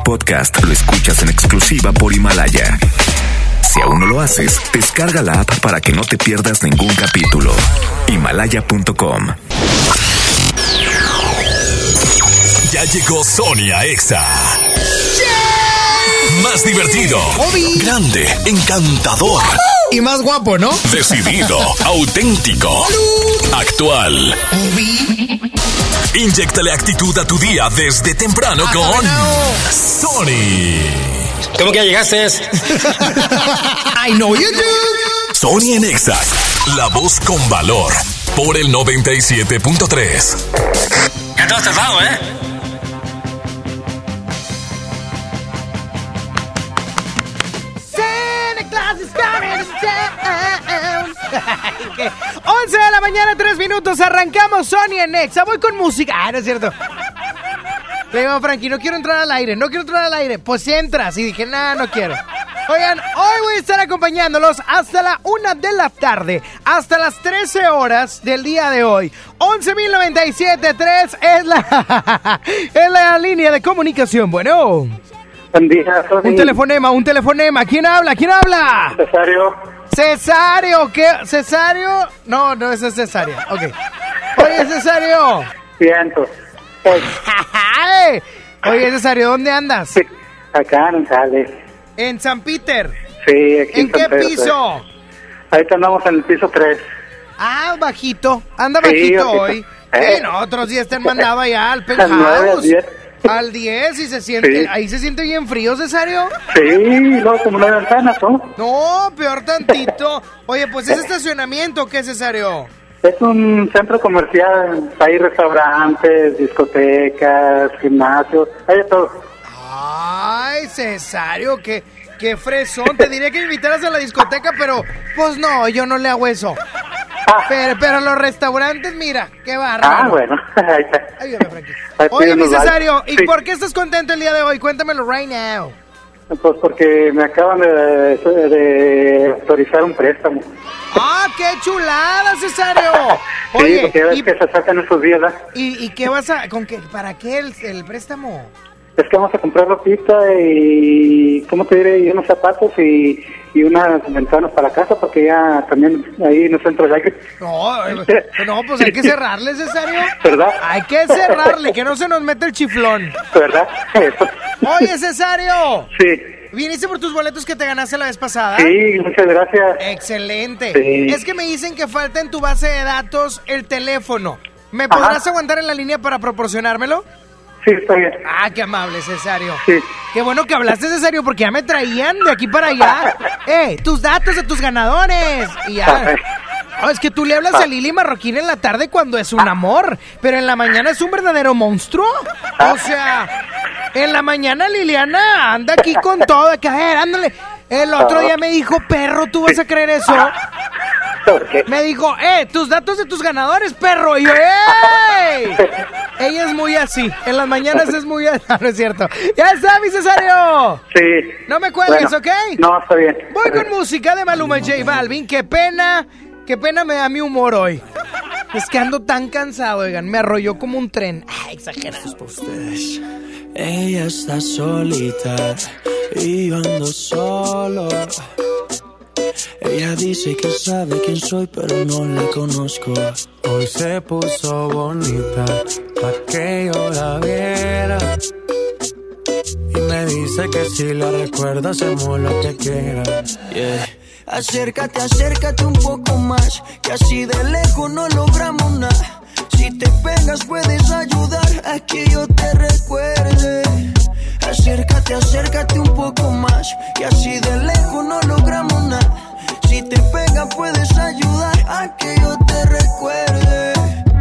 podcast lo escuchas en exclusiva por Himalaya. Si aún no lo haces, descarga la app para que no te pierdas ningún capítulo. Himalaya.com. Ya llegó Sony a Exa. Más divertido, grande, encantador y más guapo, ¿no? Decidido, auténtico, actual. Inyéctale actitud a tu día desde temprano con Sony. ¿Cómo que ya llegaste? I know you do. Sony en Exa, la voz con valor, por el 97.3. Ya todo cerrado, ¿eh? Santa Claus is coming to town. 11 de la mañana, 3 minutos. Arrancamos Sony en Exa. Voy con música. No es cierto. Le digo a Frankie, no quiero entrar al aire. Pues entras. Y dije, no quiero. Oigan, hoy voy a estar acompañándolos hasta la 1 de la tarde, hasta las 13 horas del día de hoy. 11.097.3 es la línea de comunicación. Bueno. Buen día, Sony. Un telefonema. ¿Quién habla? Cesario, ¿qué? ¿Cesario? No, ese es Cesario. Ok. Oye, Cesario. Siento. Oye, Cesario, ¿dónde andas? Sí, acá en Sales. ¿En San Peter? Sí, aquí ¿En qué San Pedro, piso? Sí. Ahorita andamos en el piso 3. Ah, bajito. Anda Sí, bajito bajito. hoy. Sí, no, otros días te han mandado allá al penthouse. Al 9, al 10. Al 10 y se siente, Sí. ahí se siente bien frío, Cesario. Sí, no, como no hay ventanas, ¿no? No, peor tantito. Oye, pues ¿es estacionamiento o qué, Cesario? Es un centro comercial. Hay restaurantes, discotecas, gimnasios, hay de todo. Ay, Cesario, qué fresón. Te diría que me invitaras a la discoteca, pero pues no, yo no le hago eso. Pero los restaurantes, mira, qué bárbaro. Bueno, ahí está. Ayúdame, Frankie. Ahí Oye, mi nos vale. Cesario, ¿y Sí. por qué estás contento el día de hoy? Cuéntamelo right now. Pues porque me acaban de autorizar un préstamo. ¡Ah, qué chulada, Cesario! Sí, Oye, porque ves que se sacan esos días, ¿verdad? ¿y qué vas a...? ¿Para qué el préstamo? Es que vamos a comprar ropita y, ¿cómo te diré? Y unos zapatos y unas ventanas para la casa, porque ya también ahí en el centro de aire. No, pues hay que cerrarle, Cesario. ¿Verdad? Hay que cerrarle, que no se nos mete el chiflón. ¿Verdad? Eso. Oye, Cesario. Sí. ¿Viniste por tus boletos que te ganaste la vez pasada? Sí, muchas gracias. Excelente. Sí. Es que me dicen que falta en tu base de datos el teléfono. ¿Me podrás aguantar en la línea para proporcionármelo? Sí, está bien. Ah, qué amable, Cesario. Sí. Qué bueno que hablaste, Cesario, porque ya me traían de aquí para allá. Tus datos de tus ganadores. Y ya. No, es que tú le hablas a Lili Marroquín en la tarde cuando es un amor, pero en la mañana es un verdadero monstruo. O sea, en la mañana Liliana anda aquí con todo. Que, a ver, ándale. El otro día me dijo, perro, ¿tú vas a creer eso? ¿Por qué? Me dijo, tus datos de tus ganadores, perro. Y yo, ¡ey! Ella es muy así. En las mañanas es muy así. No, es cierto. Ya está, mi Cesario. Sí. No me cuelgues, Bueno, ¿ok? No, está bien. Voy con música de Maluma y J Balvin. Qué pena me da mi humor hoy. Es que ando tan cansado, oigan. Me arrolló como un tren. Exagerado. Ella está solita y yo ando solo. Ella dice que sabe quién soy, pero no la conozco. Hoy se puso bonita pa' que yo la viera. Y me dice que si la recuerda hacemos lo que quiera. Yeah. Acércate un poco más, que así de lejos no logramos nada. Si te pegas puedes ayudar a que yo te recuerde. Acércate un poco más, que así de lejos no logramos nada. Si te pegas puedes ayudar a que yo te recuerde.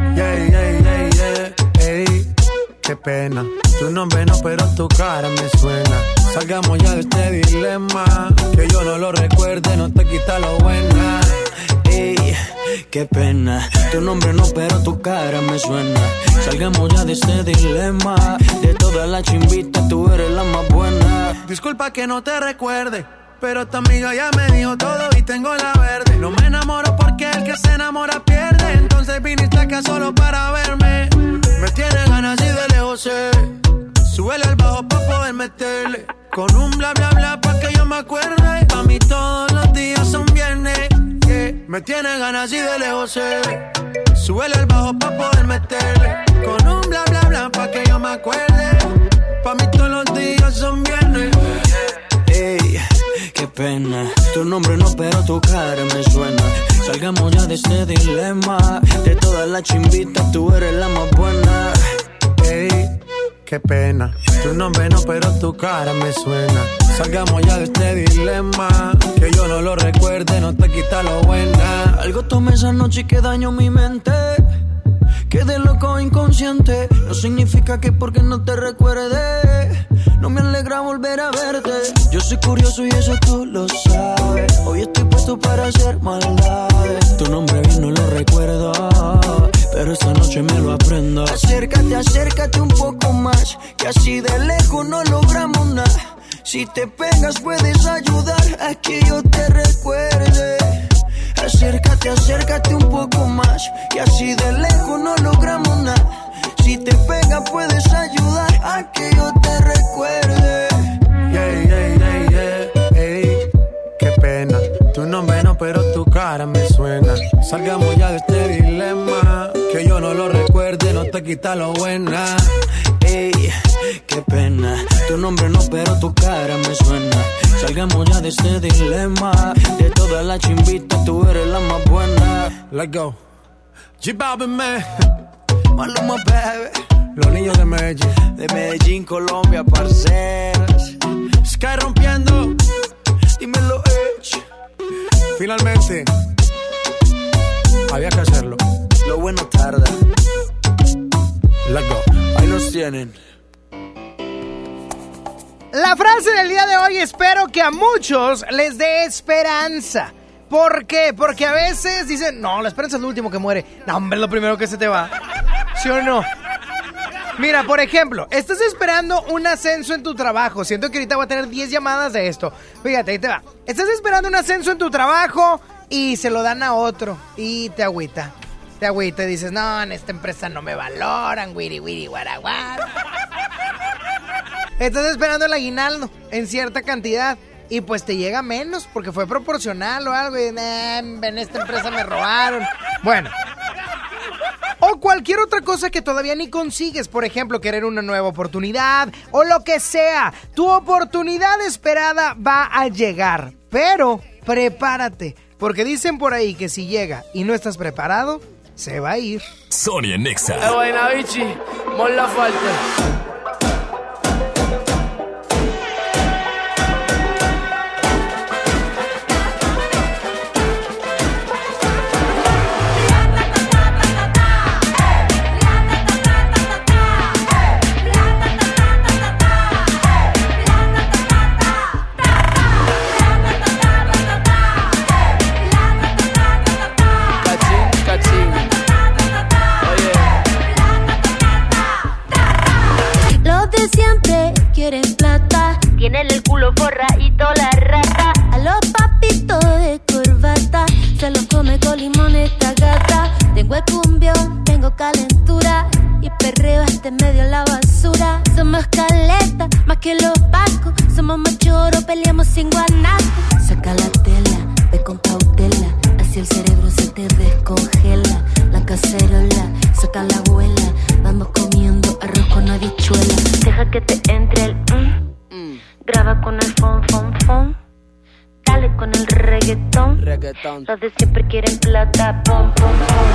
Ey, qué pena. Tu nombre no, pero tu cara me suena. Salgamos ya de este dilema. Que yo no lo recuerde, no te quita lo buena. Ey, qué pena. Tu nombre no, pero tu cara me suena. Salgamos ya de este dilema. De todas las chimbitas, tú eres la más buena. Disculpa que no te recuerde, pero tu amiga ya me dijo todo y tengo la verde. No me enamoro porque el que se enamora pierde. Entonces viniste acá solo para verme. Me tienes ganas y de lejos sé. Súbele al bajo pa' poderme meterle. Con un bla bla bla pa' que yo me acuerde. Pa' mí todos los días son viernes, yeah. Me tiene ganas y de lejos se ve. Súbele el bajo pa' poder meterle. Con un bla bla bla pa' que yo me acuerde. Pa' mí todos los días son viernes, yeah. Ey, qué pena. Tu nombre no, pero tu cara me suena. Salgamos ya de este dilema. De todas las chimbitas, tú eres la más buena. Ey, qué pena. Tu nombre no, pero tu cara me suena. Salgamos ya de este dilema. Que yo no lo recuerde, no te quita lo buena. Algo tomé esa noche y que dañó mi mente. Quedé loco inconsciente. No significa que porque no te recuerde no me alegra volver a verte. Yo soy curioso y eso tú lo sabes. Hoy estoy puesto para hacer maldades. Tu nombre bien no lo recuerdo, pero esta noche me lo aprendo. Acércate, acércate un poco más, que así de lejos no logramos nada. Si te pegas puedes ayudar a que yo te recuerde. Acércate, acércate un poco más, que así de lejos no logramos nada. Si te pegas puedes ayudar a que yo te recuerde. Yeah, yeah, yeah, yeah. Ey, qué pena. Tu nombre no, pero tu cara me suena. Salgamos ya de este dilema. Que yo no lo recuerde, no te quita lo buena. Ey, qué pena. Tu nombre no, pero tu cara me suena. Salgamos ya de este dilema. De todas las chimbitas, tú eres la más buena. Let's go. G-Balvin, man. Maluma, baby. Los niños de Medellín. De Medellín, Colombia, parceras. Sky rompiendo. Dímelo, Edge. Finalmente, había que hacerlo. Lo bueno tarda. Let's go. Ahí los tienen. La frase del día de hoy espero que a muchos les dé esperanza. ¿Por qué? Porque a veces dicen, no, la esperanza es lo último que muere. No, hombre, es lo primero que se te va. ¿Sí o no? Mira, por ejemplo, estás esperando un ascenso en tu trabajo. Siento que ahorita voy a tener 10 llamadas de esto. Fíjate, ahí te va. Estás esperando un ascenso en tu trabajo y se lo dan a otro. Y te agüita. Te agüita y dices, no, en esta empresa no me valoran. Wiri, wiri, guaraguara. Estás esperando el aguinaldo en cierta cantidad y pues te llega menos porque fue proporcional o algo y en esta empresa me robaron. Bueno, o cualquier otra cosa que todavía ni consigues, por ejemplo, querer una nueva oportunidad o lo que sea. Tu oportunidad esperada va a llegar, pero prepárate, porque dicen por ahí que si llega y no estás preparado, se va a ir. Sonia Nexa. Buena, bichi, mon la falta. Quieren plata, tienen el culo forradito la rata. A los papitos de corbata se los come con limón esta gata. Tengo el cumbión, tengo calentura y perreo hasta medio la basura. Somos caleta, más que los pacos. Somos machoros, peleamos sin guanaco. Saca la tela, ve con cautela. Así el cerebro se te descongela. La cacerola, saca la abuela. Vamos comiendo arroz con habichuela. Deja que te entre el graba con el fon, fon, fon. Dale con el reggaetón. Los de siempre quieren plata. Pom, pom, pom.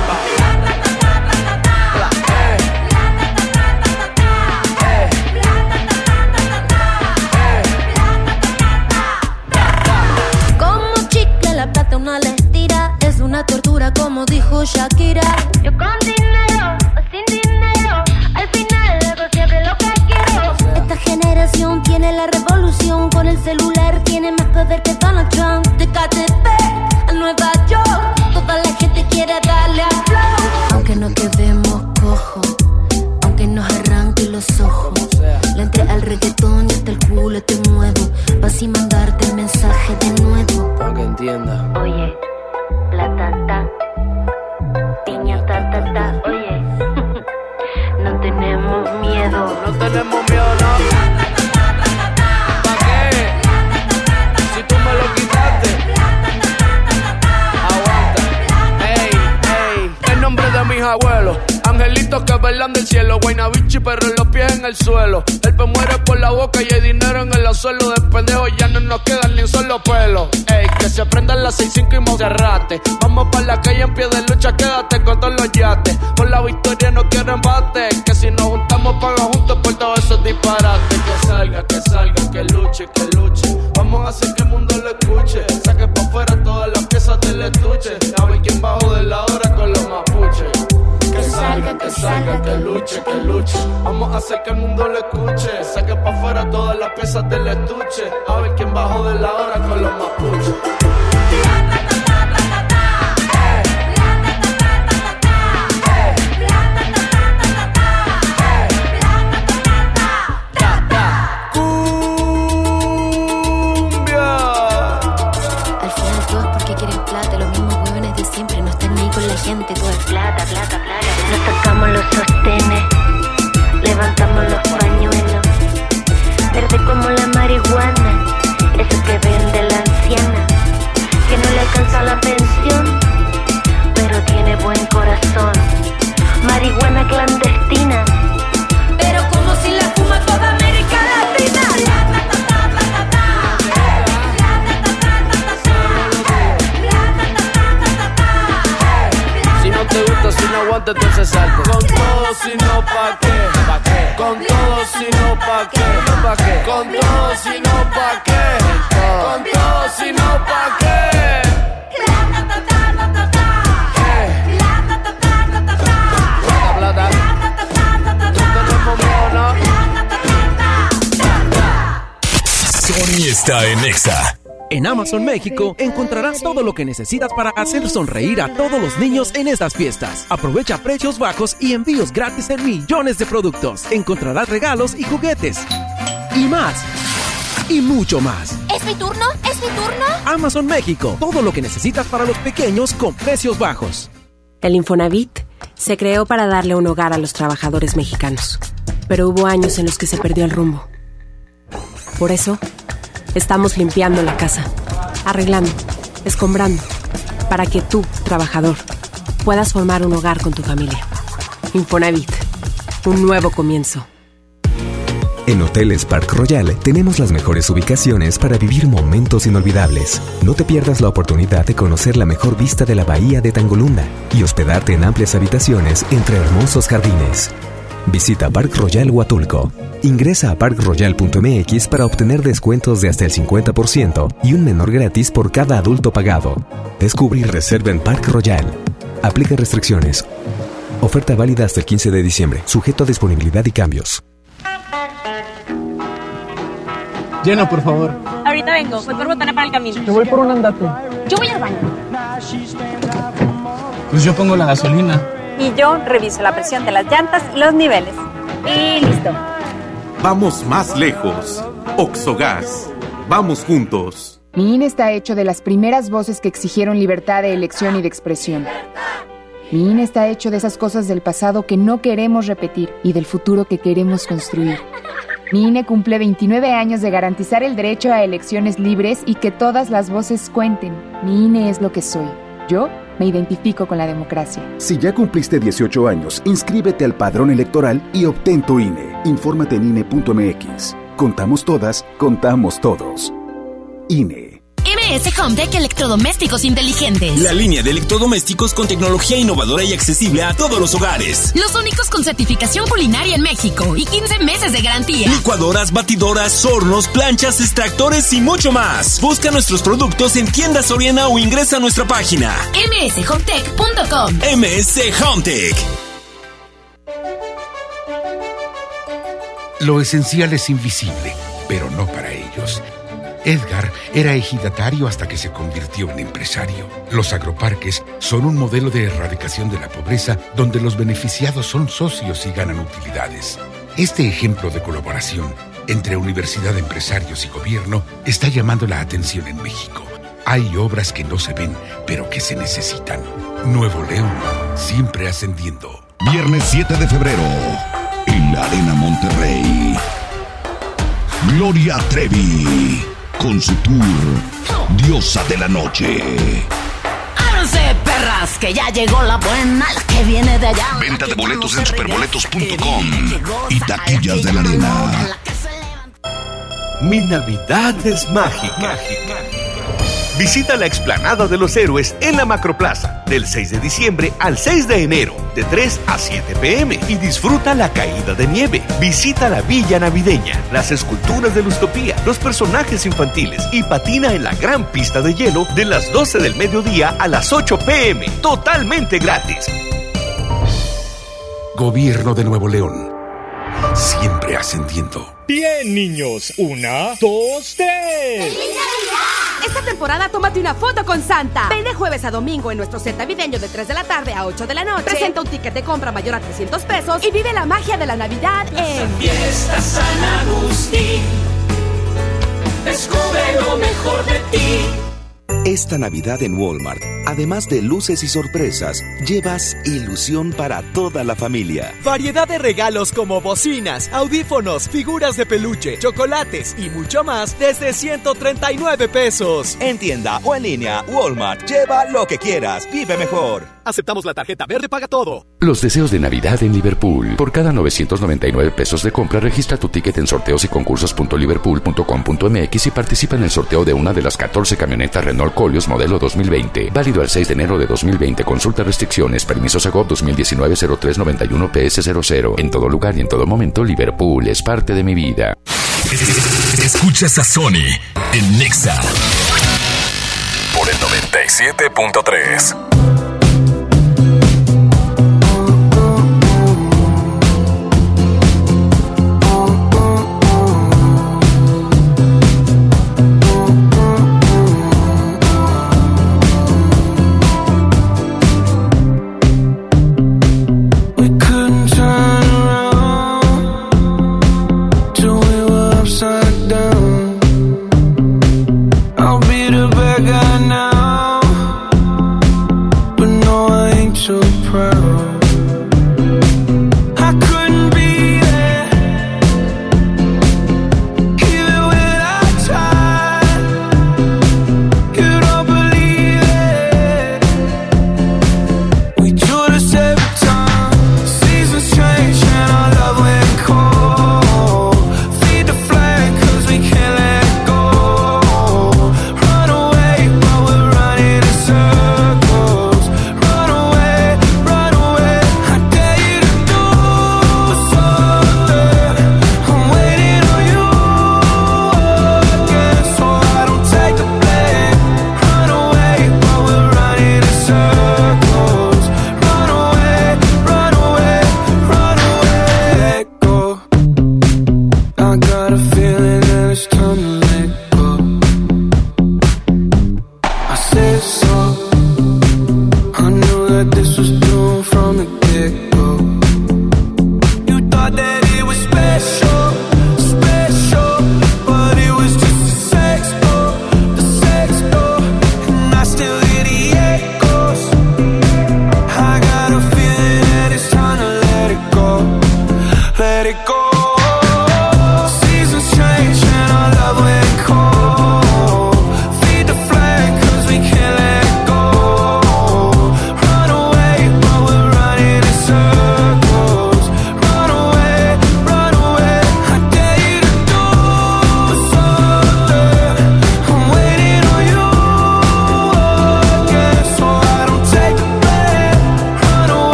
Como chicle la plata una le tira. Es una tortura como dijo Shakira. Yo con dinero o sin dinero, al final hago siempre lo que quiero. Esta generación tiene la revolución. Con el celular tiene más poder que Donald Trump. De KTP a Nueva York, toda la gente quiere darle a flow. Aunque no quedemos cojos, aunque nos arranque los ojos, le entré al reggaetón y hasta el culo te muevo. Vas y mandarte el mensaje de nuevo. Para que entienda. Oye, la tata, piña ta ta ta. Oye, no tenemos miedo. No tenemos miedo, no. los Guaynabichi, pero los pies en el suelo. El pe muere por la boca y hay dinero en el suelo. De pendejo ya no nos quedan ni un solo pelo. Ey, que se prendan las 6-5 y Monserrate. Vamos pa' la calle en pie de lucha, quédate con todos los yates. Por la victoria no quiero embate, que si nos juntamos paga juntos por todos esos disparates. Que salga, que luche, que luche. Vamos a hacer que el mundo lo escuche. Saque pa' afuera todas las piezas del estuche. A ver quién bajó de la hora con los mapuches. Que salga, que luche, que luche. Vamos a hacer que el mundo lo escuche. Saque pa' afuera todas las piezas del estuche. A ver quién bajó de la hora con los mapuches. Gente, todo es plata, plata, plata. Nos sacamos los sostenes, levantamos los pañuelos. Verde como la marihuana, eso que vende la anciana, que no le alcanza la pensión, pero tiene buen corazón. Marihuana clandestina, pero como si la fuma toda América Latina. Te gusta, si no aguanta, entonces salte. Con todo, si no, ¿pa' qué? ¿Pa' qué? Con todo, si no, ¿pa' qué? ¿Pa' qué? Con todo, si no, ¿pa' qué? Con todo, si no, ¿pa' qué? Plata, Sony está en Nexa. En Amazon México encontrarás todo lo que necesitas para hacer sonreír a todos los niños en estas fiestas. Aprovecha precios bajos y envíos gratis en millones de productos. Encontrarás regalos y juguetes. Y más. Y mucho más. ¿Es mi turno? ¿Es mi turno? Amazon México. Todo lo que necesitas para los pequeños con precios bajos. El Infonavit se creó para darle un hogar a los trabajadores mexicanos. Pero hubo años en los que se perdió el rumbo. Por eso estamos limpiando la casa, arreglando, escombrando, para que tú, trabajador, puedas formar un hogar con tu familia. Infonavit, un nuevo comienzo. En Hoteles Park Royal tenemos las mejores ubicaciones para vivir momentos inolvidables. No te pierdas la oportunidad de conocer la mejor vista de la bahía de Tangolunda y hospedarte en amplias habitaciones entre hermosos jardines. Visita Park Royal Huatulco. Ingresa a parkroyal.mx para obtener descuentos de hasta el 50% y un menor gratis por cada adulto pagado. Descubre y reserva en Park Royal. Aplica restricciones. Oferta válida hasta el 15 de diciembre, sujeto a disponibilidad y cambios. Llena, por favor. Ahorita vengo, voy por botana para el camino. Yo voy por un andate. Yo voy al baño. Pues yo pongo la gasolina. Y yo reviso la presión de las llantas y los niveles. Y listo. Vamos más lejos. Oxogas. Vamos juntos. Mi INE está hecho de las primeras voces que exigieron libertad de elección y de expresión. Mi INE está hecho de esas cosas del pasado que no queremos repetir y del futuro que queremos construir. Mi INE cumple 29 años de garantizar el derecho a elecciones libres y que todas las voces cuenten. Mi INE es lo que soy. Yo me identifico con la democracia. Si ya cumpliste 18 años, inscríbete al padrón electoral y obtén tu INE. Infórmate en INE.mx. Contamos todas, contamos todos. INE. MS Hometech Electrodomésticos Inteligentes. La línea de electrodomésticos con tecnología innovadora y accesible a todos los hogares. Los únicos con certificación culinaria en México y 15 meses de garantía. Licuadoras, batidoras, hornos, planchas, extractores y mucho más. Busca nuestros productos en tiendas Soriana o ingresa a nuestra página mshometech.com. MS Hometech. Lo esencial es invisible, pero no para ellos. Edgar era ejidatario hasta que se convirtió en empresario. Los agroparques son un modelo de erradicación de la pobreza donde los beneficiados son socios y ganan utilidades. Este ejemplo de colaboración entre universidad, empresarios y gobierno está llamando la atención en México. Hay obras que no se ven, pero que se necesitan. Nuevo León, siempre ascendiendo. Viernes 7 de febrero, en la Arena Monterrey. Gloria Trevi. Con su tour Diosa de la Noche. ¡Ábranse, perros! Arras, que ya llegó la buena, la que viene de allá. Venta de boletos en superboletos.com y taquillas de la arena. Mi Navidad es mágica. Visita la explanada de los héroes en la Macroplaza del 6 de diciembre al 6 de enero, de 3 a 7 p.m. y disfruta la caída de nieve. Visita la Villa Navideña, las esculturas de Lustopía, los personajes infantiles y patina en la gran pista de hielo de las 12 del mediodía a las 8 p.m. Totalmente gratis. Gobierno de Nuevo León. Siempre ascendiendo. Bien, niños. 1, 2, 3. Esta temporada tómate una foto con Santa. Ven de jueves a domingo en nuestro set navideño de 3 de la tarde a 8 de la noche. Presenta un ticket de compra mayor a 300 pesos y vive la magia de la Navidad en Fiesta San Agustín. Descubre lo mejor de ti. Esta Navidad en Walmart, además de luces y sorpresas, llevas ilusión para toda la familia. Variedad de regalos como bocinas, audífonos, figuras de peluche, chocolates y mucho más desde 139 pesos. En tienda o en línea, Walmart, lleva lo que quieras, vive mejor. Aceptamos la tarjeta verde, paga todo. Los deseos de Navidad en Liverpool. Por cada 999 pesos de compra, registra tu ticket en sorteos y concursos.liverpool.com.mx y participa en el sorteo de una de las 14 camionetas Renault Koleos modelo 2020. Válido al 6 de enero de 2020. Consulta restricciones. Permiso Segov 2019-0391 PS00. En todo lugar y en todo momento, Liverpool es parte de mi vida. Escuchas a Sony en Nexa por el 97.3.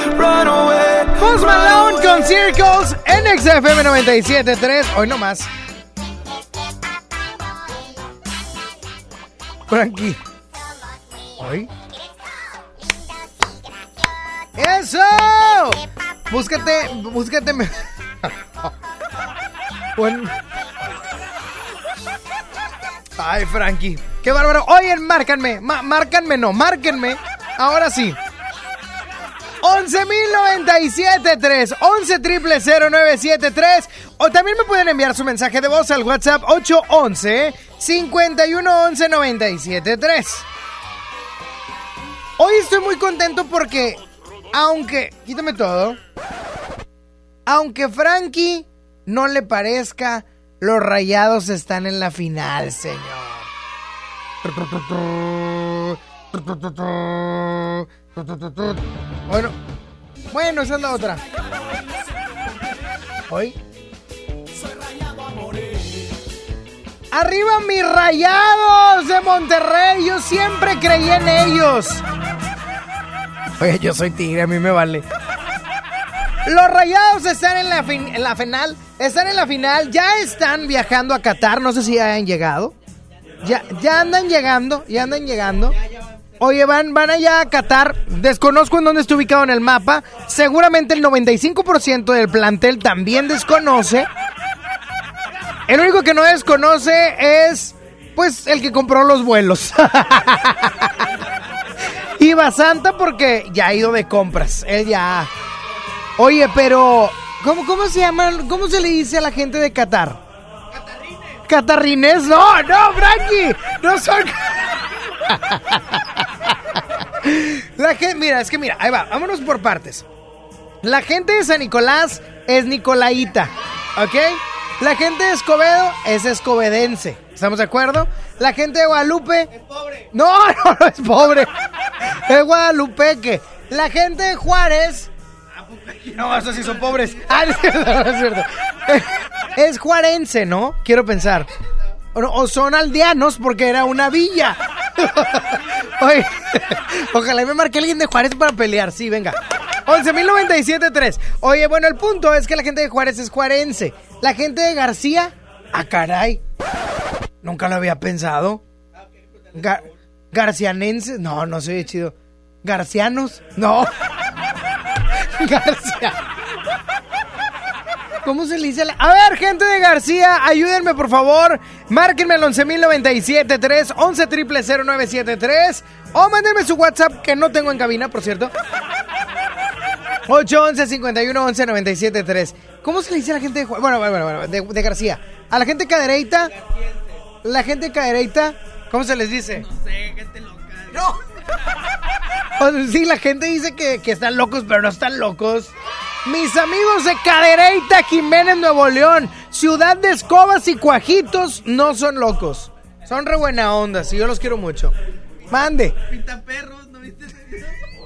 FM 97.3, hoy no más. Frankie. ¿Hoy? ¡Eso! Búscate. Bueno. Ay, Frankie. ¡Qué bárbaro! Oye, márcanme. Márquenme. Ahora sí. 11,097.3 11,000,973. O también me pueden enviar su mensaje de voz al WhatsApp 811-5111-973. Hoy estoy muy contento porque quítame todo. Aunque Frankie no le parezca, los Rayados están en la final, señor. Bueno, esa es la otra. Hoy. ¡Arriba mis Rayados de Monterrey! Yo siempre creí en ellos. Oye, yo soy tigre, a mí me vale. Los Rayados están en la final. Están en la final. Ya están viajando a Qatar. No sé si ya han llegado. Ya andan llegando. Oye, van allá a Qatar. Desconozco en dónde está ubicado en el mapa. Seguramente el 95% del plantel también desconoce. El único que no desconoce es, pues, el que compró los vuelos. Y Basanta porque ya ha ido de compras. Él ya... Oye, pero... ¿Cómo se llama? ¿Cómo se le dice a la gente de Qatar? ¿Catarrines? No, Frankie. No son... La gente, mira, ahí va, vámonos por partes. La gente de San Nicolás es nicolaíta, ¿ok? La gente de Escobedo es escobedense, ¿estamos de acuerdo? La gente de Guadalupe... Es pobre. No es pobre. Es guadalupeque. La gente de Juárez... No, esos sí son pobres. No es cierto. Es juarense, ¿no? Quiero pensar. O son aldeanos porque era una villa. Oye, ojalá me marque alguien de Juárez para pelear. Sí, venga. 11,097.3. Oye, bueno, el punto es que la gente de Juárez es juarense. La gente de García... ¡Ah, caray! Nunca lo había pensado. Garcianenses... No se oye chido. ¿Garcianos? No. García. ¿Cómo se le dice? A ver, gente de García, ayúdenme por favor. Márquenme al 11,097.3 11,000,973 o mándenme su WhatsApp que no tengo en cabina, por cierto. 811-5111-973. ¿Cómo se le dice a la gente de bueno, de García? A la gente cadereita. La gente cadereita, ¿cómo se les dice? No sé, gente loca. No. Sí, la gente dice que están locos, pero no están locos. Mis amigos de Cadereyta, Jiménez, Nuevo León, Ciudad de Escobas y Cuajitos, no son locos. Son re buena onda, sí, yo los quiero mucho. Mande. Pintaperros, ¿no viste ese video?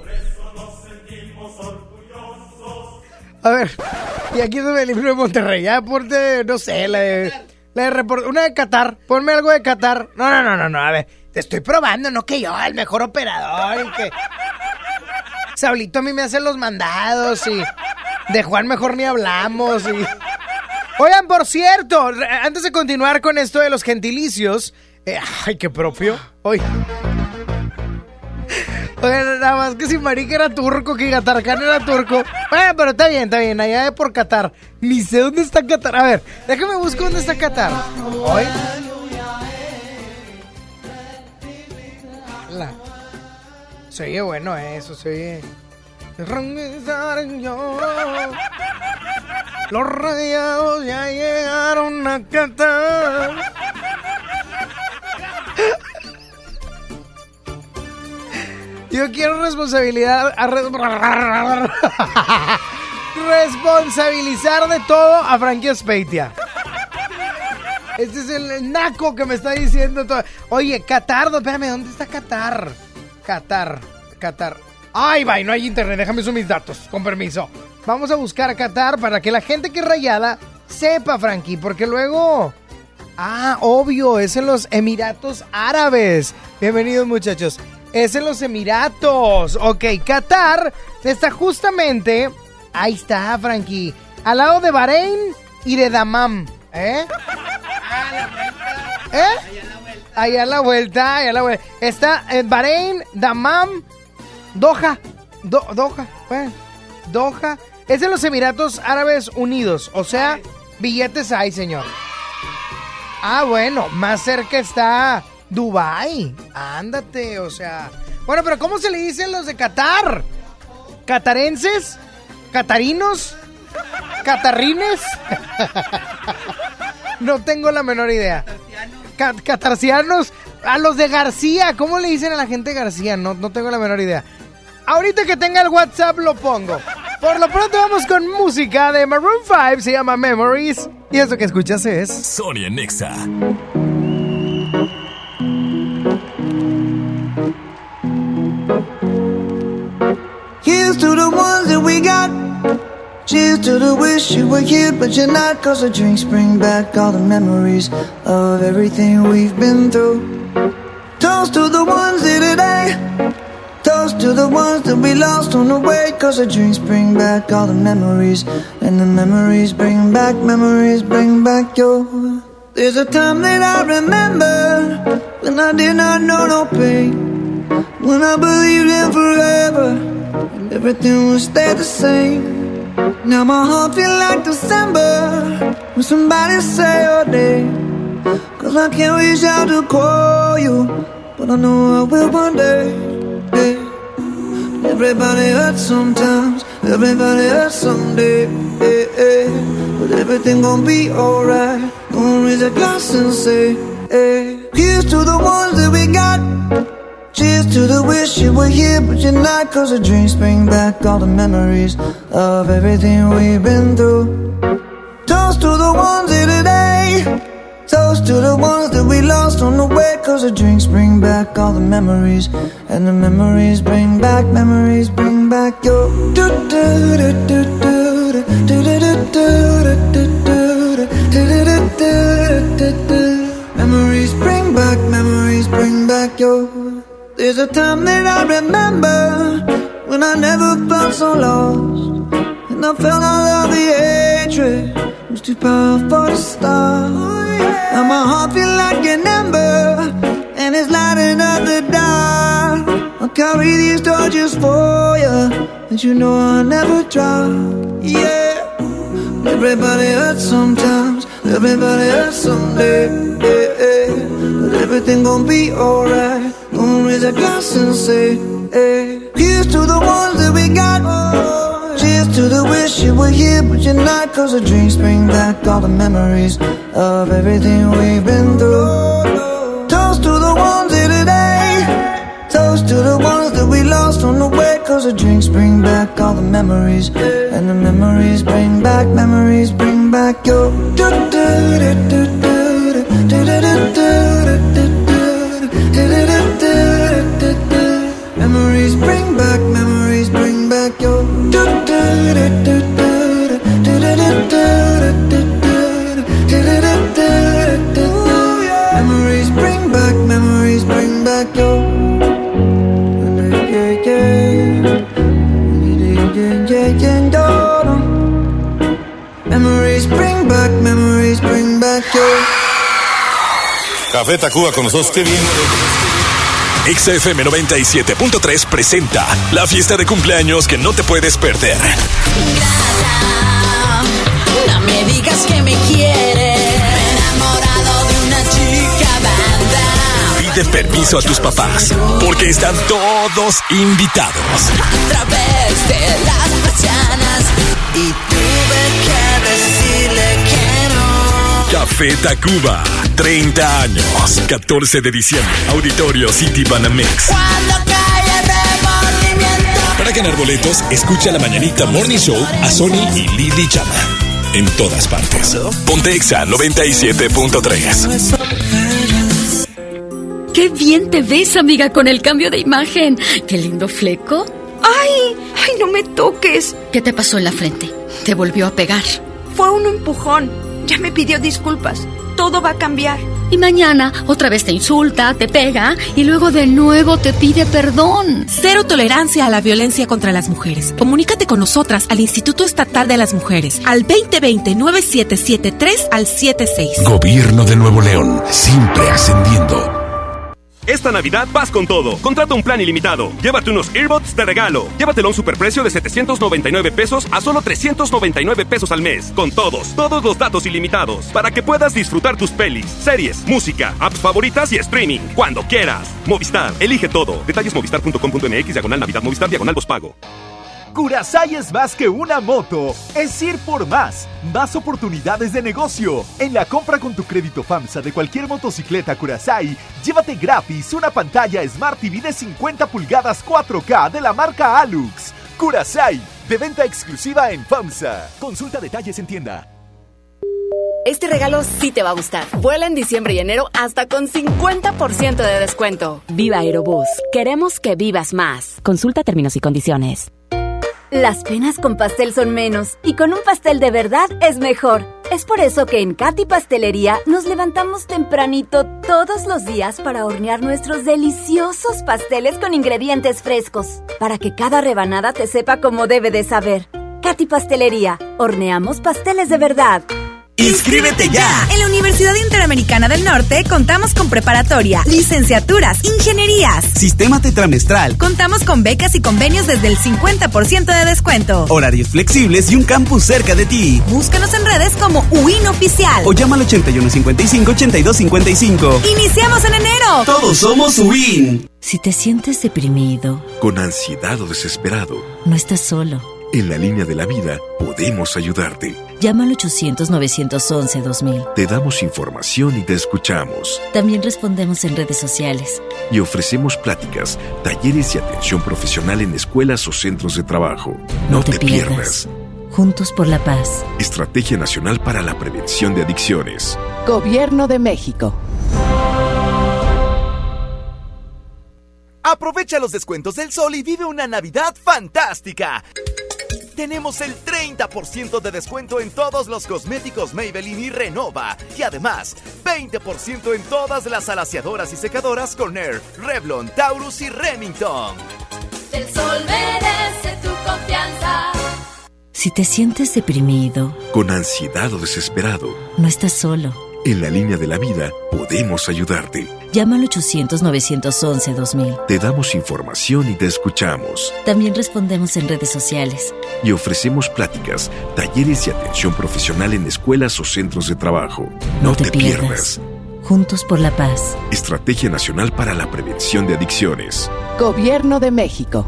A ver, y aquí es el libro de Monterrey, ya ponte, no sé, la de una de Qatar, ponme algo de Qatar. No, a ver, te estoy probando, no que yo, el mejor operador, y que... Saulito a mí me hace los mandados y de Juan mejor ni hablamos y... Oigan, por cierto, antes de continuar con esto de los gentilicios, ay, qué propio. Oigan, nada más que si Marica era turco, que Gatarcán era turco. Bueno, pero está bien, allá de por Qatar. Ni sé dónde está Qatar. A ver, déjame buscar dónde está Qatar. Hoy. Se oye bueno eso, se oye. Los Rayados ya llegaron a Qatar. Yo quiero responsabilidad responsabilizar de todo a Frankie Speitia. Este es el naco que me está diciendo todo. Oye, Qatar, espérame, ¿dónde está Qatar? Qatar. Ay, no hay internet, déjame subir mis datos, con permiso. Vamos a buscar a Qatar para que la gente que es rayada sepa, Frankie, porque luego... obvio, es en los Emiratos Árabes. Bienvenidos, muchachos. Es en los Emiratos. Ok, Qatar está justamente... Ahí está, Frankie. Al lado de Bahrein y de Dammam. La vuelta. Allá a la vuelta. Está Bahrein, Dammam, Doha. Doha. Es en los Emiratos Árabes Unidos. O sea, billetes hay, señor. Bueno, más cerca está Dubái. Ándate, o sea. Bueno, pero ¿cómo se le dicen los de Qatar? ¿Catarenses? ¿Catarinos? ¿Catarrines? No tengo la menor idea. Catarcianos. A los de García. ¿Cómo le dicen a la gente García? No tengo la menor idea. Ahorita que tenga el WhatsApp lo pongo. Por lo pronto vamos con música de Maroon 5. Se llama Memories. Y eso que escuchas es Sonia Nexa. Here's to the ones that we got. Cheers to the wish you were here, but you're not. Cause the drinks bring back all the memories of everything we've been through. Toast to the ones here today. Toast to the ones that we lost on the way. Cause the drinks bring back all the memories. And the memories bring back your. There's a time that I remember when I did not know no pain. When I believed in forever and everything would stay the same. Now my heart feel like December when somebody say your name. Cause I can't reach out to call you, but I know I will one day. Yeah. Everybody hurts sometimes, everybody hurts someday. Yeah, yeah. But everything gon' be alright. Gonna raise a glass and say, hey. Here's to the ones that we got. Cheers to the wish you were here, but you're not. Cause the drinks bring back all the memories of everything we've been through. Toast to the ones here today. Toast to the ones that we lost on the way. Cause the drinks bring back all the memories. And the memories bring back your. Memories bring back your. There's a time that I remember when I never felt so lost, and I felt all of the hatred was too powerful to stop. Now my heart feel like an ember, and it's lighting up the dark. I'll carry these torches for you, and you know I'll never drop. Yeah, everybody hurts sometimes, everybody hurts someday. Yeah, yeah. But everything gon' be alright. Gonna raise a glass and say, hey. Here's to the ones that we got. Cheers to the wish you were here, but you're not. Cause the drinks bring back all the memories of everything we've been through. Toast to the ones here today. Toast to the ones that we lost on the way. Cause the drinks bring back all the memories. And the memories bring back your. Memories bring back your. Memories bring back your. Memories bring back your. Café Tacuba con nosotros, qué bien. XFM 97.3 presenta la fiesta de cumpleaños que no te puedes perder. No me digas que me quieres. Me he enamorado de una chica banda. Pide permiso a tus papás, porque están todos invitados. A través de las persianas y tuve que decirle que no. Café Tacuba, 30 años, 14 de diciembre, Auditorio City Banamex. Cuando cae el remordimiento. Para ganar boletos, escucha la mañanita Morning Show a Sony y Lili Llama. En todas partes. Ponte Exa 97.3. ¡Qué bien te ves, amiga, con el cambio de imagen! ¡Qué lindo fleco! ¡Ay, no me toques! ¿Qué te pasó en la frente? ¿Te volvió a pegar? Fue un empujón. Ya me pidió disculpas. Todo va a cambiar. Y mañana otra vez te insulta, te pega y luego de nuevo te pide perdón. Cero tolerancia a la violencia contra las mujeres. Comunícate con nosotras al Instituto Estatal de las Mujeres al 2020-9773 al 76. Gobierno de Nuevo León, siempre ascendiendo. Esta Navidad vas con todo. Contrata un plan ilimitado. Llévate unos earbuds de regalo. Llévatelo a un superprecio de 799 pesos a solo 399 pesos al mes. Con todos los datos ilimitados. Para que puedas disfrutar tus pelis, series, música, apps favoritas y streaming. Cuando quieras. Movistar, elige todo. Detalles movistar.com.mx/Navidad Movistar /pospago. Curaçao es más que una moto, es ir por más oportunidades de negocio. En la compra con tu crédito FAMSA de cualquier motocicleta Curaçao, llévate gratis una pantalla Smart TV de 50 pulgadas 4K de la marca Alux. Curaçao, de venta exclusiva en FAMSA. Consulta detalles en tienda. Este regalo sí te va a gustar. Vuela en diciembre y enero hasta con 50% de descuento. Viva Aerobús. Queremos que vivas más. Consulta términos y condiciones. Las penas con pastel son menos y con un pastel de verdad es mejor. Es por eso que en Katy Pastelería nos levantamos tempranito todos los días para hornear nuestros deliciosos pasteles con ingredientes frescos, para que cada rebanada te sepa como debe de saber. Katy Pastelería, horneamos pasteles de verdad. ¡Inscríbete ya! En la Universidad Interamericana del Norte contamos con preparatoria, licenciaturas, ingenierías, sistema tetramestral. Contamos con becas y convenios desde el 50% de descuento. Horarios flexibles y un campus cerca de ti. Búscanos en redes como UIN Oficial. O llama al 8155-8255. ¡Iniciamos en enero! ¡Todos somos UIN! Si te sientes deprimido, con ansiedad o desesperado, no estás solo. En la línea de la vida podemos ayudarte. Llama al 800-911-2000. Te damos información y te escuchamos. También respondemos en redes sociales. Y ofrecemos pláticas, talleres y atención profesional en escuelas o centros de trabajo. No te pierdas. Juntos por la paz. Estrategia Nacional para la Prevención de Adicciones. Gobierno de México. Aprovecha los descuentos del Sol y vive una Navidad fantástica. Tenemos el 30% de descuento en todos los cosméticos Maybelline y Renova. Y además, 20% en todas las alaciadoras y secadoras Conair, Revlon, Taurus y Remington. El Sol merece tu confianza. Si te sientes deprimido, con ansiedad o desesperado, no estás solo. En la línea de la vida podemos ayudarte. Llama al 800-911-2000. Te damos información y te escuchamos. También respondemos en redes sociales. Y ofrecemos pláticas, talleres y atención profesional en escuelas o centros de trabajo. No te pierdas. Juntos por la paz. Estrategia Nacional para la Prevención de Adicciones. Gobierno de México.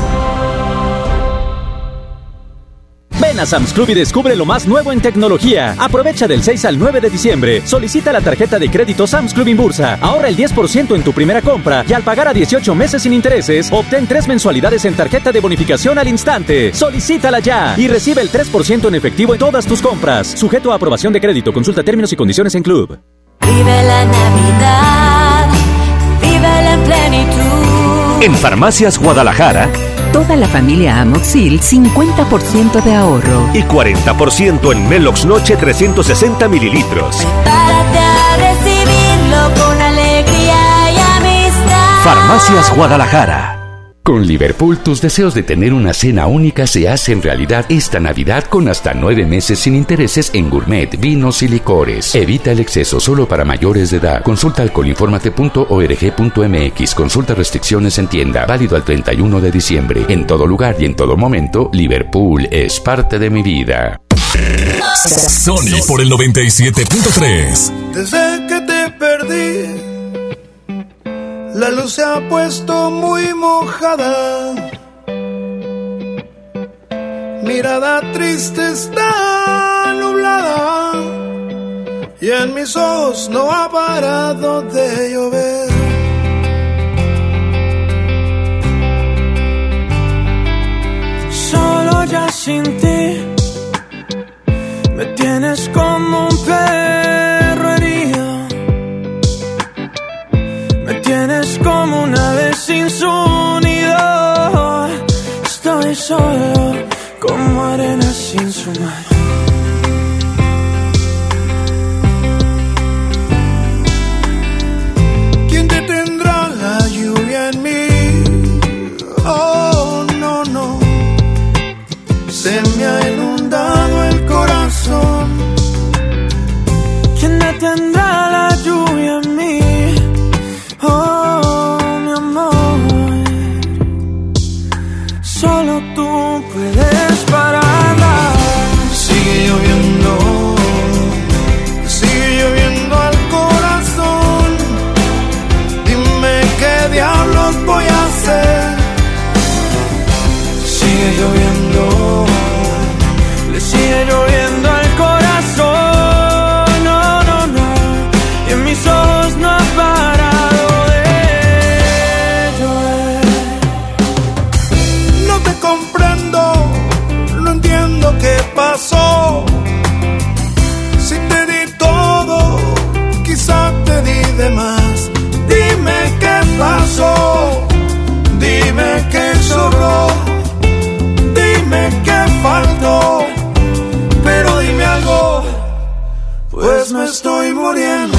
Ven a Sam's Club y descubre lo más nuevo en tecnología. Aprovecha del 6 al 9 de diciembre. Solicita la tarjeta de crédito Sam's Club Inbursa. Ahorra el 10% en tu primera compra y al pagar a 18 meses sin intereses, obtén 3 mensualidades en tarjeta de bonificación al instante. Solicítala ya y recibe el 3% en efectivo en todas tus compras. Sujeto a aprobación de crédito. Consulta términos y condiciones en Club. Vive la Navidad, vívela en plenitud. En Farmacias Guadalajara, toda la familia Amoxil, 50% de ahorro. Y 40% en Melox Noche 360 mililitros. Prepárate a recibirlo con alegría y amistad. Farmacias Guadalajara. Con Liverpool, tus deseos de tener una cena única se hacen realidad esta Navidad con hasta 9 meses sin intereses en gourmet, vinos y licores. Evita el exceso solo para mayores de edad. Consulta alcoholinformate.org.mx. Consulta restricciones en tienda. Válido al 31 de diciembre. En todo lugar y en todo momento, Liverpool es parte de mi vida. Sony por el 97.3. Desde que te perdí, la luz se ha puesto muy mojada. Mirada triste está nublada y en mis ojos no ha parado de llover. Solo ya sin ti me tienes como un perro herido. Me tienes como una vez sin su nido. Estoy solo como arena sin su mar. ¿Quién detendrá la lluvia en mí? Oh, no, no. Se me ha inundado el corazón. ¿Quién detendrá la lluvia en mí? Oh, tú puedes pararla. Sigue lloviendo, sigue lloviendo al corazón. Dime qué diablos voy a hacer. Sigue lloviendo, le sigue lloviendo al corazón. No, no, no, y en mis ojos no ha parado de llover. No te comprendo, no entiendo qué pasó. Si te di todo, quizá te di de más. Dime qué pasó, dime qué sobró, dime qué faltó, pero dime algo, pues me estoy muriendo.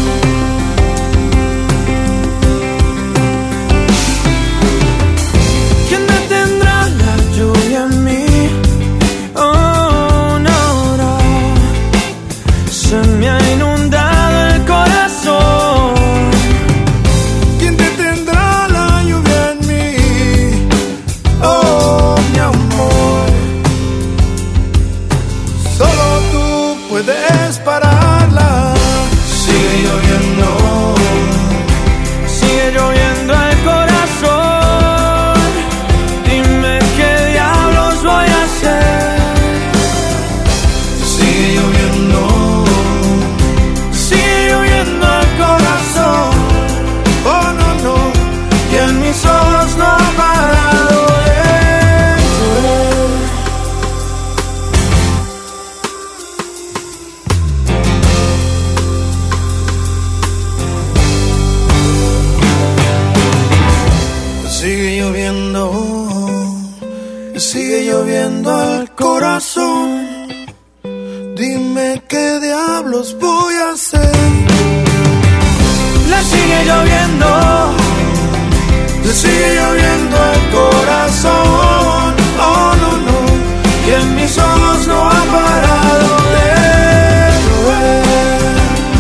¿Quién detendrá la lluvia en mí? Oh, no, no, se me ha inundado el corazón. ¿Quién detendrá la lluvia en mí? Oh, mi amor, solo tú puedes pararla. Sigue lloviendo, sigue lloviendo el corazón. Dime qué diablos voy a hacer. Sigue lloviendo, sigue lloviendo el corazón. Oh, no, no, y en mis ojos no ha parado de llover. Sigue lloviendo al corazón. Dime qué diablos voy a hacer. Le sigue lloviendo, le sigue lloviendo al corazón. Oh, no, no, y en mis ojos no ha parado de llover.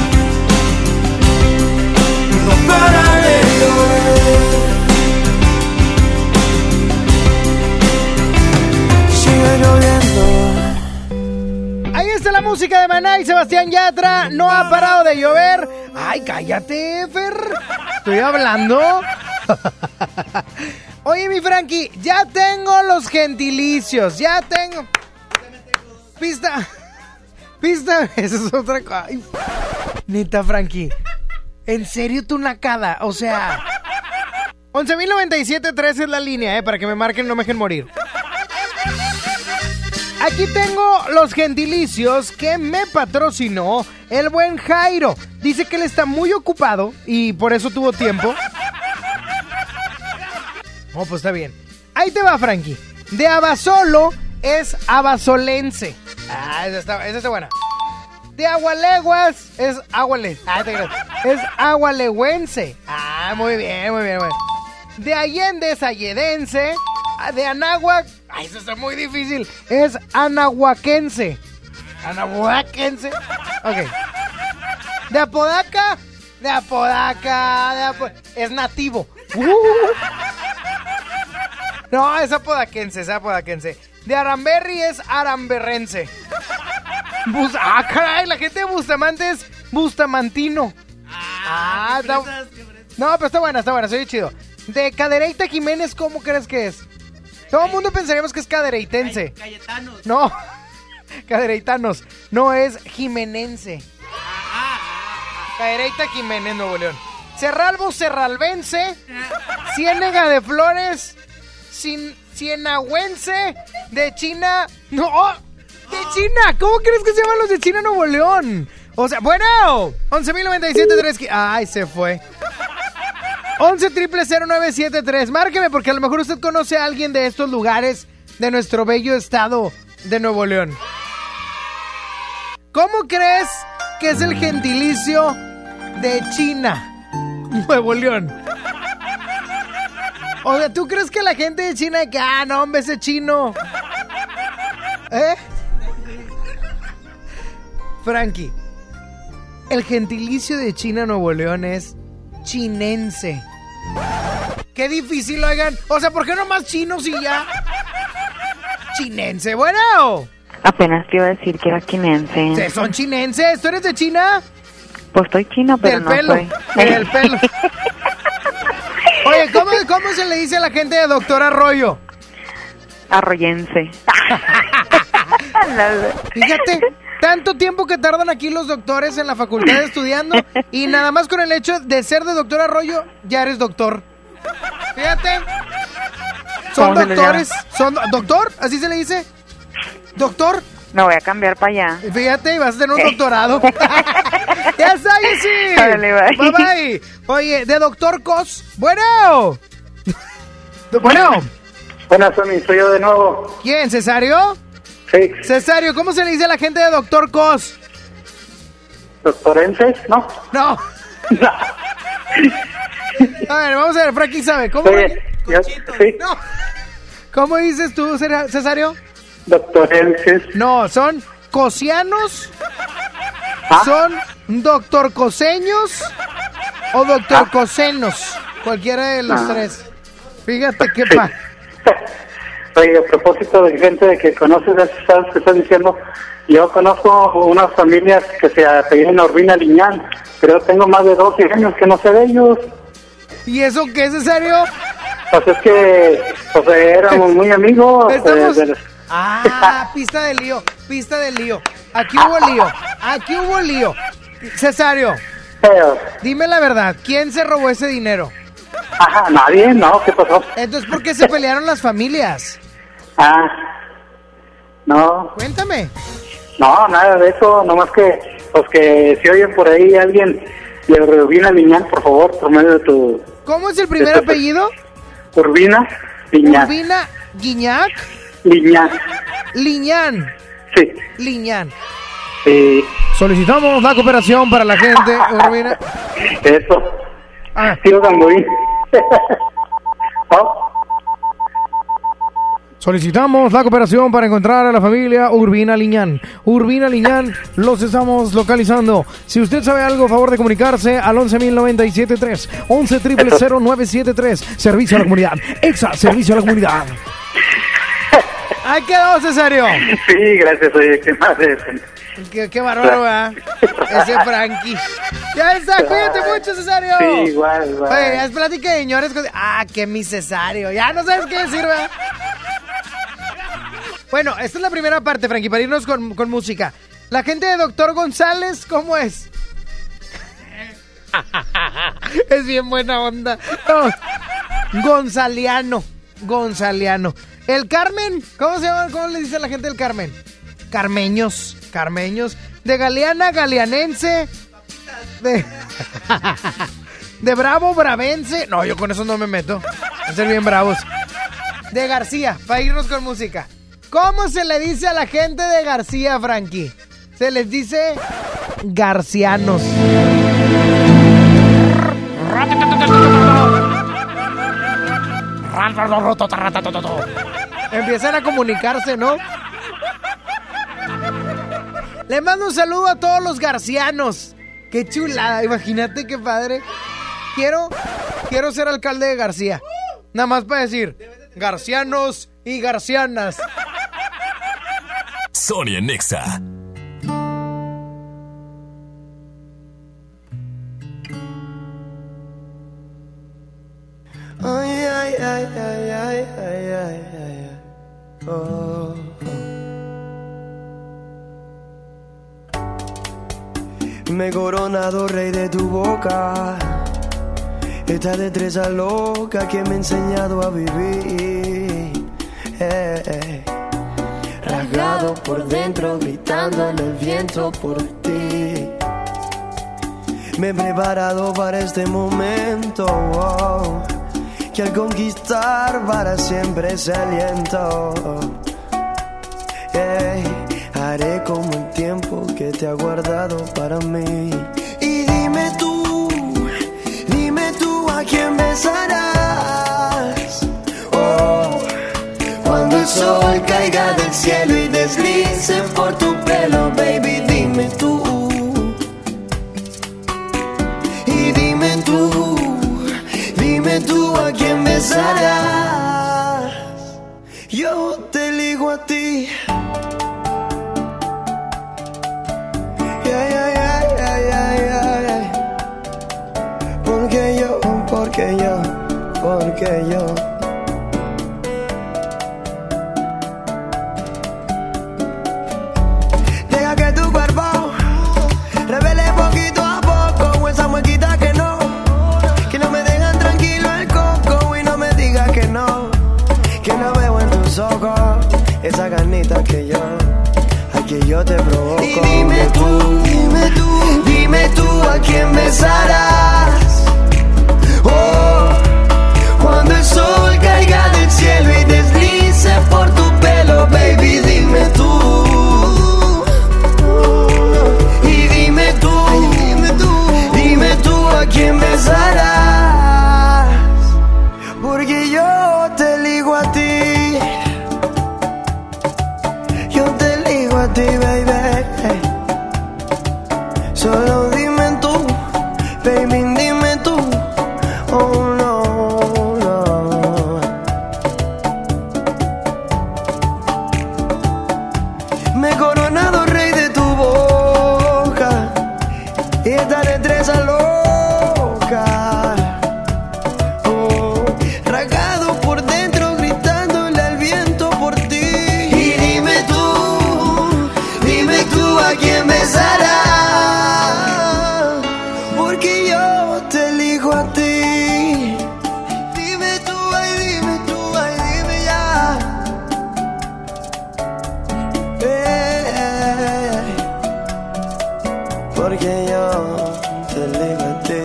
No para de llover. Ahí está la música de Maná y Sebastián Yatra. No ha parado de llover. Ay, cállate, Fer. Estoy hablando. Oye, mi Frankie, ya tengo los gentilicios. Ya tengo. Pista. Esa es otra cosa. Ay, neta, Frankie. En serio, tu nacada. O sea, 11,097.3 es la línea, para que me marquen, no me dejen morir. Aquí tengo los gentilicios que me patrocinó el buen Jairo. Dice que él está muy ocupado y por eso tuvo tiempo. Oh, pues está bien. Ahí te va, Frankie. De Abasolo es abasolense. Ah, esa está buena. De Agualeguas es es agualegüense. Ah, muy bien. De Allende es alledense. De Anáhuac, ay, eso está muy difícil. Es anahuaquense. Ok. De Apodaca. Es nativo. No, es apodaquense. De Aramberri es aramberrense. Caray, la gente de Bustamante es bustamantino. No, pero está buena, soy chido. De Cadereyta Jiménez, ¿cómo crees que es? Todo el mundo pensaríamos que es cadereytense. Cayetanos. No, cadereytanos. No, es jimenense. Cadereyta Jiménez, Nuevo León. Cerralbo Cerralbense. Ciénega de Flores. Cienahuense. De China. No, de China. ¿Cómo crees que se llaman los de China, Nuevo León? O sea, bueno, 11,097.3. Ay, se fue. 11,000,973. Márqueme porque a lo mejor usted conoce a alguien de estos lugares de nuestro bello estado de Nuevo León. ¿Cómo crees que es el gentilicio de China, Nuevo León? O sea, ¿tú crees que la gente de China que, no, hombre, ese chino? Frankie, el gentilicio de China, Nuevo León es chinense. Qué difícil, oigan. O sea, ¿por qué no más chinos y ya? chinense. Bueno. Apenas te iba a decir que era chinense. Son chinenses. ¿Tú eres de China? Pues estoy chino, pero del no pelo. soy. Del pelo. Oye, ¿cómo se le dice a la gente de Doctor Arroyo? Arroyense. Fíjate, tanto tiempo que tardan aquí los doctores en la facultad estudiando y nada más con el hecho de ser de Doctor Arroyo, ya eres doctor. Fíjate. Son doctores. ¿Doctor? ¿Así se le dice? ¿Doctor? Me voy a cambiar para allá. Fíjate, vas a tener un doctorado. ¡Ya está, Jessy! Dale, bye. Bye, bye. Oye, de Doctor Cos. Bueno. Bueno. Buenas, Sony, soy yo de nuevo. ¿Quién, Cesario? Sí. Cesario, ¿cómo se le dice a la gente de Doctor Cos? ¿Doctorenses? ¿No? No. A ver, vamos a ver, Frankie sabe. ¿Cómo? Sí. No. ¿Cómo dices tú, Cesario? Doctorenses. No, son cosianos. Son doctorcoseños o doctorcosenos. Cualquiera de los tres. Fíjate qué pa. Oye, a propósito de gente que conoces, ¿sabes qué estás diciendo? Yo conozco unas familias que se apellidan Urbina Liñán, pero tengo más de 12 años que no sé de ellos. ¿Y eso qué es, Cesario? Pues es que éramos muy amigos. Pista de lío. Aquí hubo lío. Cesario, dime la verdad, ¿quién se robó ese dinero? Ajá, nadie, ¿no? ¿Qué pasó? Entonces, ¿por qué se pelearon las familias? No. Cuéntame. No, nada de eso, nomás que si oyen por ahí alguien de Urbina Liñán, por favor, por medio de tu... ¿Cómo es el primer apellido? Urbina Liñán. ¿Urbina Guiñac? Liñán. Sí. Liñán. Sí. Solicitamos la cooperación para la gente, Urbina. Eso. Tío Gamboín. Solicitamos la cooperación para encontrar a la familia Urbina Liñán. Urbina Liñán, los estamos localizando. Si usted sabe algo, favor de comunicarse al 11.097.3, 11.000.973. Servicio a la comunidad. Servicio a la comunidad. Ahí quedó, Cesario. Sí, gracias, oye, qué madre. Qué bárbaro, ¿verdad? Ese Frankie. Ya está, cuídate mucho, Cesario. Sí, igual. Oye, es plática de señores. Que mi Cesario. Ya no sabes qué decir, ¿verdad? Bueno, esta es la primera parte, Frankie, para irnos con música. La gente de Doctor González, ¿cómo es? Es bien buena onda. No. Gonzaliano. El Carmen, ¿cómo se llama? ¿Cómo le dice la gente del Carmen? Carmeños. De Galeana, galeanense. De Bravo, bravense. No, yo con eso no me meto. Van a ser bien bravos. De García, para irnos con música. ¿Cómo se le dice a la gente de García, Frankie? Se les dice garcianos. Empiezan a comunicarse, ¿no? Le mando un saludo a todos los garcianos. Qué chulada, imagínate qué padre. Quiero ser alcalde de García. Nada más para decir garcianos y garcianas. Sonia Nexa. Oh. Me he coronado rey de tu boca. Esta destreza loca que me ha enseñado a vivir. Rasgado por dentro, gritando en el viento por ti. Me he preparado para este momento, que al conquistar para siempre ese aliento. Haré como el tiempo que te ha guardado para mí. Y dime tú a quién besarás. Cuando el sol caiga del cielo y deslice por tu pelo, baby, dime tú. Y dime tú a quién besarás. Yo te ligo a ti porque yo. Deja que tu cuerpo revele poquito a poco esa muequita que no me dejan tranquilo el coco y no me digas que no veo en tus ojos esa ganita que yo te provoco. Y dime tú a quién besarás. Oh, cuando el sol caiga del cielo y deslice por tu pelo, baby, dime tú. Y dime tú a quién besarás. Porque yo te elijo a ti. Yo te elijo a ti, baby. Solo dime tú, baby, dime tú. Oh no, no. Me he coronado rey de tu boca y esta destreza loca. Oh, rasgado por dentro, gritándole al viento por ti. Y dime tú a quién besarás. Porque yo te elijo a ti. Dime tú, ay, dime ya. Porque yo te elijo a ti.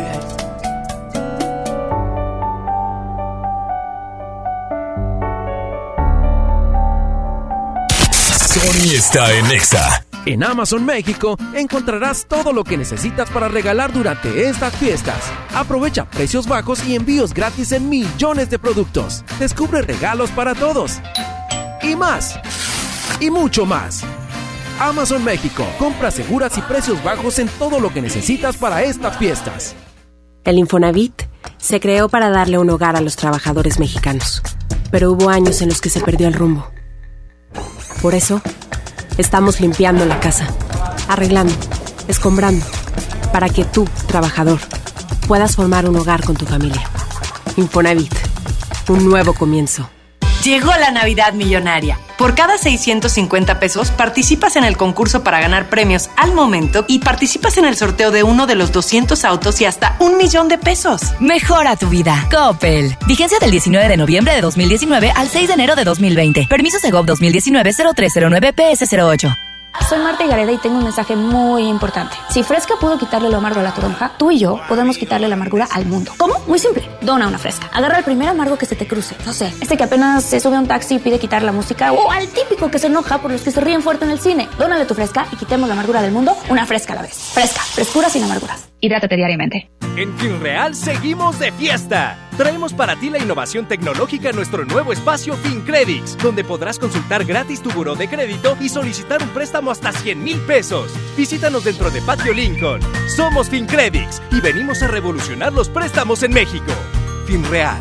Sony está en Nexa. En Amazon México encontrarás todo lo que necesitas para regalar durante estas fiestas. Aprovecha precios bajos y envíos gratis en millones de productos. Descubre regalos para todos. Y más. Y mucho más. Amazon México. Compras seguras y precios bajos en todo lo que necesitas para estas fiestas. El Infonavit se creó para darle un hogar a los trabajadores mexicanos. Pero hubo años en los que se perdió el rumbo. Por eso, estamos limpiando la casa, arreglando, escombrando, para que tú, trabajador, puedas formar un hogar con tu familia. Infonavit, un nuevo comienzo. Llegó la Navidad Millonaria. Por cada 650 pesos participas en el concurso para ganar premios al momento y participas en el sorteo de uno de los 200 autos y hasta 1,000,000 de pesos. Mejora tu vida. Coppel. Vigencia del 19 de noviembre de 2019 al 6 de enero de 2020. Permiso Segov 2019-0309 PS08. Soy Marta Higareda y tengo un mensaje muy importante. Si Fresca pudo quitarle lo amargo a la toronja, tú y yo podemos quitarle la amargura al mundo. ¿Cómo? Muy simple. Dona una Fresca. Agarra el primer amargo que se te cruce. No sé, este que apenas se sube a un taxi y pide quitar la música, o al típico que se enoja por los que se ríen fuerte en el cine. Dónale tu Fresca y quitemos la amargura del mundo una Fresca a la vez. Fresca. Frescura sin amarguras. Hidrátate diariamente. En FinReal seguimos de fiesta. Traemos para ti la innovación tecnológica en nuestro nuevo espacio FinCredits, donde podrás consultar gratis tu buró de crédito y solicitar un préstamo hasta 100,000 pesos. Visítanos dentro de Patio Lincoln. Somos FinCredits y venimos a revolucionar los préstamos en México. FinReal.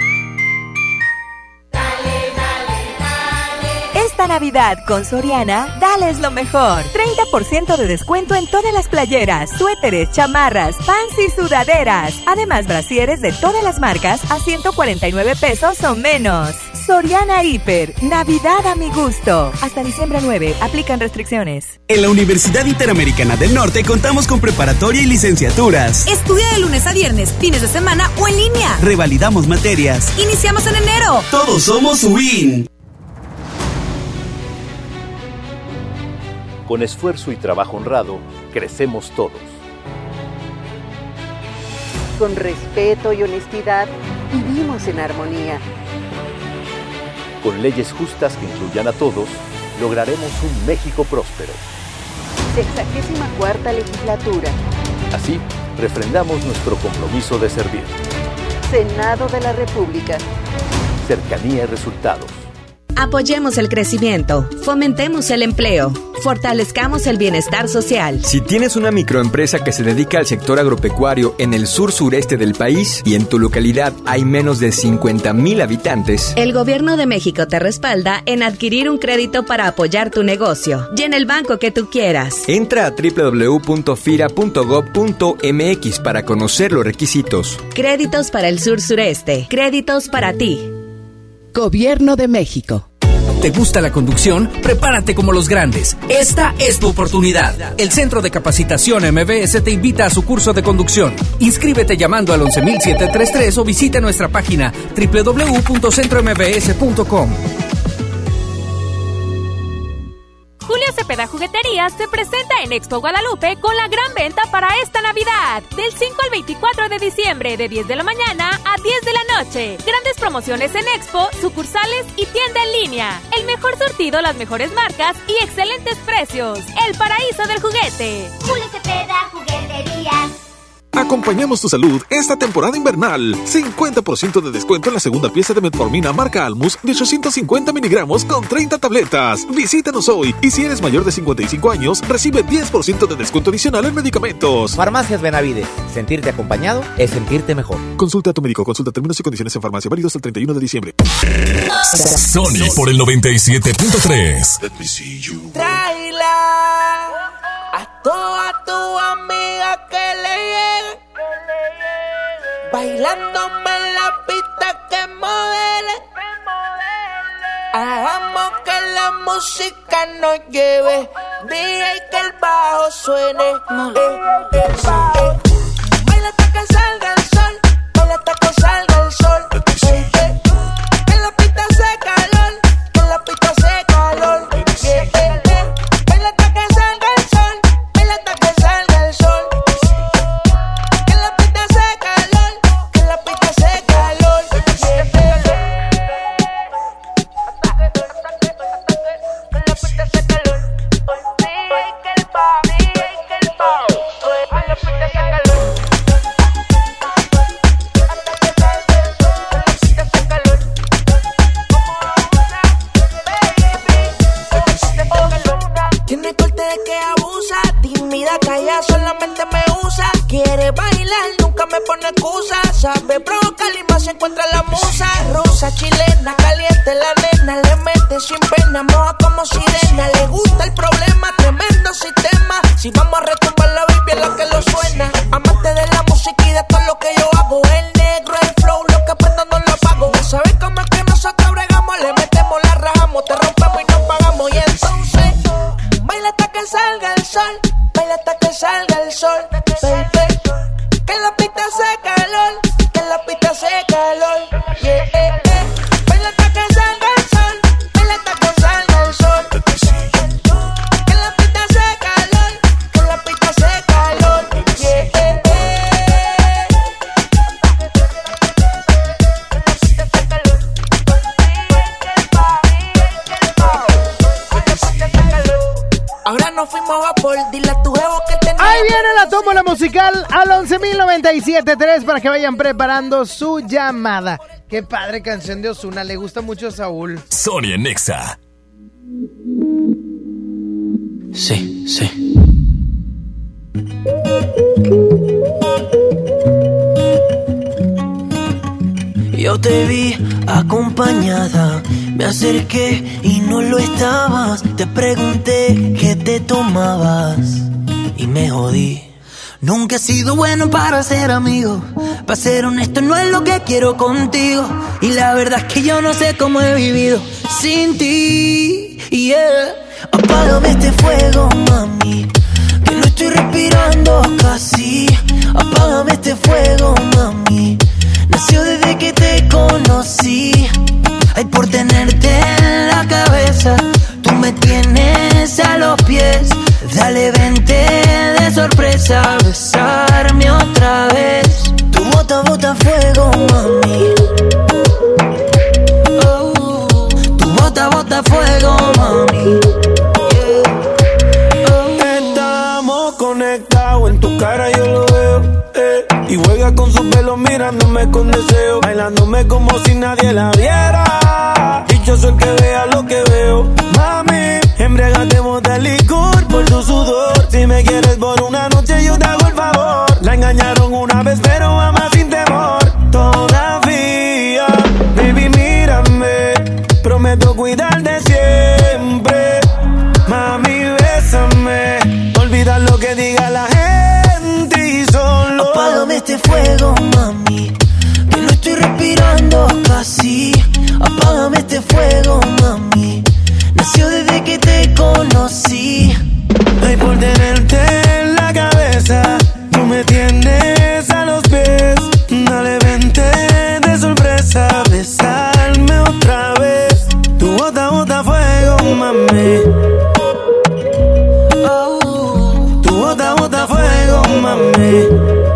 Esta Navidad con Soriana, dales lo mejor. 30% de descuento en todas las playeras, suéteres, chamarras, pants y sudaderas. Además, brasieres de todas las marcas a 149 pesos o menos. Soriana Hiper, Navidad a mi gusto. Hasta diciembre 9, aplican restricciones. En la Universidad Interamericana del Norte contamos con preparatoria y licenciaturas. Estudia de lunes a viernes, fines de semana o en línea. Revalidamos materias. Iniciamos en enero. Todos somos UIN. Con esfuerzo y trabajo honrado, crecemos todos. Con respeto y honestidad, vivimos en armonía. Con leyes justas que incluyan a todos, lograremos un México próspero. 64ª legislatura. Así, refrendamos nuestro compromiso de servir. Senado de la República. Cercanía y resultados. Apoyemos el crecimiento, fomentemos el empleo, fortalezcamos el bienestar social. Si tienes una microempresa que se dedica al sector agropecuario en el sur-sureste del país y en tu localidad hay menos de 50,000 habitantes, el Gobierno de México te respalda en adquirir un crédito para apoyar tu negocio y en el banco que tú quieras. Entra a www.fira.gov.mx para conocer los requisitos. Créditos para el sur-sureste, créditos para ti. Gobierno de México. ¿Te gusta la conducción? Prepárate como los grandes. Esta es tu oportunidad. El Centro de Capacitación MBS te invita a su curso de conducción. Inscríbete llamando al 11,733 o visita nuestra página www.centrombs.com. Julio Cepeda Jugueterías se presenta en Expo Guadalupe con la gran venta para esta Navidad. Del 5 al 24 de diciembre, de 10 de la mañana a 10 de la noche. Grandes promociones en Expo, sucursales y tienda en línea. El mejor surtido, las mejores marcas y excelentes precios. El paraíso del juguete. Julio Cepeda Jugueterías. Acompañamos tu salud esta temporada invernal. 50% de descuento en la segunda pieza de metformina marca Almus de 850 miligramos con 30 tabletas. Visítanos hoy y si eres mayor de 55 años, recibe 10% de descuento adicional en medicamentos. Farmacias Benavides. Sentirte acompañado es sentirte mejor. Consulta a tu médico. Consulta términos y condiciones en farmacia. Válidos el 31 de diciembre. Sony por el 97.3. Tráela a toda tu amiga que le llegue, bailándome en la pista que modele. Hagamos que la música nos lleve, DJ que el bajo suene. Baila hasta que salga el sol, baila hasta que salga el sol. En la pista hace calor, en la pista hace calor. Baila hasta que salga el sol, baila hasta que salga el sol. En la pista hace calor, en la pista hace calor. Tiene corte de que abusa, tímida, calla, solamente me usa. Quiere bailar, nunca me pone excusa. Sabe provocar y más se encuentra la musa. Rusa, chilena, caliente la nena. Le mete sin pena, moja como sirena. Le gusta el problema, tremendo sistema. Si vamos a retumbar la baby es la que lo suena. Amante de la música y de todo lo que yo hago. El negro, el flow, lo que prendo no lo apago. ¿Sabes cómo es que nosotros bregamos? Le metemos, la rajamos, te rompemos y nos pagamos. Y entonces baila hasta que salga el sol, baila hasta que salga el sol, baby. Que la pista hace calor, que la pista hace calor, yeah. Baila hasta que salga el sol, baila hasta que salga el sol. Que la pista hace calor, que la pista hace calor, yeah. Ahora nos fuimos a por, dile a tu jevo que tenemos. Ahí viene la tómbola musical al 11,097.3 para que vayan preparando su llamada. Qué padre canción de Ozuna, le gusta mucho a Saúl. Sony en Nexa. Sí, sí. Yo te vi acompañada, me acerqué y no lo estabas. Te pregunté qué te tomabas y me jodí. Nunca he sido bueno para ser amigo, para ser honesto no es lo que quiero contigo. Y la verdad es que yo no sé cómo he vivido sin ti, yeah. Apágame este fuego, mami, que no estoy respirando casi. Apágame este fuego, mami, nació desde que te conocí. Ay, por tenerte en la cabeza, tú me tienes a los pies. Dale, vente de sorpresa, besarme otra vez. Tu bota fuego, mami. Oh, tu bota fuego, mami. Estamos conectados, en tu cara yo lo veo, y juega con su pelo mirándome con deseo, bailándome como si nadie la viera. Y dichoso el que vea lo que veo. Mami, embriagatemos de licor por tu sudor. Si me quieres por una noche yo te hago el favor. La engañaron una vez pero ama sin temor. Todavía, baby mírame, prometo cuidarte siempre. Mami bésame, olvida lo que diga la gente y solo apágame este fuego, mami, que no estoy respirando casi. Apágame este fuego, mami, nació desde que te conocí. Ay, por tenerte en la cabeza, tú me tienes a los pies. Dale, vente de sorpresa, besarme otra vez. Tu bota, bota fuego, mami. Oh, tu bota, bota fuego, mami.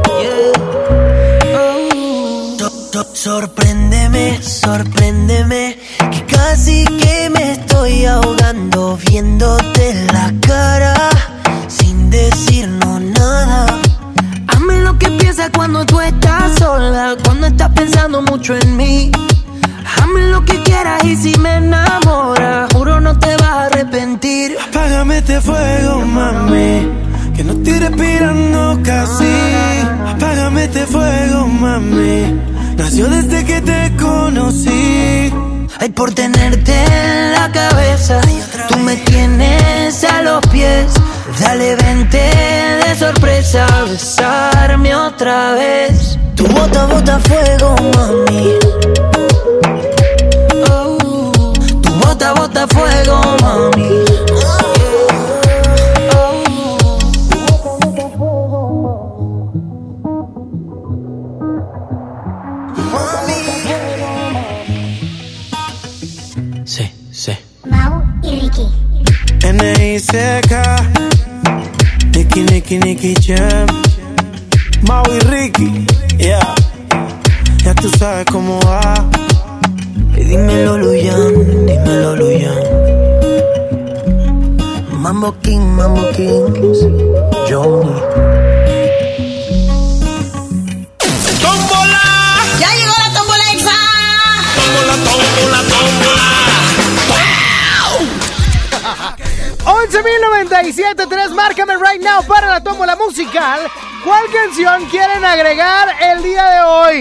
Sorpréndeme, sorpréndeme, que casi que me estoy ahogando viéndote en la cara, sin decirnos nada. Hazme lo que piensas cuando tú estás sola, cuando estás pensando mucho en mí. Hazme lo que quieras y si me enamoras, juro no te vas a arrepentir. Apágame este fuego, mami, que no estoy respirando casi. Apágame este fuego, mami, nació desde que te conocí. Ay, por tenerte en la cabeza, tú me tienes a los pies. Dale, vente de sorpresa, besarme otra vez. Tu bota, bota fuego, mami. Oh, tu bota, bota fuego, mami. Mau y Ricky. N.I.C.K. Nicky Jam. Mau y Ricky. Yeah. Ya tú sabes cómo va. Y dímelo, Luyan, dímelo, Luyan. Mambo Kings, Johnny. ¡Tómbola! ¡Ya llegó la tómbola exa! ¡Tómbola! 11,097.3, márcame right now para la tómbola musical. ¿Cuál canción quieren agregar el día de hoy?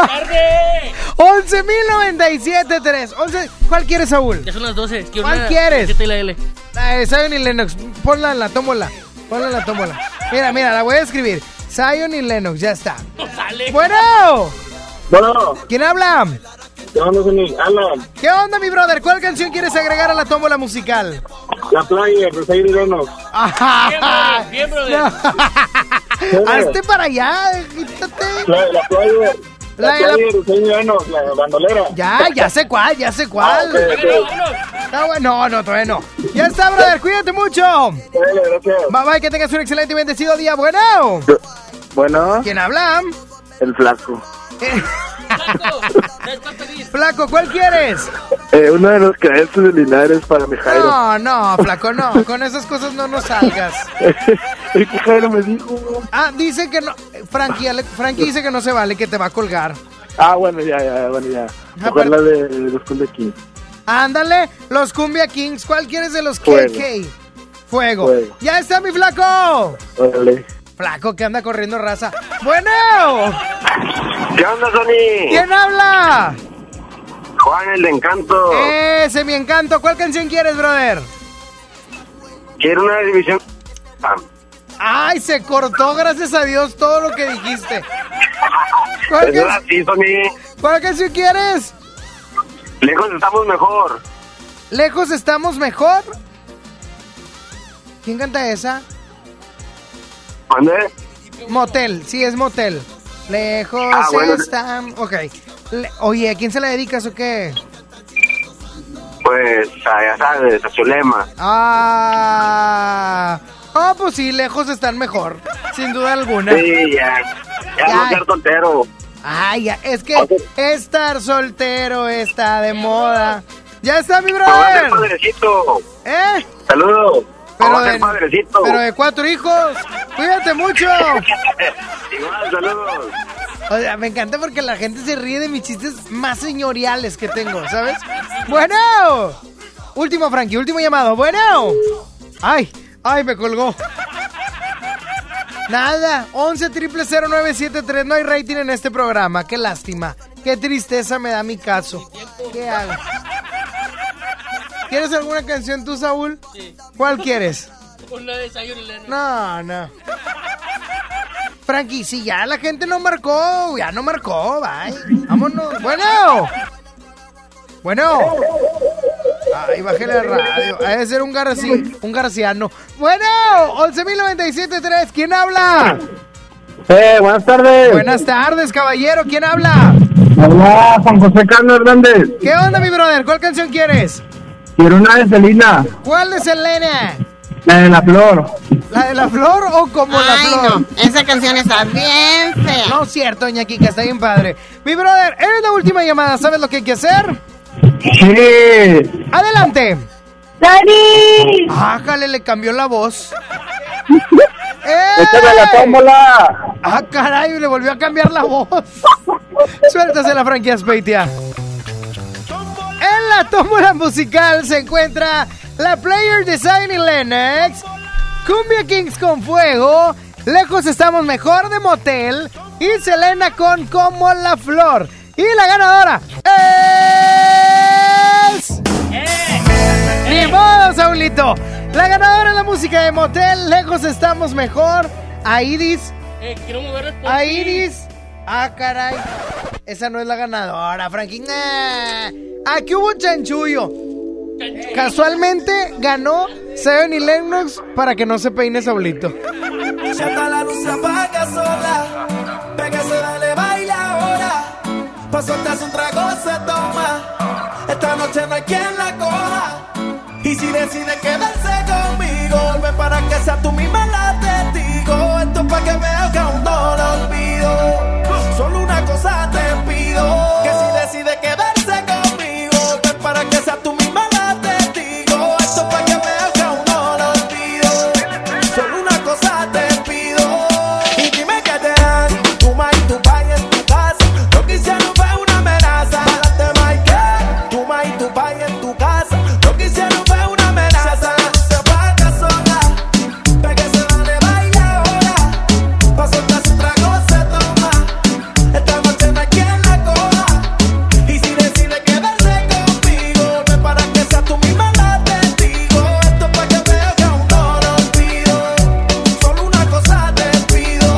11,097.3. 11, ¿cuál quieres, Saúl? Ya son las 12. ¿Cuál quieres? La L. Zion y Lennox, ponla en la tómbola. Ponla en la tómbola. Mira, la voy a escribir. Zion y Lennox, ya está. No sale. Bueno. ¿Quién habla? ¿Qué onda, Alan? ¿Qué onda, mi brother? ¿Cuál canción quieres agregar a la tómbola musical? La Playa, de Zion y Lennox. Bien, brother. Hazte para allá, quítate. La Playa. La Playa de Zion y Lennox, la bandolera. Ya sé cuál. Está bueno. No, todavía no. Ya está, brother, cuídate mucho. Gracias. Bye, que tengas un excelente y bendecido día. Bueno. ¿Quién habla? El Flaco. Flaco, ¿cuál quieres? Uno de los creencias de Linares para mi Jairo. No, Flaco, no. Con esas cosas no nos salgas. El que Jairo me dijo. Dice que no. Frankie dice que no se vale, que te va a colgar. Bueno, ya. Mejor la de los Cumbia Kings. Ándale, los Cumbia Kings. ¿Cuál quieres de los KK? Fuego. Ya está, mi Flaco. Órale. Flaco, que anda corriendo raza. Bueno. ¿Qué onda, Sony? ¿Quién habla? Juan, el de Encanto. Ese, mi Encanto. ¿Cuál canción quieres, brother? Quiero una división. Ay, se cortó, gracias a Dios, todo lo que dijiste. ¿Cuál canción quieres? Lejos estamos mejor. ¿Lejos estamos mejor? ¿Quién canta esa? ¿Dónde? Motel, sí, es Motel. Lejos están... Ok. Oye, ¿a quién se la dedicas o qué? Pues, ya sabes, a Zulema. Pues sí, lejos están mejor, sin duda alguna. Sí, ya no ser soltero. Ya, es que estar soltero está de moda. Ya está, mi brother. Padrecito. Saludos. Pero de 4 hijos. Cuídate mucho. Igual, saludos. O sea, me encanta porque la gente se ríe de mis chistes más señoriales que tengo, ¿sabes? Bueno. Último, Frankie, último llamado. Bueno. Ay, me colgó. Nada, 11-000-973. No hay rating en este programa. Qué lástima. Qué tristeza me da mi caso. ¿Qué hago? ¿Quieres alguna canción tú, Saúl? Sí. ¿Cuál quieres? Una de Zion y Lennon. No. Frankie, si ya la gente no marcó, bye. Vámonos. Bueno. Ay, bájale la radio. Debe ser un garciano. Bueno, 11.097.3. ¿Quién habla? Buenas tardes. Buenas tardes, caballero. ¿Quién habla? Hola, Juan José Carlos Hernández. ¿Qué onda, mi brother? ¿Cuál canción quieres? Quiero una de Selena. ¿Cuál de Selena? La de La Flor. ¿La de La Flor o como La Flor? No, esa canción está bien fea. No es cierto, doña Kika, está bien padre. Mi brother, eres la última llamada. ¿Sabes lo que hay que hacer? Sí. Adelante. ¡Dani! Ájale, le cambió la voz. ¡Échame la tómbola! Ah, caray, le volvió a cambiar la voz. Suéltase la Frankie Azpeitia. En la tómbola musical se encuentra la Player de Zion y Lennox, Cumbia Kings con Fuego, Lejos Estamos Mejor de Motel y Selena con Como la Flor. Y la ganadora es... ¡Ni modo, Saulito! La ganadora es la música de Motel, Lejos Estamos Mejor, Aidis. Quiero mover el Aidis. Ah, caray. Esa no es la ganadora, Frankie. Nah. Aquí hubo chanchullo. Casualmente ganó Zion y Lennox para que no se peine Saulito. Ya está la luz, se apaga sola. Pégase, dale, baila ahora. Pa' soltarse un trago se toma. Esta noche no hay quien la coja. Y si decide quedarse conmigo, ven para que sea tú misma la testigo. Esto es pa' que veas que aún no lo olvido. Solo una cosa te pido, que si decide quedarse conmigo, ven para que sea tú misma la testigo. Esto es pa' que veas que aún no lo olvido. Solo una cosa te pido. Y dime que te dan tu ma y tu pa en tu casa. Lo que hicieron fue una amenaza. Adelante, Mike, tu ma y tu pa en tu casa. Lo que hicieron fue una amenaza. Se apaga sola. Pégase, dale, baila ahora. Pa' soltarse un trago se toma. Esta noche no hay quien la coja. Y si decide quedarse conmigo, ven para que sea tú misma la testigo. Esto es pa' que veas que aún no lo olvido. Solo una cosa te pido.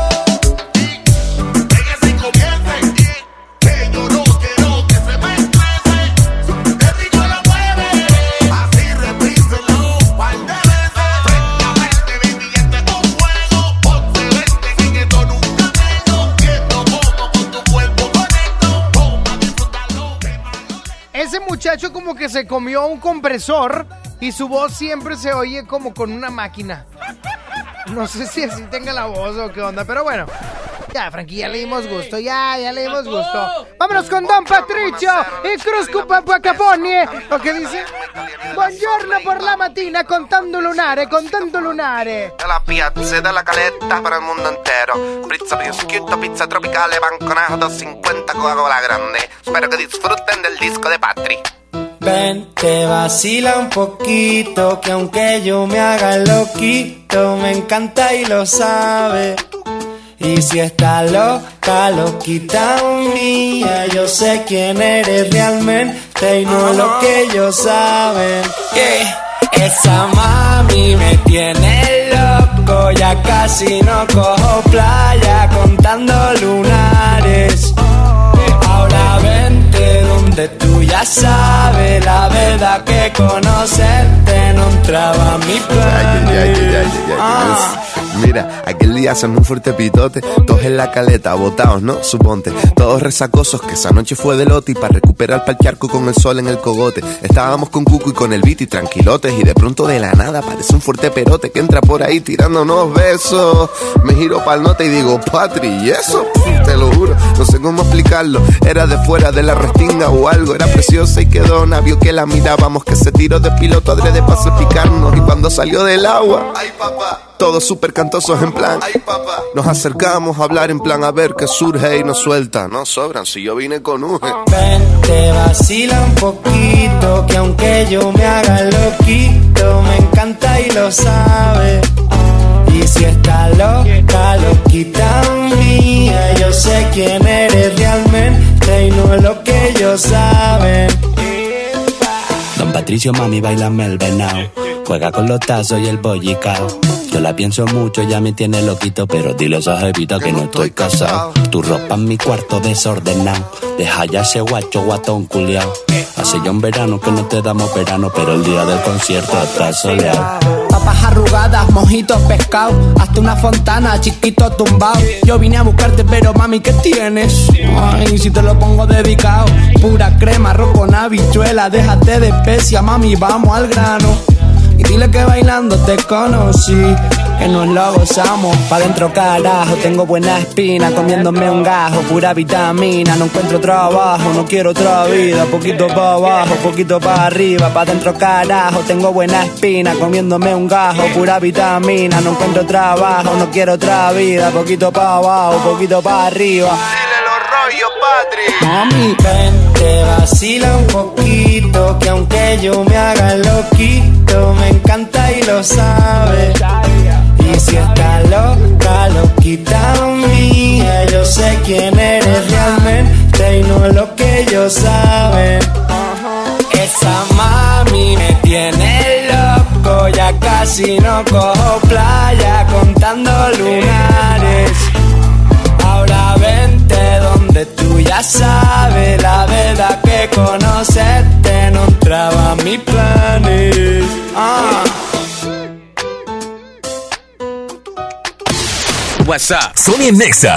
Pégase y comience, que yo no quiero que se me estrese. Qué rico la mueve, así repíselo par de veces. Frente a verte, baby, este es un juego. Ponte verte, sin esto nunca tengo. Viendo cómo con tu cuerpo conecto. Toma, disfrútalo. Ese muchacho como que se comió un compresor y su voz siempre se oye como con una máquina. No sé si así tenga la voz o qué onda, pero bueno. Ya, Frankie, ya le dimos gusto, ya le dimos gusto. Vámonos con Don Patricio y Cruz Caponi. ¿Lo que dice? Buongiorno por la mattina con tanto lunare. De la piazza e della caletta per il mondo intero. Pizza prosciutto, pizza tropicale, banconato 250 Coca-Cola grande. Spero que disfruten del disco de Patri. Ven, te vacila un poquito, que aunque yo me haga el loquito, me encanta y lo sabe. Y si está loca, loquita mía, yo sé quién eres realmente y no lo que ellos saben. Esa mami me tiene loco, ya casi no cojo playa contando lunares. Ahora vente donde tú ya sabes, la verdad que conocerte no entraba a mi plan. Mira, aquel día hacen un fuerte pitote, todos en la caleta, botados, ¿no? Suponte, todos resacosos, que esa noche fue de lote y para recuperar pa'l charco con el sol en el cogote. Estábamos con Cuco y con el Viti tranquilotes y de pronto de la nada aparece un fuerte perote que entra por ahí tirando unos besos. Me giro pa'l nota y digo, Patri, ¿y eso? Te lo juro, no sé cómo explicarlo. Era de fuera de la restinga o algo, era preciosa y quedó navio que la mirábamos, que se tiró de piloto adrede para salpicarnos. Y cuando cuando salió del agua. Ay, papá. Todos súper cantosos en plan. Ay, papá. Nos acercamos a hablar en plan a ver qué surge y nos suelta. No sobran si yo vine con Uge. Vente, vacila un poquito, que aunque yo me haga loquito, me encanta y lo sabe. Y si está loca, loquita mía, yo sé quién eres realmente y no es lo que ellos saben. Don Patricio, mami, bailame el venao. Juega con los tazos y el bollicao. Yo la pienso mucho, ya me tiene loquito, pero dile a esa jevita que no estoy casado. Tu ropa en mi cuarto desordenado. Deja ya ese guatón culiao. Hace ya un verano que no te damos verano, pero el día del concierto está soleado. Papas arrugadas, mojitos, pescado, hasta una fontana, chiquito tumbado. Yo vine a buscarte, pero mami, ¿qué tienes? Ay, si te lo pongo dedicado. Pura crema, arroz con habichuela, déjate de especia, mami, vamos al grano. Y dile que bailando te conocí, que nos lo gozamos. Pa' dentro carajo, tengo buena espina, comiéndome un gajo, pura vitamina. No encuentro trabajo, no quiero otra vida. Poquito pa' abajo, poquito pa' arriba. Pa' dentro carajo, tengo buena espina, comiéndome un gajo, pura vitamina. No encuentro trabajo, no quiero otra vida. Poquito pa' abajo, poquito pa' arriba. Mami, vente, vacila un poquito, que aunque yo me haga loquito, me encanta y lo sabe. Y si está loca, loquita mía, yo sé quién eres realmente y no es lo que ellos saben. Esa mami me tiene loco, ya casi no cojo playa contando lunares. Ahora vente donde tú ya sabes, la verdad que conocerte no entraba en mis planes. WhatsApp. Sony en Nexa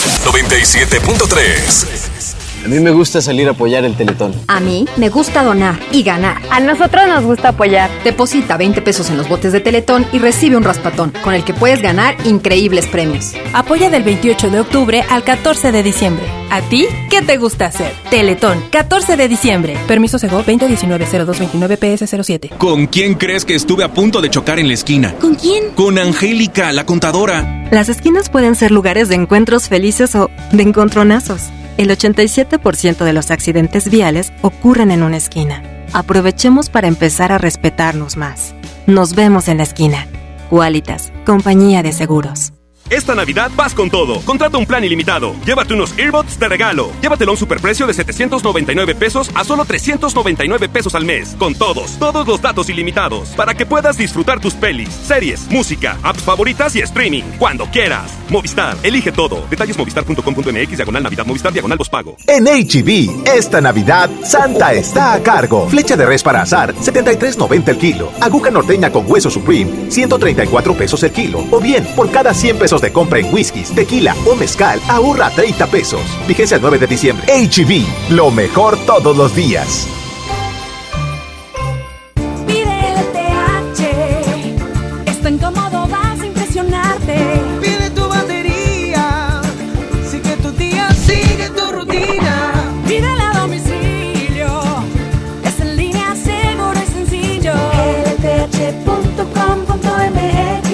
97.3. A mí me gusta salir a apoyar el Teletón. A mí me gusta donar y ganar. A nosotros nos gusta apoyar. Deposita 20 pesos en los botes de Teletón y recibe un raspatón, con el que puedes ganar increíbles premios. Apoya del 28 de octubre al 14 de diciembre. ¿A ti qué te gusta hacer? Teletón, 14 de diciembre. Permiso Segov 2019-0229-PS07. ¿Con quién crees que estuve a punto de chocar en la esquina? ¿Con quién? Con Angélica, la contadora. Las esquinas pueden ser lugares de encuentros felices o de encontronazos. El 87% de los accidentes viales ocurren en una esquina. Aprovechemos para empezar a respetarnos más. Nos vemos en la esquina. Qualitas, compañía de seguros. Esta Navidad vas con todo. Contrata un plan ilimitado. Llévate unos earbuds de regalo. Llévatelo a un superprecio de 799 pesos a solo 399 pesos al mes. Con todos los datos ilimitados. Para que puedas disfrutar tus pelis, series, música, apps favoritas y streaming. Cuando quieras. Movistar, elige todo. Detalles movistar.com.mx/Navidad, Movistar /pospago. En H-E-B, esta Navidad, Santa está a cargo. Flecha de res para asar, 73.90 el kilo. Aguja norteña con hueso Supreme, 134 pesos el kilo. O bien, por cada 100 pesos de compra en whiskies, tequila o mezcal, ahorra 30 pesos. Vigencia el 9 de diciembre. H-E-B, lo mejor todos los días. Pide LTH, es tan cómodo, vas a impresionarte. Pide tu batería, sigue tu día, sigue tu rutina. Pídela a domicilio, es en línea, seguro y sencillo. LTH.com.mx.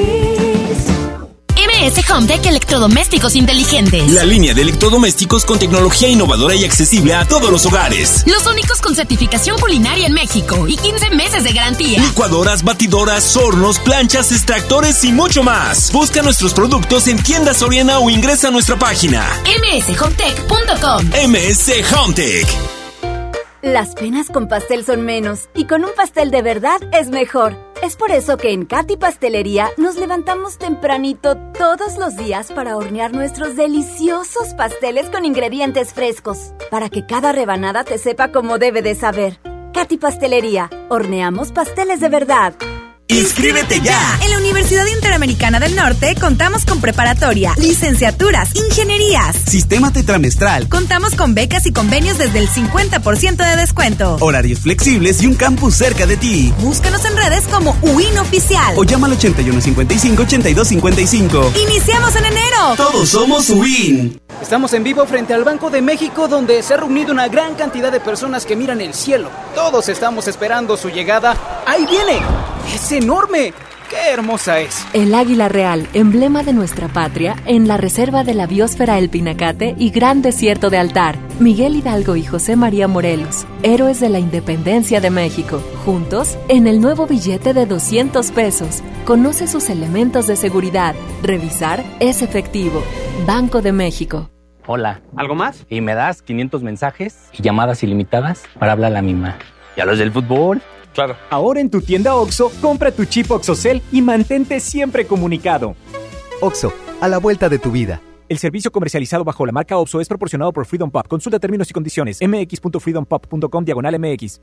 MS Hometech Electrodomésticos Inteligentes. La línea de electrodomésticos con tecnología innovadora y accesible a todos los hogares. Los únicos con certificación culinaria en México y 15 meses de garantía. Licuadoras, batidoras, hornos, planchas, extractores y mucho más. Busca nuestros productos en tiendas Soriana o ingresa a nuestra página mshometech.com. MS Hometech. Las penas con pastel son menos y con un pastel de verdad es mejor. Es por eso que en Katy Pastelería nos levantamos tempranito todos los días para hornear nuestros deliciosos pasteles con ingredientes frescos, para que cada rebanada te sepa como debe de saber. Katy Pastelería, horneamos pasteles de verdad. ¡Inscríbete ya! En la Universidad Interamericana del Norte contamos con preparatoria, licenciaturas, ingenierías, sistema tetramestral. Contamos con becas y convenios desde el 50% de descuento, horarios flexibles y un campus cerca de ti. Búscanos en redes como UIN Oficial o llama al 8155-8255. ¡Iniciamos en enero! ¡Todos somos UIN! Estamos en vivo frente al Banco de México, donde se ha reunido una gran cantidad de personas que miran el cielo. Todos estamos esperando su llegada. ¡Ahí viene! ¡Es enorme! ¡Qué hermosa es! El águila real, emblema de nuestra patria, en la Reserva de la Biosfera El Pinacate y Gran Desierto de Altar. Miguel Hidalgo y José María Morelos, héroes de la independencia de México. Juntos, en el nuevo billete de 200 pesos. Conoce sus elementos de seguridad. Revisar es efectivo. Banco de México. Hola. ¿Algo más? Y me das 500 mensajes y llamadas ilimitadas para hablar a la misma. ¿Y a los del fútbol? Claro. Ahora en tu tienda OXXO, compra tu chip OXXOCEL y mantente siempre comunicado. OXXO, a la vuelta de tu vida. El servicio comercializado bajo la marca OXXO es proporcionado por Freedom Pop. Consulta términos y condiciones. mx.freedompop.com/MX.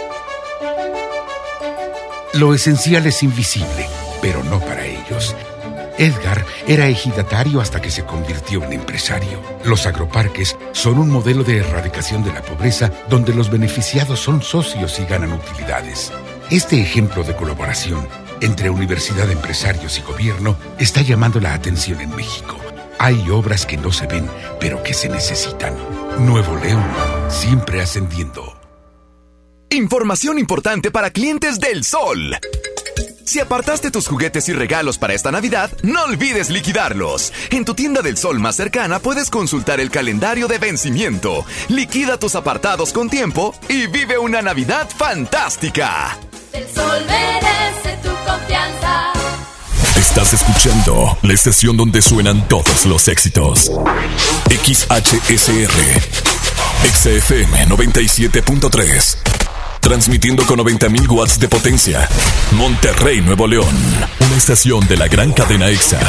Lo esencial es invisible, pero no para ellos. Edgar era ejidatario hasta que se convirtió en empresario. Los agroparques son un modelo de erradicación de la pobreza donde los beneficiados son socios y ganan utilidades. Este ejemplo de colaboración entre universidad, empresarios y gobierno está llamando la atención en México. Hay obras que no se ven, pero que se necesitan. Nuevo León, siempre ascendiendo. Información importante para clientes del Sol. Si apartaste tus juguetes y regalos para esta Navidad, no olvides liquidarlos. En tu tienda del Sol más cercana puedes consultar el calendario de vencimiento. Liquida tus apartados con tiempo y vive una Navidad fantástica. El Sol merece tu confianza. Estás escuchando la estación donde suenan todos los éxitos. XHSR. XFM 97.3. Transmitiendo con 90.000 watts de potencia. Monterrey, Nuevo León. Una estación de la gran cadena EXA.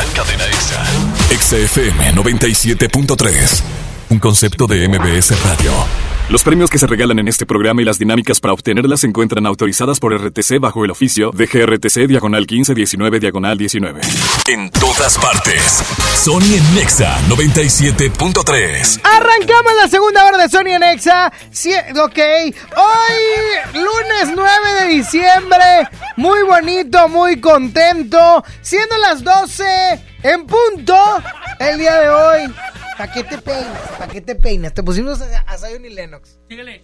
XFM 97.3. Un concepto de MBS Radio. Los premios que se regalan en este programa y las dinámicas para obtenerlas se encuentran autorizadas por RTC bajo el oficio de GRTC/1519/19. En todas partes. Sony en Nexa 97.3. Arrancamos la segunda hora de Sony en Nexa. Sí, ok. Hoy, lunes 9 de diciembre. Muy bonito, muy contento. Siendo las 12 en punto el día de hoy. ¿Para qué te peinas? ¿Para qué te peinas? Te pusimos a Zion y Lennox. Síguele.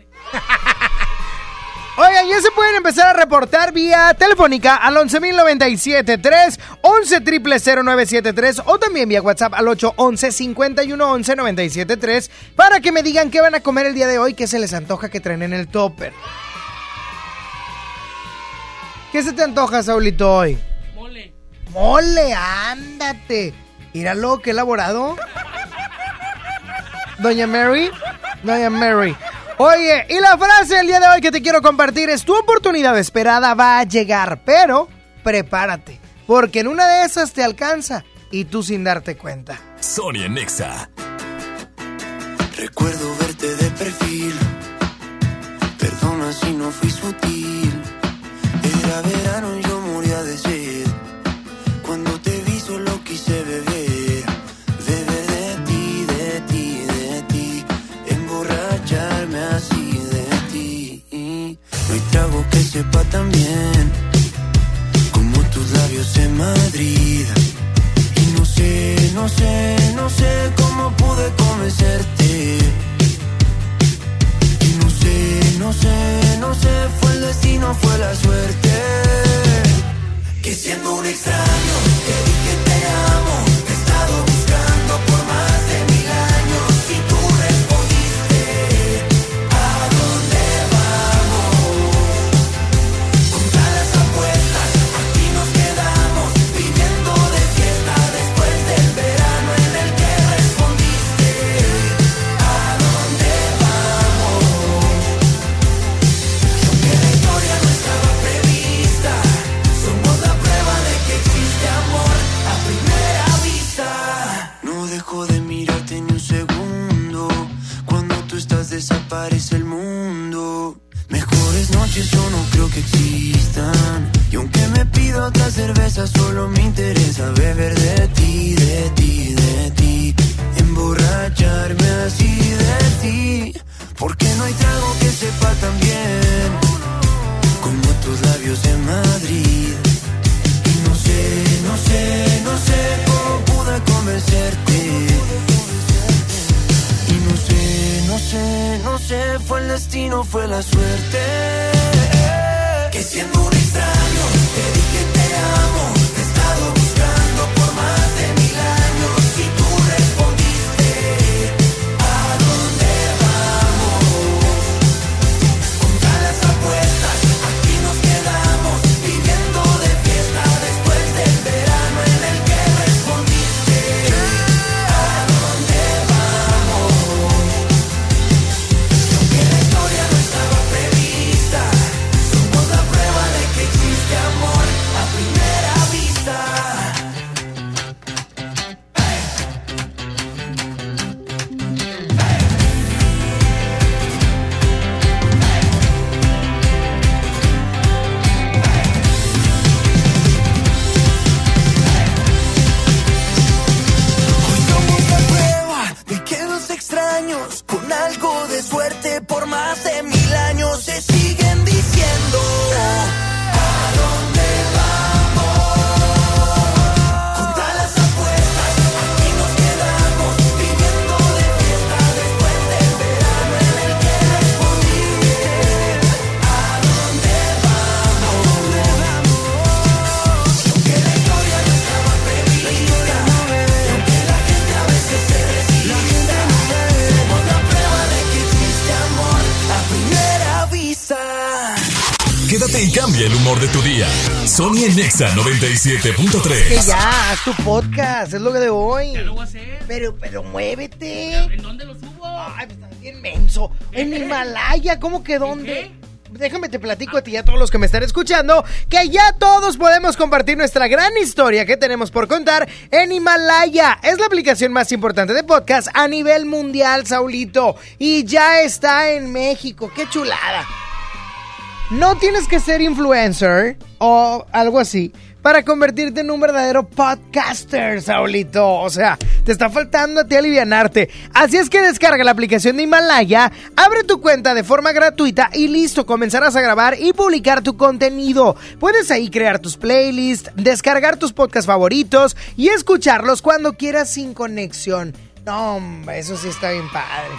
Oigan, ya se pueden empezar a reportar vía telefónica al 11.097.3, 11.000.973 o también vía WhatsApp al 811-5111-973 para que me digan qué van a comer el día de hoy, qué se les antoja que traen en el topper. ¿Qué se te antoja, Saulito, hoy? Mole, ándate. Míralo, qué elaborado. Doña Mary. Oye, y la frase del día de hoy que te quiero compartir es: tu oportunidad esperada va a llegar, pero prepárate, porque en una de esas te alcanza y tú sin darte cuenta. Sony en Nexa. Recuerdo verte de perfil. Perdona si no fui sutil. Era verano y yo moría de sed. Cuando te vi solo quise beber. No hay trago que sepa tan bien como tus labios en Madrid. Y no sé cómo pude convencerte. Y no sé, fue el destino, fue la suerte. Que siendo un extraño te dije te amo. Te he estado buscando por más de 1000 años y tú respondiste. ¿A dónde vamos? Contra las apuestas, aquí nos quedamos viviendo de fiesta después del verano en el que respondiste. ¿A dónde vamos? Aunque la historia no estaba prevista, somos la prueba de que existe amor a primera vista. No dejo de mirarte ni un segundo. Cuando tú estás desaparece el mundo. Mejores noches yo no creo que existan. Y aunque me pido otra cerveza, solo me interesa beber de ti, de ti, de ti. Emborracharme así de ti. Porque no hay trago que sepa tan bien como tus labios en Madrid. Y no sé cómo pude convencerte. Y no sé, fue el destino, fue la suerte. Que siendo un extraño Sony en Nexa 97.3. Que ya, haz tu podcast, es lo que de hoy. Ya lo voy a hacer. Pero muévete. ¿En dónde lo subo? Ay, pues estás bien menso. En Himalaya, ¿cómo que dónde? Déjame te platico a ti y a todos los que me están escuchando que ya todos podemos compartir nuestra gran historia que tenemos por contar en Himalaya. Es la aplicación más importante de podcast a nivel mundial, Saulito. Y ya está en México. ¡Qué chulada! No tienes que ser influencer o algo así para convertirte en un verdadero podcaster, Saulito. O sea, te está faltando a ti alivianarte. Así es que descarga la aplicación de Himalaya, abre tu cuenta de forma gratuita y listo, comenzarás a grabar y publicar tu contenido. Puedes ahí crear tus playlists, descargar tus podcasts favoritos y escucharlos cuando quieras sin conexión. No, hombre, eso sí está bien padre.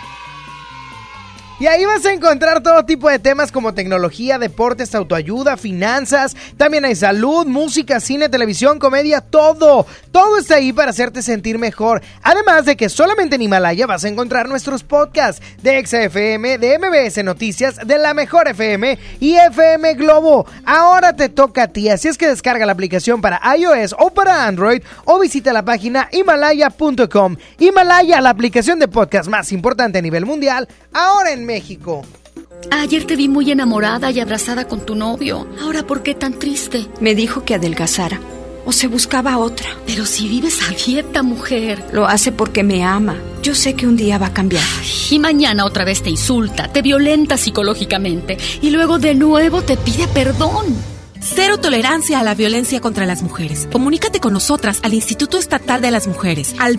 Y ahí vas a encontrar todo tipo de temas como tecnología, deportes, autoayuda, finanzas. También hay salud, música, cine, televisión, comedia, todo. Todo está ahí para hacerte sentir mejor. Además de que solamente en Himalaya vas a encontrar nuestros podcasts de XFM, de MBS Noticias, de La Mejor FM y FM Globo. Ahora te toca a ti, así es que descarga la aplicación para iOS o para Android o visita la página himalaya.com. Himalaya, la aplicación de podcast más importante a nivel mundial, ahora en México. Ayer te vi muy enamorada y abrazada con tu novio. Ahora, ¿por qué tan triste? Me dijo que adelgazara o se buscaba otra. Pero si vives a dieta, mujer. Lo hace porque me ama. Yo sé que un día va a cambiar. Y mañana otra vez te insulta, te violenta psicológicamente y luego de nuevo te pide perdón. Cero tolerancia a la violencia contra las mujeres. Comunícate con nosotras al Instituto Estatal de las Mujeres al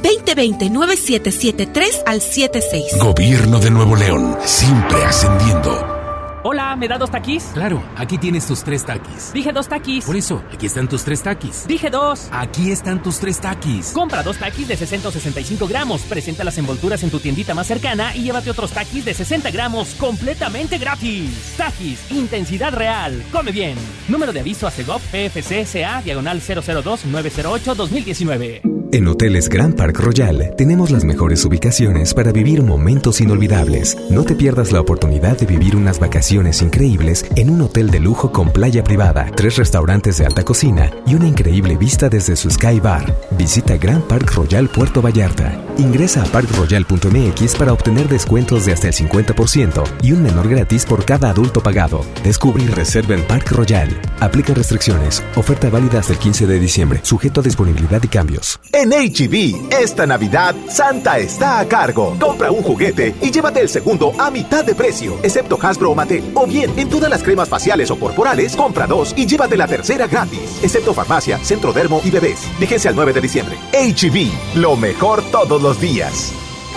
2020-9773 al 76. Gobierno de Nuevo León, siempre ascendiendo. Hola, ¿me da 2 taquis? Claro, aquí tienes tus 3 taquis. Dije 2 taquis. Por eso, aquí están tus 3 taquis. Dije 2. Aquí están tus 3 taquis. Compra 2 taquis de 60 o 65 gramos. Presenta las envolturas en tu tiendita más cercana y llévate otros taquis de 60 gramos completamente gratis. Taquis, intensidad real. Come bien. Número de aviso a Segov PFC CA diagonal 002-908-2019. En Hoteles Grand Park Royal tenemos las mejores ubicaciones para vivir momentos inolvidables. No te pierdas la oportunidad de vivir unas vacaciones increíbles en un hotel de lujo con playa privada, 3 restaurantes de alta cocina y una increíble vista desde su Sky Bar. Visita Grand Park Royal Puerto Vallarta. Ingresa a parkroyal.mx para obtener descuentos de hasta el 50% y un menor gratis por cada adulto pagado. Descubre y reserva en Park Royal. Aplica restricciones. Oferta válida hasta el 15 de diciembre. Sujeto a disponibilidad y cambios. En H-E-B, esta Navidad, Santa está a cargo. Compra un juguete y llévate el segundo a mitad de precio, excepto Hasbro o Mattel. O bien, en todas las cremas faciales o corporales, compra 2 y llévate la tercera gratis, excepto farmacia, centro dermo y bebés. Fíjense al 9 de diciembre. H-E-B, lo mejor todos los días.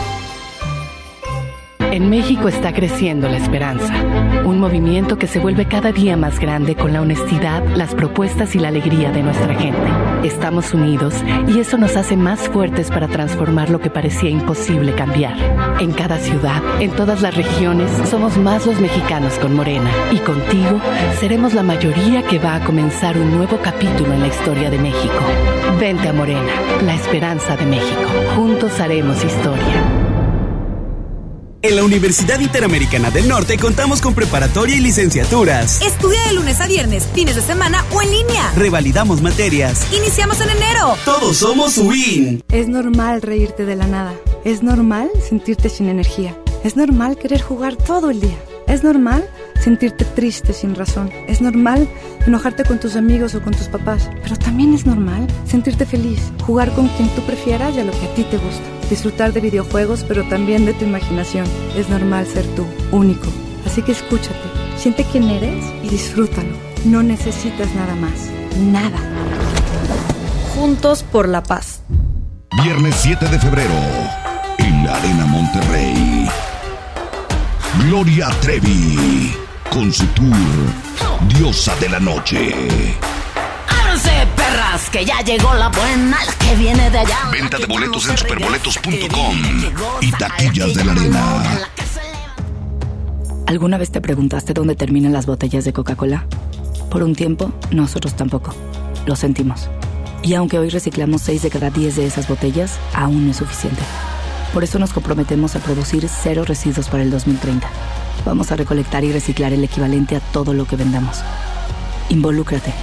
En México está creciendo la esperanza, un movimiento que se vuelve cada día más grande con la honestidad, las propuestas y la alegría de nuestra gente. Estamos unidos y eso nos hace más fuertes para transformar lo que parecía imposible cambiar. En cada ciudad, en todas las regiones, somos más los mexicanos con Morena y contigo seremos la mayoría que va a comenzar un nuevo capítulo en la historia de México. Vente a Morena, la esperanza de México. Juntos haremos historia. En la Universidad Interamericana del Norte contamos con preparatoria y licenciaturas. Estudia de lunes a viernes, fines de semana o en línea. Revalidamos materias. Iniciamos en enero. Todos somos UIN. Es normal reírte de la nada. Es normal sentirte sin energía. Es normal querer jugar todo el día. Es normal sentirte triste sin razón. Es normal enojarte con tus amigos o con tus papás. Pero también es normal sentirte feliz, jugar con quien tú prefieras y a lo que a ti te gusta. Disfrutar de videojuegos, pero también de tu imaginación. Es normal ser tú, único. Así que escúchate, siente quién eres y disfrútalo. No necesitas nada más. Nada. Juntos por la paz. Viernes 7 de febrero, en la Arena Monterrey. Gloria Trevi, con su tour Diosa de la Noche. ¡Ábranse, perras! Que ya llegó la buena, la que viene de allá. Venta de boletos en superboletos.com y taquillas de la Arena. ¿Alguna vez te preguntaste dónde terminan las botellas de Coca-Cola? Por un tiempo, nosotros tampoco. Lo sentimos. Y aunque hoy reciclamos 6 de cada 10 de esas botellas, aún no es suficiente. Por eso nos comprometemos a producir 0 residuos para el 2030. Vamos a recolectar y reciclar el equivalente a todo lo que vendamos. Involúcrate.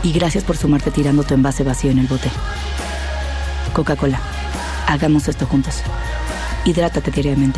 Y gracias por sumarte tirando tu envase vacío en el bote. Coca-Cola, hagamos esto juntos. Hidrátate diariamente.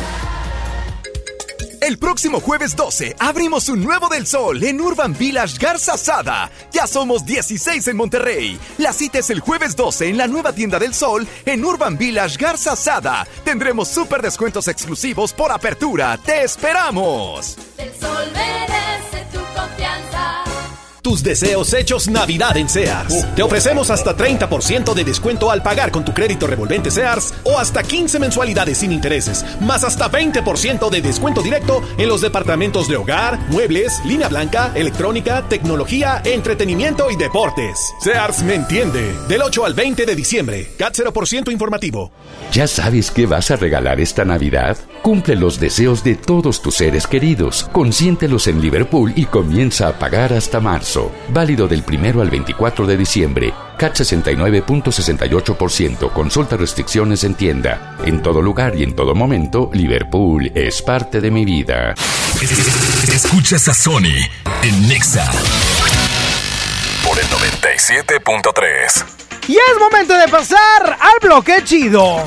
El próximo jueves 12 abrimos un nuevo del Sol en Urban Village Garza Sada. Ya somos 16 en Monterrey. La cita es el jueves 12 en la nueva tienda del Sol en Urban Village Garza Sada. Tendremos súper descuentos exclusivos por apertura. ¡Te esperamos! El Sol merece tu confianza. Tus deseos hechos Navidad en Sears. Te ofrecemos hasta 30% de descuento al pagar con tu crédito revolvente Sears o hasta 15 mensualidades sin intereses, más hasta 20% de descuento directo en los departamentos de hogar, muebles, línea blanca, electrónica, tecnología, entretenimiento y deportes. Sears me entiende. Del 8 al 20 de diciembre. CAT 0% informativo. ¿Ya sabes qué vas a regalar esta Navidad? Cumple los deseos de todos tus seres queridos. Consiéntelos en Liverpool y comienza a pagar hasta marzo. Válido del 1 al 24 de diciembre. CAT 69.68%. Consulta restricciones en tienda. En todo lugar y en todo momento, Liverpool es parte de mi vida. Escuchas a Sony en Nexa por el 97.3. Y es momento de pasar al bloque chido.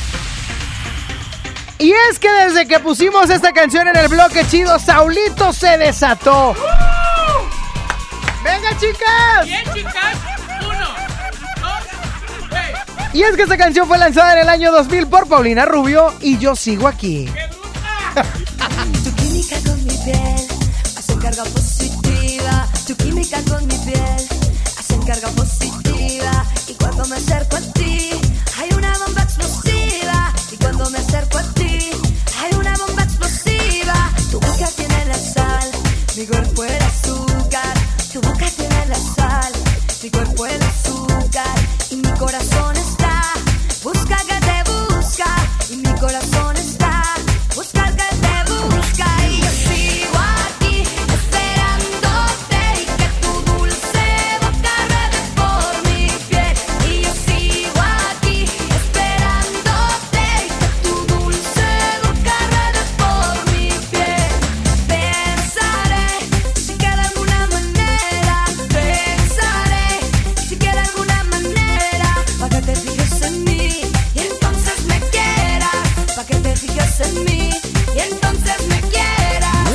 Y es que desde que pusimos esta canción en el bloque chido, Saulito se desató. ¡Venga, chicas! Bien, chicas. 1, 2, 3. Y es que esta canción fue lanzada en el año 2000 por Paulina Rubio y Yo Sigo Aquí. Tu química con mi piel hacen carga positiva. Tu química con mi piel hacen carga positiva. Y cuando me acerco a ti, hay una bomba explosiva. Y cuando me acerco a ti, hay una bomba explosiva. Tu boca tiene la sal, mi cuerpo el azúcar. Tu boca tiene la sal, mi cuerpo el azúcar. Y mi corazón está, busca que te busca. Y mi corazón está, busca que te busca. Y yo sigo aquí, esperándote. Y que tu dulce boca ruede por mi piel. Y yo sigo aquí, esperándote. Y que tu dulce boca ruede por mi piel. Pensaré, si queda alguna manera. Pensaré, si queda alguna manera. Pa' que te fijes en mí y entonces me quieras. Pa' que te fijes en mí y entonces me quieras.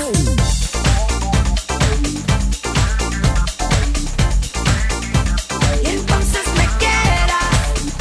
Y entonces me quieras.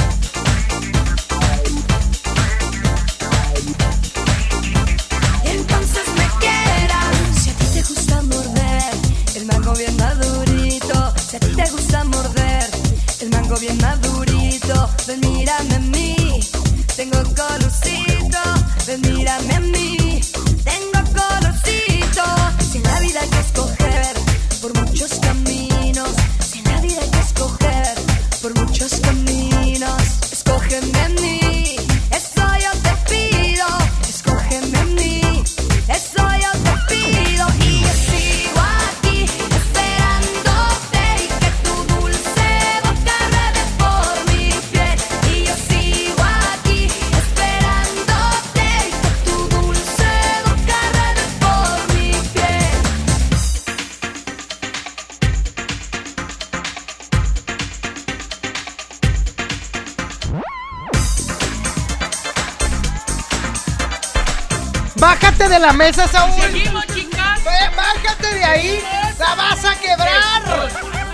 Y entonces me quieras. Si a ti te gusta morder el mango bien madurito. Si a ti te gusta morder el mango bien madurito. Ven, mírame a mí, tengo colorcito. Ven, mírame a mí, tengo colorcito. Si en la vida hay que escoger por muchos caminos. Si en la vida hay que escoger por muchos caminos. Escógeme a mí, eso yo te pido. Escógeme a mí, eso yo te pido. Y yo sigo aquí, esperándote. Y que tu dulce boca ruede por mi piel. Y yo sigo aquí, esperándote. Y que tu dulce boca ruede por mi piel. ¡Bájate de la mesa, Saúl! Seguimos, chicas. ¡Bájate de ahí! ¡La vas a quebrar!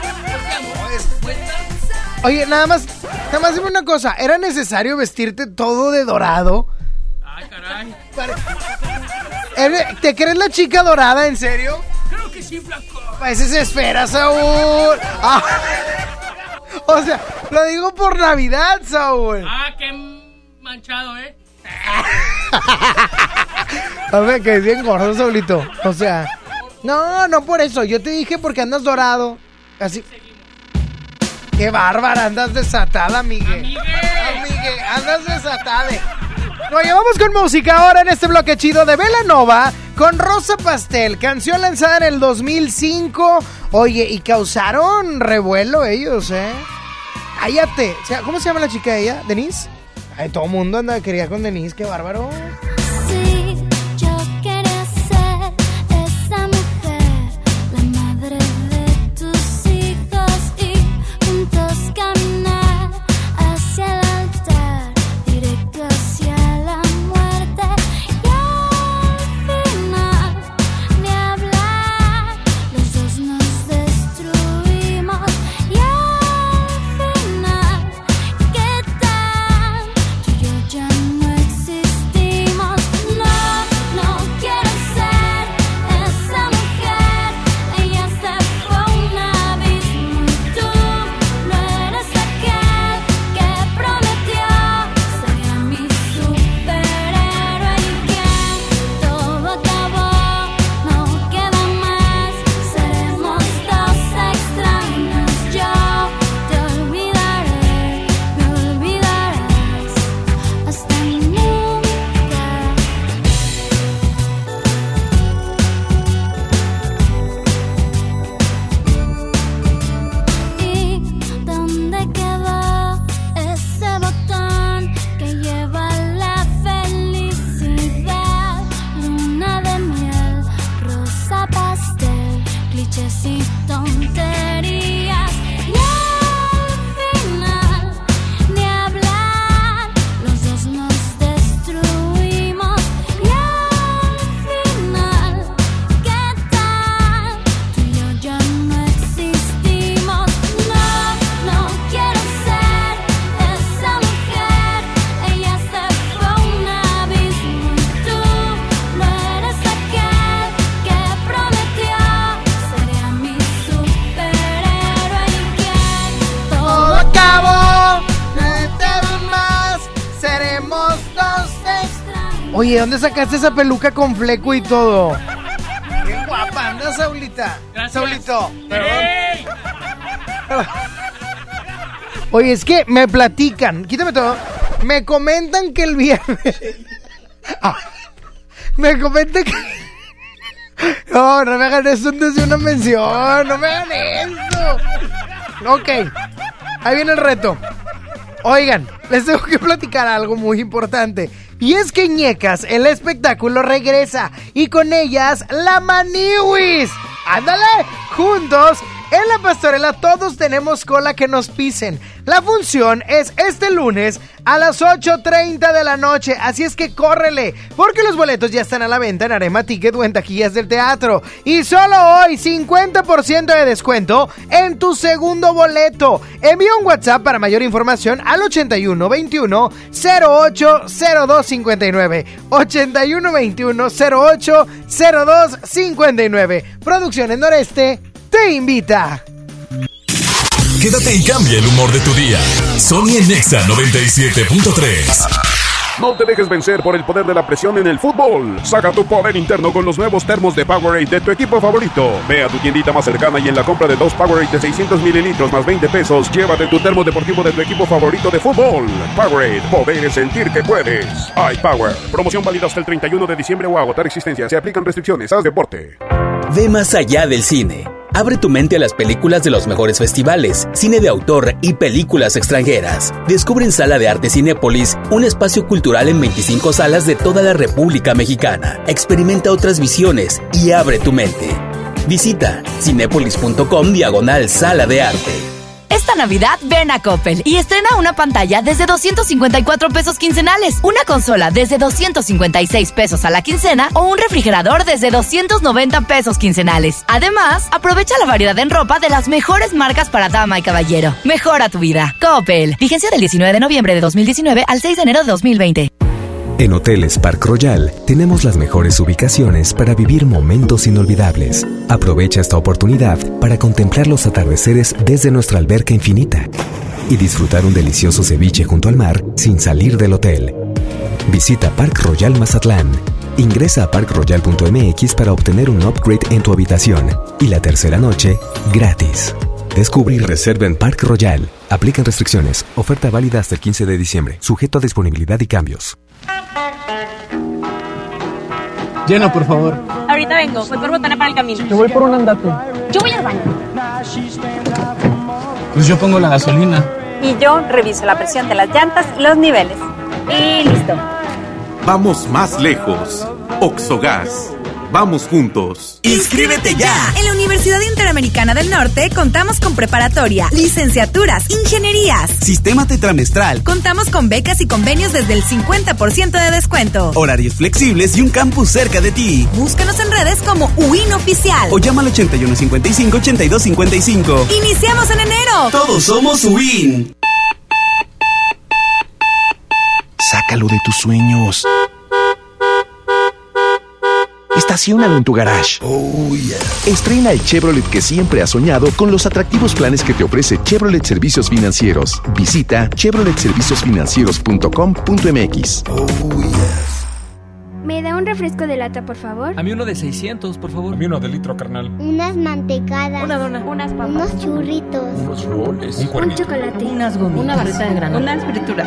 Oye, nada más dime una cosa. ¿Era necesario vestirte todo de dorado? Ay, caray. ¿Te crees la chica dorada, en serio? Creo que sí, flaco. Pareces esfera, Saúl. Ah. O sea, lo digo por Navidad, Saúl. Ah, qué manchado, ¿eh? A ver, que es bien gordo, Saulito. O sea, no por eso. Yo te dije porque andas dorado. Así. Qué bárbara, andas desatada, amigue. Amigue, andas desatada. Oye, vamos con música ahora en este bloque chido de Belanova con Rosa Pastel, canción lanzada en el 2005. Oye, y causaron revuelo ellos, Cállate. ¿Cómo se llama la chica de ella? ¿Denise? Ay, todo el mundo quería con Denise, qué bárbaro. Sí, yo quería ser esa mujer, la madre de tus hijos Oye, ¿dónde sacaste esa peluca con fleco y todo? Qué guapa andas, Saulita. Gracias. Saulito, perdón. ¡Ey! Oye, es que me platican, quítame todo. Me comentan que el viernes. Me comentan que. No me hagan eso desde una mención. No me hagan eso. Ok, ahí viene el reto. Oigan, les tengo que platicar algo muy importante. Y es que Ñecas, el espectáculo regresa. Y con ellas, la Maniwis. ¡Ándale! Juntos, en la pastorela todos tenemos cola que nos pisen. La función es este lunes a las 8:30 de la noche. Así es que córrele, porque los boletos ya están a la venta en Arema Ticket o en taquillas del teatro. Y solo hoy, 50% de descuento en tu segundo boleto. Envía un WhatsApp para mayor información al 81 21 08 02 59. 81 21 08 02 59. Producciones Noreste te invita. Quédate y cambia el humor de tu día. Sony en Nexa 97.3. No te dejes vencer por el poder de la presión en el fútbol. Saca tu poder interno con los nuevos termos de Powerade de tu equipo favorito. Ve a tu tiendita más cercana y en la compra de 2 Powerade de 600 mililitros más 20 pesos, llévate tu termo deportivo de tu equipo favorito de fútbol. Powerade, poder es sentir que puedes. iPower, promoción válida hasta el 31 de diciembre o agotar existencia. Se aplican restricciones. Haz deporte. Ve más allá del cine. Abre tu mente a las películas de los mejores festivales, cine de autor y películas extranjeras. Descubre en Sala de Arte Cinépolis un espacio cultural en 25 salas de toda la República Mexicana. Experimenta otras visiones y abre tu mente. Visita cinépolis.com/Sala de Arte. Esta Navidad ven a Coppel y estrena una pantalla desde 254 pesos quincenales, una consola desde 256 pesos a la quincena o un refrigerador desde 290 pesos quincenales. Además, aprovecha la variedad en ropa de las mejores marcas para dama y caballero. Mejora tu vida. Coppel. Vigencia del 19 de noviembre de 2019 al 6 de enero de 2020. En Hoteles Park Royal tenemos las mejores ubicaciones para vivir momentos inolvidables. Aprovecha esta oportunidad para contemplar los atardeceres desde nuestra alberca infinita y disfrutar un delicioso ceviche junto al mar sin salir del hotel. Visita Park Royal Mazatlán. Ingresa a parkroyal.mx para obtener un upgrade en tu habitación y la tercera noche gratis. Descubre y reserva en Park Royal. Aplican restricciones. Oferta válida hasta el 15 de diciembre. Sujeto a disponibilidad y cambios. Llena, por favor. Ahorita vengo, voy por botana para el camino. Yo voy por un andate. Yo voy al baño. Pues yo pongo la gasolina. Y yo reviso la presión de las llantas y los niveles. Y listo. Vamos más lejos. Oxogas. Vamos juntos. ¡Inscríbete ya! En la Universidad Interamericana del Norte contamos con preparatoria, licenciaturas, ingenierías, sistema tetramestral. Contamos con becas y convenios desde el 50% de descuento. Horarios flexibles y un campus cerca de ti. Búscanos en redes como UIN Oficial. O llama al 8155-8255. ¡Iniciamos en enero! ¡Todos somos UIN! Sácalo de tus sueños. Estaciónalo en tu garage. Oh, yeah. Estrena el Chevrolet que siempre has soñado con los atractivos planes que te ofrece Chevrolet Servicios Financieros. Visita chevroletserviciosfinancieros.com.mx. Oh, yes. ¿Me da un refresco de lata, por favor? A mí uno de 600, por favor. A mí uno de litro, carnal. Unas mantecadas. Una dona. Unas papas. Unos churritos. Unos roles. Un chocolate. Unas gomitas. Una barrita de granola. Unas frituras.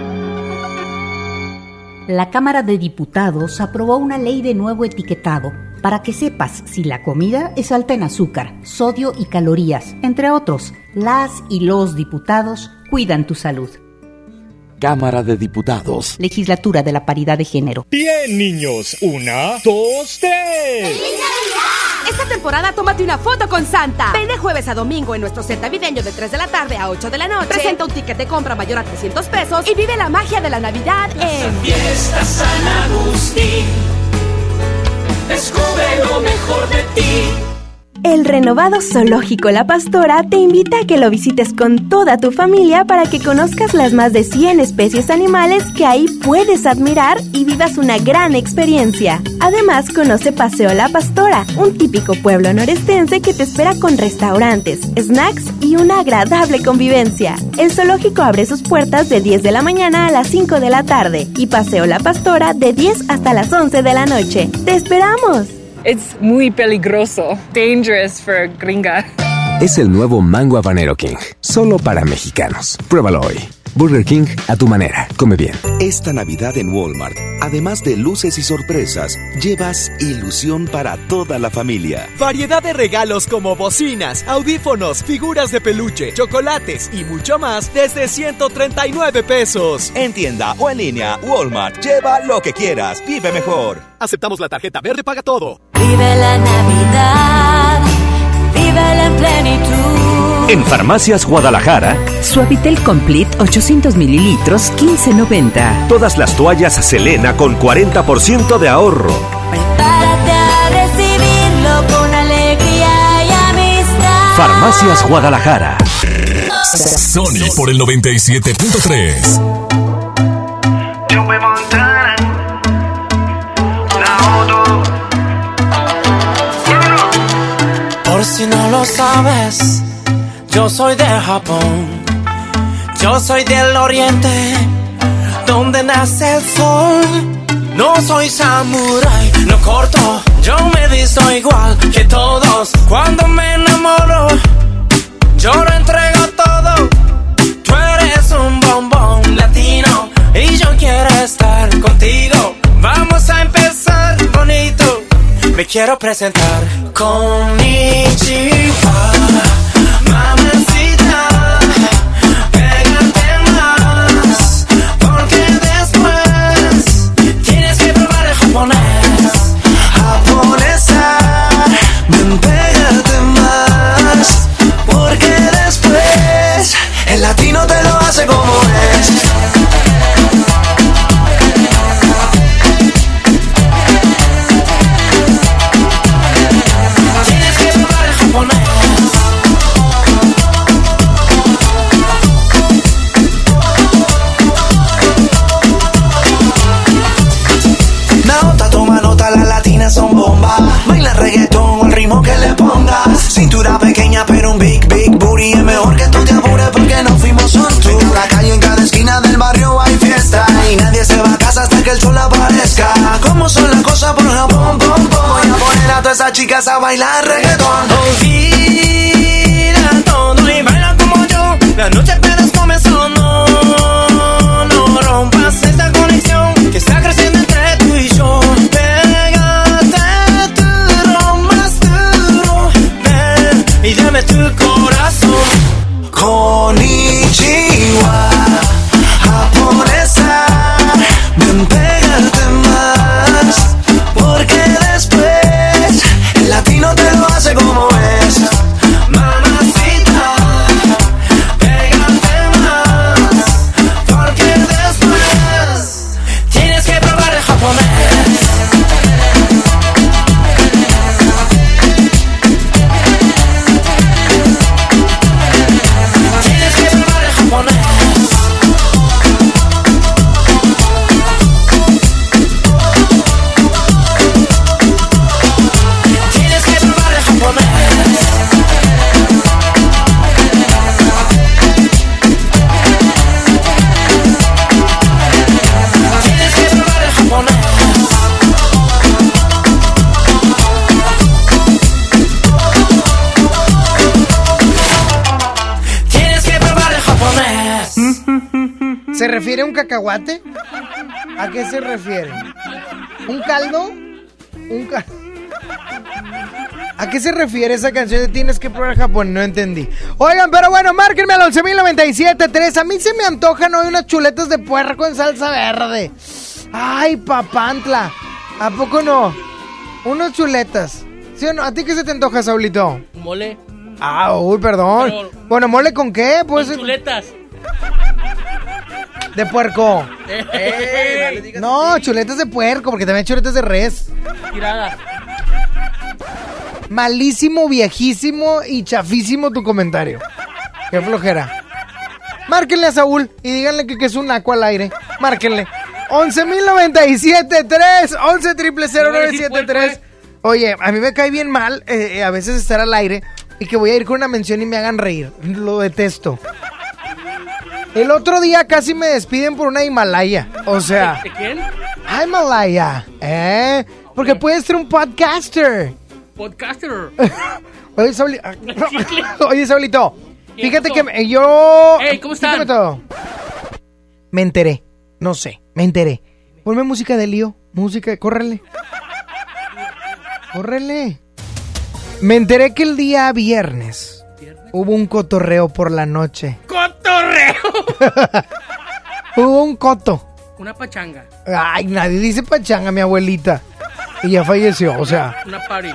La Cámara de Diputados aprobó una ley de nuevo etiquetado para que sepas si la comida es alta en azúcar, sodio y calorías, entre otros. Las y los diputados cuidan tu salud. Cámara de Diputados. Legislatura de la Paridad de Género. Bien, niños. 1, 2, 3. Esta temporada tómate una foto con Santa. Ven de jueves a domingo en nuestro set navideño de 3 de la tarde a 8 de la noche. Presenta un ticket de compra mayor a 300 pesos y vive la magia de la Navidad en Fiesta San Agustín. Descubre lo mejor de ti. El renovado Zoológico La Pastora te invita a que lo visites con toda tu familia para que conozcas las más de 100 especies animales que ahí puedes admirar y vivas una gran experiencia. Además, conoce Paseo La Pastora, un típico pueblo norestense que te espera con restaurantes, snacks y una agradable convivencia. El zoológico abre sus puertas de 10 de la mañana a las 5 de la tarde y Paseo La Pastora de 10 hasta las 11 de la noche. ¡Te esperamos! Es muy peligroso. Dangerous for gringa. Es el nuevo Mango Habanero King, solo para mexicanos. Pruébalo hoy. Burger King a tu manera. Come bien. Esta Navidad en Walmart, además de luces y sorpresas, llevas ilusión para toda la familia. Variedad de regalos como bocinas, audífonos, figuras de peluche, chocolates y mucho más desde 139 pesos. En tienda o en línea, Walmart. Lleva lo que quieras. Vive mejor. Aceptamos la tarjeta verde Paga Todo. Vive la Navidad, vívela en plenitud. En Farmacias Guadalajara, Suavitel Complete 800 mililitros, $15.90. Todas las toallas Selena con 40% de ahorro. Prepárate a recibirlo con alegría y amistad. Farmacias Guadalajara. Sony por el 97.3. Por si no lo sabes, yo soy de Japón, yo soy del oriente, donde nace el sol. No soy samurái, no corto, yo me visto igual que todos. Cuando me enamoro, yo lo entrego todo. Tú eres un bombón latino y yo quiero estar contigo. Vamos a empezar bonito. Me quiero presentar. Konnichiwa, mamacita. Pégate más, porque después tienes que probar el japonés. Japonesa, ven, pégate más, porque después el latino te lo hace como es. Son bomba, baila reggaetón al ritmo que le pongas. Cintura pequeña pero un big booty. Es mejor que tú te apures porque no fuimos un tour. En la calle, en cada esquina del barrio hay fiesta y nadie se va a casa hasta que el sol aparezca. ¿Cómo son las cosas por Japón, pom, pom? Voy a poner a todas esas chicas a bailar reggaetón. Olvida todo y baila como yo. La noche apenas comenzó, no rompas esta conexión que está creciendo entre tú y yo. Y dame tu corazón. Konnichiwa, japonesa. Ven, pégate más, porque después el latino te lo hace como es. Mamacita, pégate más, porque después tienes que probar el japonés. ¿Se refiere a un cacahuate? ¿A qué se refiere? ¿Un caldo? ¿A qué se refiere esa canción de Tienes que probar Japón? No entendí. Oigan, pero bueno, márquenme al 11.097.3. A mí se me antojan hoy unas chuletas de puerco en salsa verde. Ay, papantla. ¿A poco no? Unas chuletas. ¿Sí o no? ¿A ti qué se te antoja, Saulito? Mole. Ah, uy, perdón. Pero, bueno, ¿mole con qué? Pues con chuletas. De puerco. No, chuletas de puerco, porque también hay chuletas de res. Tirada. malísimo, viejísimo y chafísimo tu comentario. Qué flojera. Márquenle a Saúl y díganle que es un naco al aire. Márquenle. 11,097.3 11,000,973. Oye, a mí me cae bien mal a veces estar al aire y que voy a ir con una mención y me hagan reír. Lo detesto. El otro día casi me despiden por una Himalaya. O sea... ¿De quién? Himalaya. Porque puedes ser un podcaster. Podcaster. Oye, Saulito. Fíjate que yo... Hey, ¿cómo están? Todo. Me enteré. No sé, me enteré. Ponme música de lío. Música, córrele. Córrele. Me enteré que el día viernes hubo un cotorreo por la noche. ¡Cotorreo! Hubo un coto. Una pachanga. Ay, nadie dice pachanga, mi abuelita. Y ya falleció, o sea. Una party.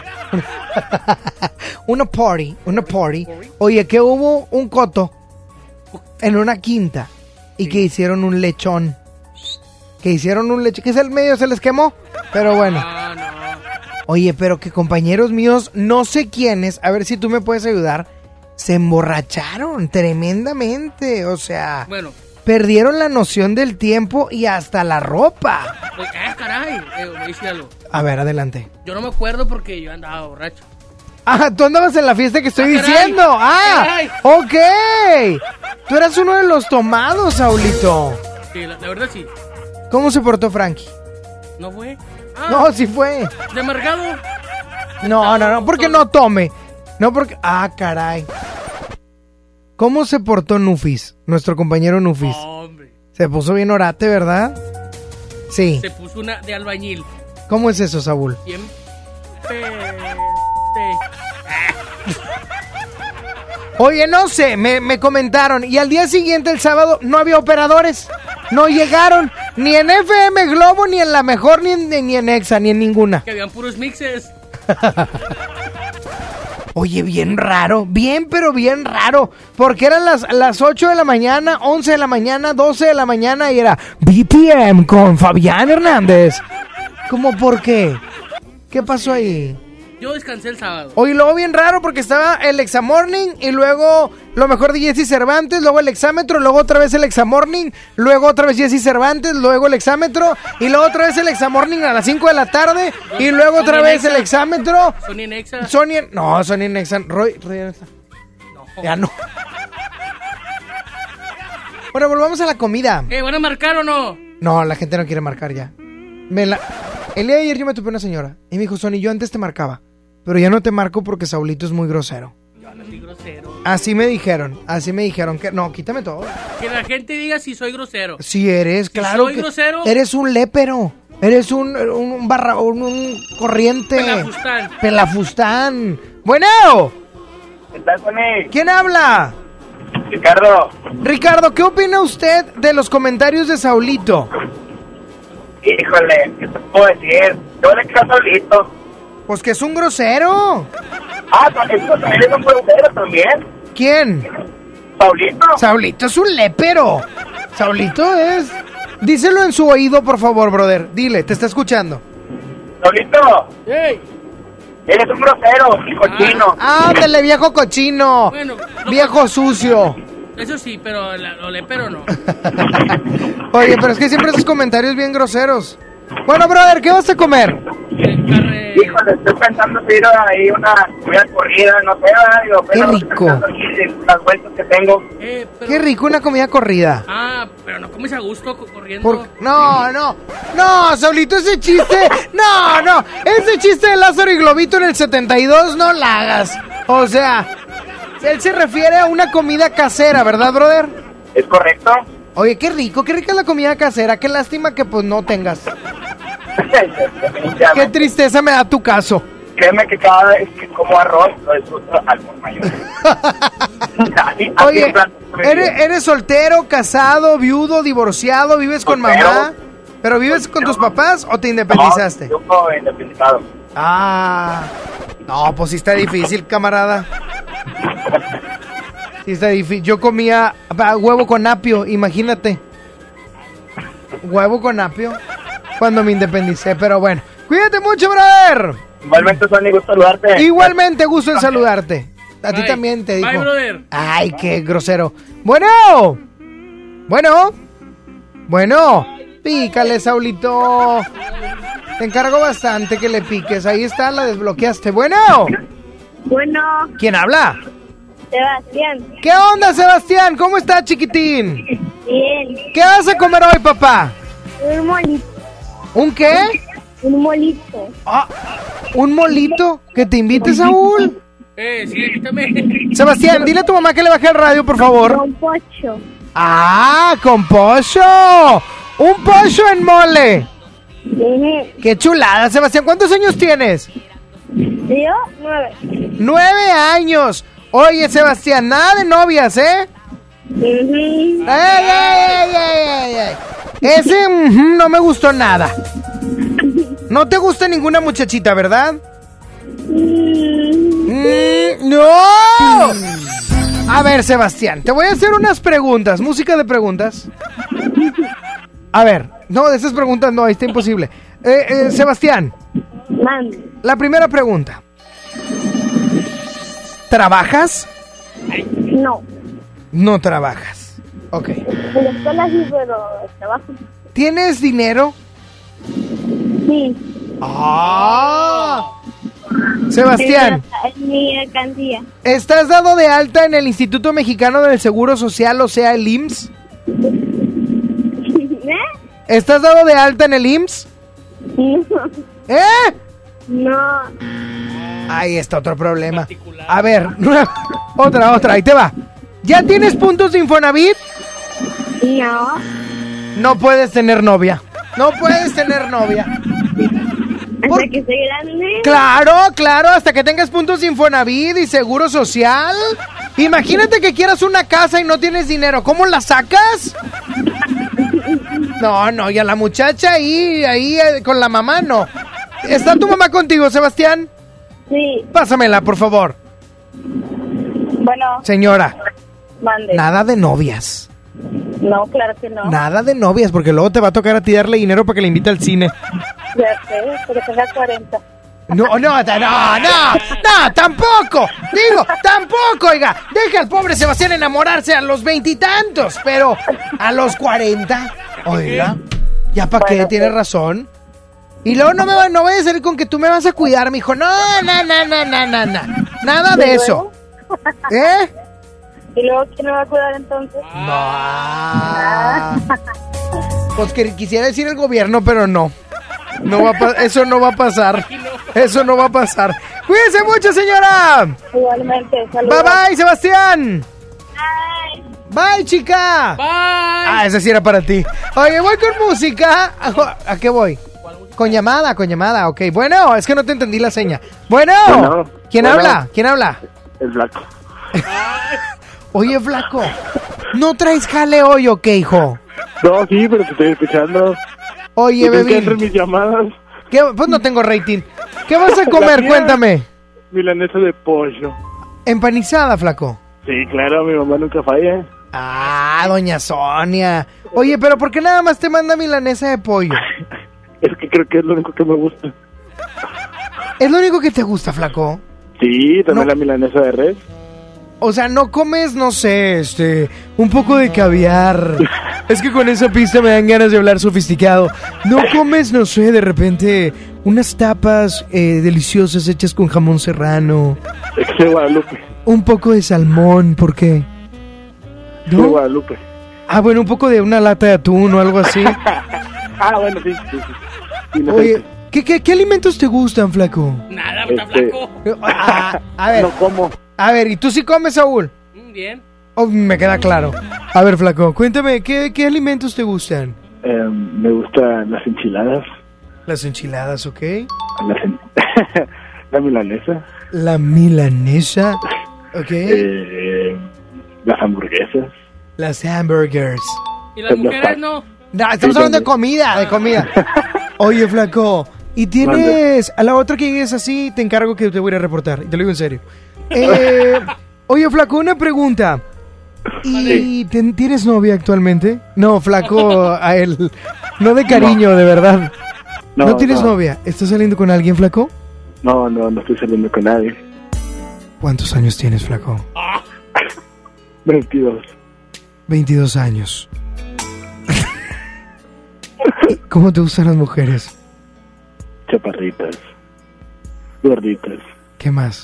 Una party. Oye, que hubo un coto en una quinta y que hicieron un lechón. Que es el medio se les quemó, pero bueno. No. Oye, pero que compañeros míos, no sé quiénes, a ver si tú me puedes ayudar, se emborracharon tremendamente, o sea, bueno, perdieron la noción del tiempo y hasta la ropa. Caray, me dice algo. A ver, adelante. Yo no me acuerdo porque yo andaba borracho. Ah, tú andabas en la fiesta que estoy caray, diciendo. Ah, caray. Ok. Tú eras uno de los tomados, Saulito. Sí, la verdad sí. ¿Cómo se portó Frankie? ¿No fue? No, sí fue. ¿De amargado? No, porque no tome. No, porque... Ah, caray. ¿Cómo se portó Nufis? Nuestro compañero Nufis. Hombre. Se puso bien orate, ¿verdad? Sí. Se puso una de albañil. ¿Cómo es eso, Saúl? Oye, no sé, me comentaron. Y al día siguiente, el sábado, no había operadores. No llegaron. Ni en FM Globo, ni en La Mejor, ni en Exa, ni en ninguna. Que habían puros mixes. Oye, bien raro. Pero bien raro. Porque eran las 8 de la mañana, 11 de la mañana, 12 de la mañana. Y era BPM con Fabián Hernández. ¿Cómo por qué? ¿Qué pasó ahí? Yo descansé el sábado. Oye, luego bien raro porque estaba el Examorning y luego lo mejor de Jessy Cervantes, luego el Exámetro, luego otra vez el Examorning, luego otra vez Jessy Cervantes, luego el Exámetro y luego otra vez el Examorning a las 5 de la tarde y luego otra vez el Exámetro. Sony en Exa. Sony en Exa. Roy en Exa. No. Ya no. Bueno, volvamos a la comida. ¿Van a marcar o no? No, la gente no quiere marcar ya. El día de ayer yo me topé una señora y me dijo, Sony, yo antes te marcaba, pero ya no te marco porque Saulito es muy grosero. Yo no soy grosero. Así me dijeron que no, quítame todo. Que la gente diga si soy grosero. Sí eres, claro. ¿Soy grosero? Eres un lépero. Eres un corriente. Pelafustán. Bueno. ¿Qué tal, Sony? ¿Quién habla? Ricardo, ¿qué opina usted de los comentarios de Saulito? Híjole, ¿qué te puedo decir? Yo le quiero a Saulito. Pues que es un grosero. También es un grosero también. ¿Quién? Saulito. Saulito es un lépero. Saulito es... Díselo en su oído, por favor, brother. Dile, te está escuchando. Saulito. Hey. Eres un grosero y cochino. Ándale, viejo cochino. Bueno, viejo sucio. Eso sí, pero lo lépero no. Oye, pero es que siempre esos comentarios bien groseros. Bueno, brother, ¿qué vas a comer? Híjole, estoy pensando si ir ahí una comida corrida, no sé, digo, qué rico. Las vueltas que tengo. Qué rico una comida corrida. Pero no comes a gusto corriendo. No, Saulito, ese chiste, no, ese chiste de Lázaro y Globito en el 72 no la hagas. O sea, él se refiere a una comida casera, ¿verdad, brother? Es correcto. Oye, qué rica es la comida casera, qué lástima que pues no tengas. Qué tristeza me da tu caso. Créeme que cada vez que como arroz lo disfruto al por mayor. Oye, ¿eres soltero, casado, viudo, divorciado, vives con mamá? ¿Pero vives con tus papás o te independizaste? No, yo independizado. No, pues sí está difícil, camarada. Sí está difícil. Yo comía huevo con apio, imagínate. Huevo con apio cuando me independicé, pero bueno. Cuídate mucho, brother. Igualmente, Sony, gusto saludarte. Igualmente, gusto en saludarte. A ti Bye. también te digo. Bye, brother. Ay, qué grosero. Bueno. Pícale, Saulito. Te encargo bastante que le piques. Ahí está, la desbloqueaste. Bueno. ¿Quién habla? Sebastián. ¿Qué onda, Sebastián? ¿Cómo estás, chiquitín? Bien. ¿Qué vas a comer hoy, papá? Un molito. ¿Un qué? Un molito. Ah, ¿un molito? ¿Que te invite, Saúl? Sí, invítame. Sebastián, dile a tu mamá que le baje el radio, por favor. Con pocho. ¡Ah, con pollo! ¡Un pollo en mole! ¡Qué chulada, Sebastián! ¿Cuántos años tienes? Yo, 9. 9 años. Oye, Sebastián, nada de novias, ¿eh? ¡Ey! Ese no me gustó nada. No te gusta ninguna muchachita, ¿verdad? ¡No! A ver, Sebastián, te voy a hacer unas preguntas. Música de preguntas. A ver, no, de esas preguntas no, está imposible. Sebastián, la primera pregunta. ¿Trabajas? No. No trabajas. Ok. En la escuela sí, pero trabajo. ¿Tienes dinero? Sí. ¡Ah! Sebastián, En mi alcancía. ¿estás dado de alta en el Instituto Mexicano del Seguro Social, o sea, el IMSS? ¿Estás dado de alta en el IMSS? No. ¿Eh? No. Ahí está otro problema. A ver, otra, ahí te va. ¿Ya tienes puntos de Infonavit? No. No puedes tener novia. No puedes tener novia. Hasta que esté grande. Claro, hasta que tengas puntos de Infonavit y Seguro Social. Imagínate que quieras una casa y no tienes dinero. ¿Cómo la sacas? No, y a la muchacha ahí con la mamá no. ¿Está tu mamá contigo, Sebastián? Sí. Pásamela, por favor. Bueno. Señora. Mande. Nada de novias. No, claro que no. Nada de novias, porque luego te va a tocar a ti darle dinero para que le invite al cine. Ya sé, pero tenga 40. No, tampoco. Digo, tampoco, oiga. Deja al pobre Sebastián enamorarse a los 20 y tantos, pero a los 40, oiga, ya para qué, tiene razón. Y luego no voy a salir con que tú me vas a cuidar, mijo. No. Nada de eso. ¿Eh? ¿Y luego quién me va a cuidar entonces? No. Pues que quisiera decir el gobierno, pero no. Eso no va a pasar. Eso no va a pasar. Cuídense mucho, señora. Igualmente, saludos. Bye, Sebastián. Bye, chica. Bye. Ah, esa sí era para ti. Oye, voy con música. ¿A qué voy? Con llamada, ok. Bueno, es que no te entendí la seña. Bueno. ¿Quién habla? El Flaco. Oye, Flaco, ¿no traes jale hoy o qué, hijo? No, sí, pero te estoy escuchando. Oye, bebé. ¿Qué mis llamadas? Pues no tengo rating. ¿Qué vas a comer? Cuéntame. Milanesa de pollo. ¿Empanizada, Flaco? Sí, claro, mi mamá nunca falla. Ah, doña Sonia. Oye, pero ¿por qué nada más te manda milanesa de pollo? Es que creo que es lo único que me gusta. ¿Es lo único que te gusta, Flaco? Sí, también la milanesa de res. O sea, no comes, no sé, un poco de caviar. Es que con esa pista me dan ganas de hablar sofisticado. No comes, no sé, de repente unas tapas deliciosas hechas con jamón serrano. Es de Guadalupe. Un poco de salmón, ¿por qué? ¿No? De Guadalupe. Ah, bueno, un poco de una lata de atún o algo así. Bueno, sí. Oye, ¿qué alimentos te gustan, Flaco? Nada, está flaco. A ver. No como. A ver, ¿y tú sí comes, Saúl? Bien. Oh, me queda claro. A ver, Flaco, cuéntame, ¿qué alimentos te gustan? Me gustan las enchiladas. Las enchiladas, ¿ok? La milanesa. La milanesa, ¿ok? Las hamburguesas. Las hamburgers. ¿Y las mujeres no? No, estamos hablando de comida, Oye, Flaco, ¿y tienes... A la otra que llegues así, te encargo que te voy a ir a reportar, y te lo digo en serio. Oye, Flaco, una pregunta. ¿Y tienes novia actualmente? No, Flaco, a él. No de cariño, de verdad. ¿No tienes novia? ¿Estás saliendo con alguien, Flaco? No estoy saliendo con nadie. ¿Cuántos años tienes, flaco? 22. 22 años. ¿Cómo te gustan las mujeres? Chaparritas. Gorditas. ¿Qué más?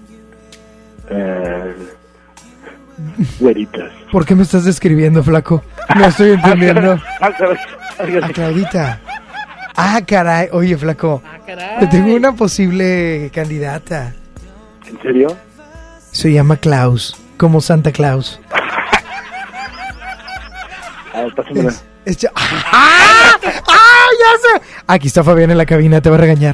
Güeritas. ¿Por qué me estás describiendo, flaco? No estoy entendiendo. A Claudita. Ah, caray. Oye, flaco. Te tengo una posible candidata. ¿En serio? Se llama Klaus, como Santa Claus. A ver, pásamela. ¡Ah! ¡Ya sé! Aquí está Fabián en la cabina, te va a regañar.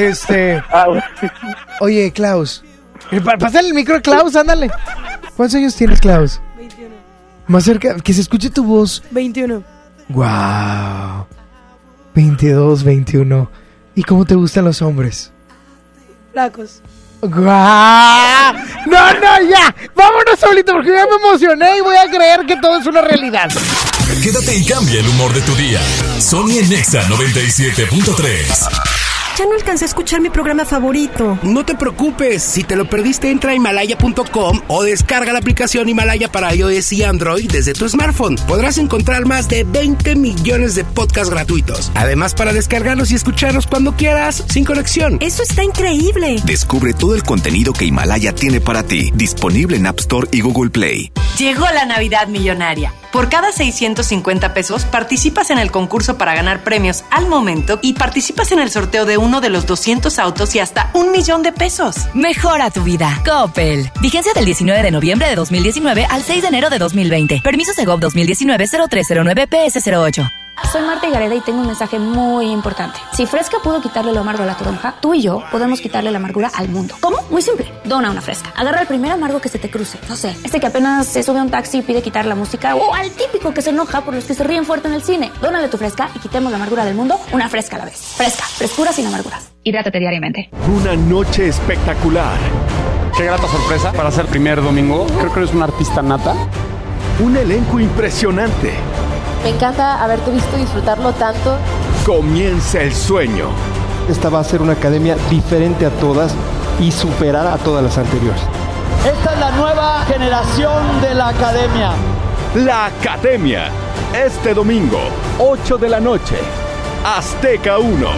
Oye, Klaus. Pásale el micro a Klaus, ándale. ¿Cuántos años tienes, Klaus? 21. Más cerca, que se escuche tu voz. 21. Wow. 22, 21. ¿Y cómo te gustan los hombres? Flacos. ¡Guau! ¡No, ya! ¡Vámonos solito porque ya me emocioné y voy a creer que todo es una realidad! Quédate y cambia el humor de tu día. Sony en Nexa 97.3. Ya no alcancé a escuchar mi programa favorito. No te preocupes, si te lo perdiste entra a Himalaya.com o descarga la aplicación Himalaya para iOS y Android desde tu smartphone. Podrás encontrar más de 20 millones de podcasts gratuitos. Además, para descargarlos y escucharlos cuando quieras, sin conexión. ¡Eso está increíble! Descubre todo el contenido que Himalaya tiene para ti. Disponible en App Store y Google Play. Llegó la Navidad Millonaria. Por cada 650 pesos participas en el concurso para ganar premios al momento y participas en el sorteo de uno de los 200 autos y hasta 1,000,000 de pesos. Mejora tu vida. Coppel. Vigencia del 19 de noviembre de 2019 al 6 de enero de 2020. Permiso Segov 2019-0309 PS08. Soy Marta Gareda y tengo un mensaje muy importante. Si Fresca pudo quitarle lo amargo a la toronja, tú y yo podemos quitarle la amargura al mundo. ¿Cómo? Muy simple. Dona una Fresca. Agarra el primer amargo que se te cruce. No sé, que apenas se sube a un taxi y pide quitar la música, o al típico que se enoja por los que se ríen fuerte en el cine. Dónale tu Fresca y quitemos la amargura del mundo una Fresca a la vez. Fresca. Frescura sin amarguras. Hidrátate diariamente. Una noche espectacular. Qué grata sorpresa para ser primer domingo. Creo que eres una artista nata. Un elenco impresionante. Me encanta haberte visto disfrutarlo tanto. Comienza el sueño. Esta va a ser una academia diferente a todas y superar a todas las anteriores. Esta es la nueva generación de la academia. La Academia. Este domingo, 8 de la noche. Azteca 1.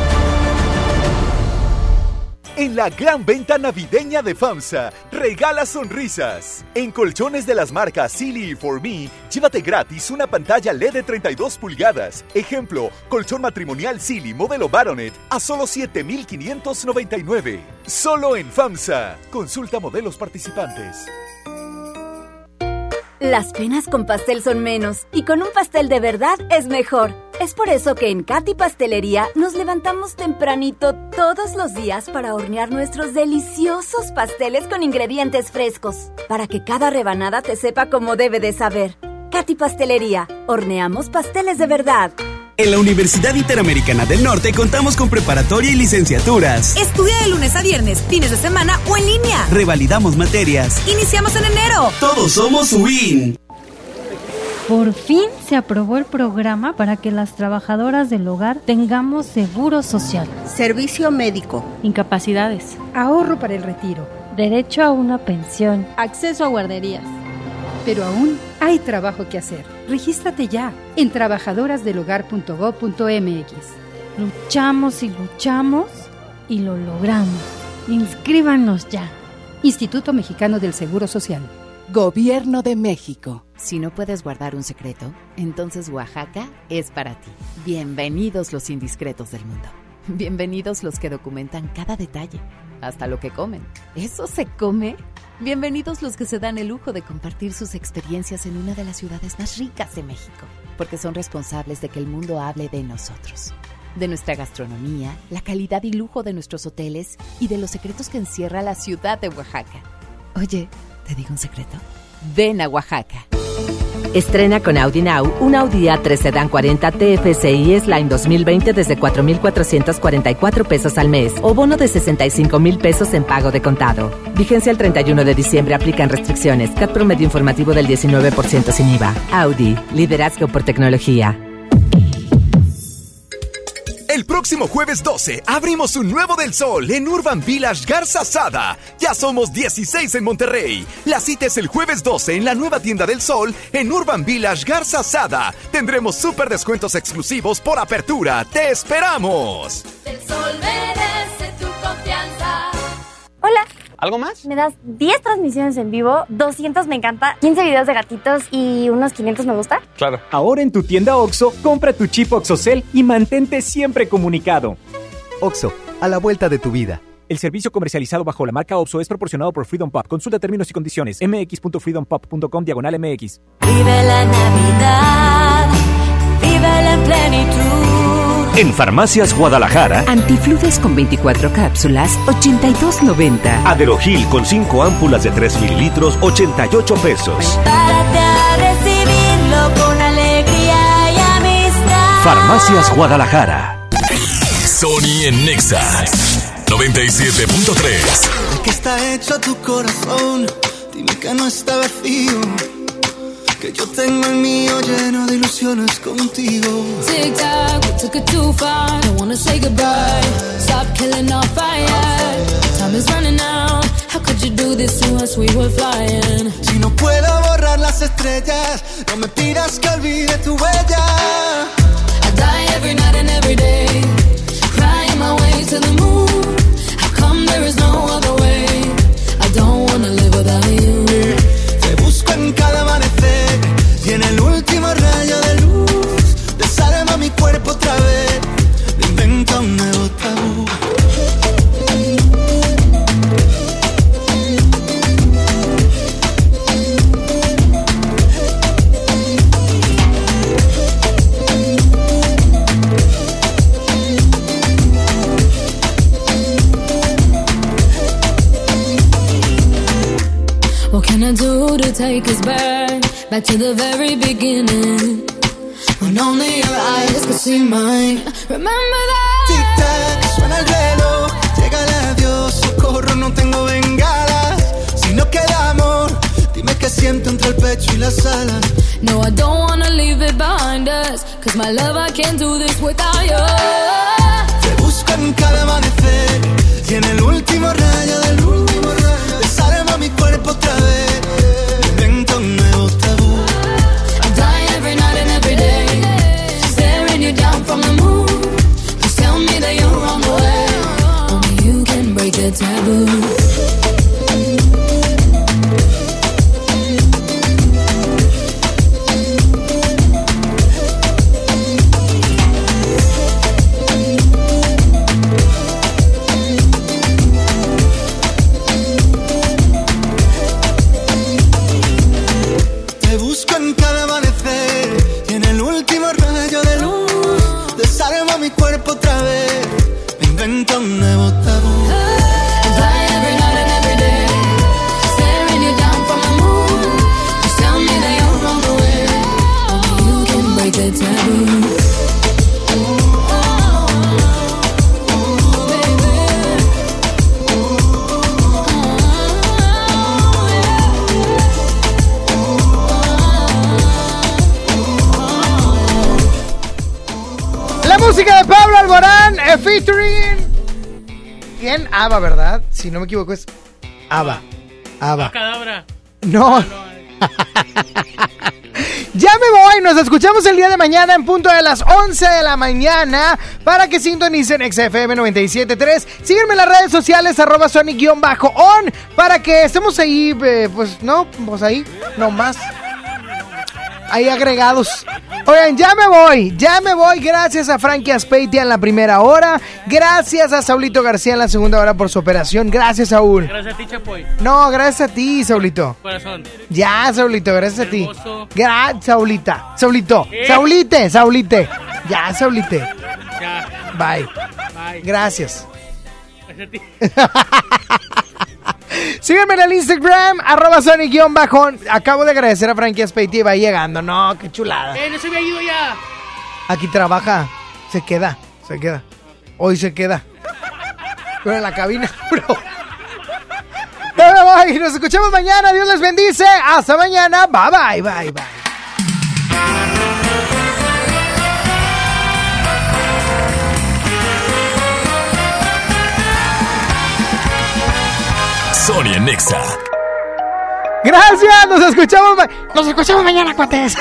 En la gran venta navideña de FAMSA, regala sonrisas. En colchones de las marcas Silly y For Me, llévate gratis una pantalla LED de 32 pulgadas. Ejemplo, colchón matrimonial Silly modelo Baronet a solo $7,599. Solo en FAMSA. Consulta modelos participantes. Las penas con pastel son menos y con un pastel de verdad es mejor. Es por eso que en Katy Pastelería nos levantamos tempranito todos los días para hornear nuestros deliciosos pasteles con ingredientes frescos, para que cada rebanada te sepa como debe de saber. Katy Pastelería, horneamos pasteles de verdad. En la Universidad Interamericana del Norte contamos con preparatoria y licenciaturas. Estudia de lunes a viernes, fines de semana o en línea. Revalidamos materias. Iniciamos en enero. Todos somos UIN. Por fin se aprobó el programa para que las trabajadoras del hogar tengamos seguro social, servicio médico, incapacidades, ahorro para el retiro, derecho a una pensión, acceso a guarderías. Pero aún hay trabajo que hacer. Regístrate ya en trabajadorasdelhogar.gov.mx. Luchamos y luchamos y lo logramos. Inscríbanos ya. Instituto Mexicano del Seguro Social. Gobierno de México. Si no puedes guardar un secreto, entonces Oaxaca es para ti. Bienvenidos los indiscretos del mundo. Bienvenidos los que documentan cada detalle, hasta lo que comen. ¿Eso se come? Bienvenidos los que se dan el lujo de compartir sus experiencias en una de las ciudades más ricas de México, porque son responsables de que el mundo hable de nosotros, de nuestra gastronomía, la calidad y lujo de nuestros hoteles y de los secretos que encierra la ciudad de Oaxaca. Oye, ¿te digo un secreto? Ven a Oaxaca. Estrena con Audi Now un Audi A3 Sedan 40 TFSI S-Line 2020 desde 4,444 pesos al mes o bono de 65,000 pesos en pago de contado. Vigencia el 31 de diciembre. Aplican restricciones. CAT promedio informativo del 19% sin IVA. Audi. Liderazgo por tecnología. El próximo jueves 12 abrimos un nuevo Del Sol en Urban Village Garza Sada. Ya somos 16 en Monterrey. La cita es el jueves 12 en la nueva tienda Del Sol en Urban Village Garza Sada. Tendremos súper descuentos exclusivos por apertura. ¡Te esperamos! Del Sol merece tu confianza. Hola. ¿Algo más? Me das 10 transmisiones en vivo, 200 me encanta, 15 videos de gatitos y unos 500 me gusta. Claro. Ahora en tu tienda OXXO, compra tu chip OXXOCEL y mantente siempre comunicado. OXXO, a la vuelta de tu vida. El servicio comercializado bajo la marca OXXO es proporcionado por Freedom Pop. Consulta términos y condiciones. mx.freedompop.com/MX. Vive la Navidad, vive en plenitud. En Farmacias Guadalajara, Antifludes con 24 cápsulas, $82.90. Aderogil con 5 ámpulas de 3 mililitros, 88 pesos. Prepárate a recibirlo con alegría y amistad. Farmacias Guadalajara. Sony en Nexa 97.3. ¿De qué está hecho tu corazón? Dime que no está vacío, que yo tengo el mío lleno de ilusiones contigo. Tic tac, we took it too far. Don't wanna say goodbye. Stop killing our fire. Time is running out. How could you do this to us? We were flying. Si no puedo borrar las estrellas, no me pidas que olvide tu huella. I die every night and every day, crying my way to the moon. How come there is no other way? I don't wanna live without you. Te busco en cada amanecer y en el último rayo de luz desarma mi cuerpo otra vez, me inventa un nuevo tabú. What can I do to take us back to the very beginning, when only your eyes could see mine? Remember that. Tic-tac, suena el reloj, llega el adiós, socorro, no tengo bengalas. Si no queda amor, dime qué siento entre el pecho y las alas. No, I don't wanna leave it behind us, 'cause my love, I can't do this without you. Te busco en cada amanecer y en el último rayo de luz desarma mi cuerpo otra vez, me invento un nuevo tabú. I die every night and every day, staring you down from the moon. Please tell me that you're on the way, only you can break the taboo. Te busco en cada amanecer y en el último rayo de luz desarma mi cuerpo otra vez, me invento un nuevo tabú. I die every night and every day, staring you down from the moon. Just tell me that you're on the way, only you can break the taboo. La música de Pablo Alborán, featuring... ¿Quién? ABBA, ¿verdad? Si no me equivoco es ABBA. ABBA. Cadabra. No. Ya me voy, nos escuchamos el día de mañana en punto de las 11 de la mañana para que sintonicen XFM 97.3. Síguenme en las redes sociales @Sony_on para que estemos ahí, pues ahí, nomás. Ahí agregados. Oigan, ya me voy. Gracias a Frankie Aspeitia en la primera hora. Gracias a Saulito García en la segunda hora por su operación. Gracias, Saúl. Gracias a ti, Chapoy. No, gracias a ti, Saulito. Corazón. Ya, Saulito, gracias Hermoso. a ti. Saulita. Saulito. Saulite. Ya, Saulite. Ya. Bye. Bye. Gracias. Gracias a ti. Sígueme en el Instagram, @Sony_on. Acabo de agradecer a Frankie Aspeitia y va llegando. No, qué chulada. No se había ido ya. Aquí trabaja. Se queda. Hoy se queda. Pero en la cabina, bro. Ya me voy. Nos escuchamos mañana. Dios les bendice. Hasta mañana. Bye. Sony en Nexa. Gracias, nos escuchamos mañana, cuates.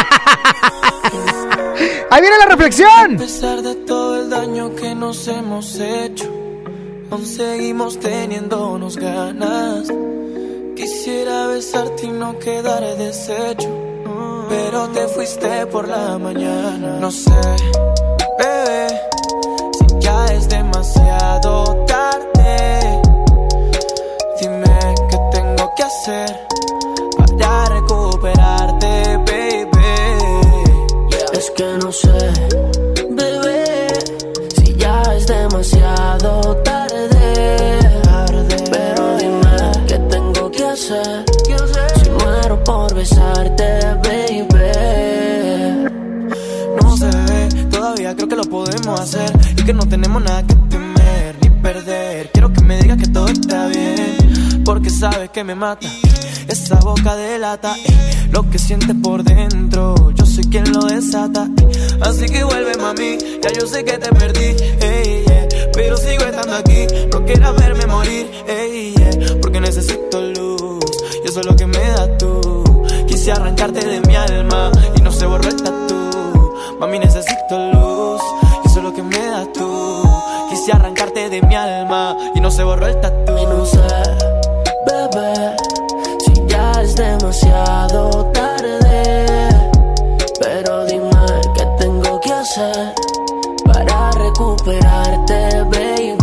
Ahí viene la reflexión. A pesar de todo el daño que nos hemos hecho, aún seguimos teniéndonos ganas. Quisiera besarte y no quedar deshecho, pero te fuiste por la mañana. No sé, bebé, si ya es demasiado tarde. Dime qué tengo que hacer para recuperarte, baby. Es que no sé, bebé, si ya es demasiado tarde. Pero dime qué tengo que hacer, si muero por besarte, baby. No sé, bebé, todavía creo que lo podemos hacer y que no tenemos nada que temer ni perder. Quiero que me digas que todo está bien, porque sabes que me mata esa boca delata, lo que sientes por dentro. Yo soy quien lo desata, así que vuelve, mami. Ya yo sé que te perdí, pero sigo estando aquí. No quieras verme morir, porque necesito luz y eso es lo que me das tú. Quise arrancarte de mi alma y no se borró el tatú. Mami, necesito luz y eso es lo que me das tú. Quise arrancarte de mi alma y no se borró el tatú. Y no sé, bebé, si ya es demasiado tarde. Pero dime qué tengo que hacer para recuperarte, baby.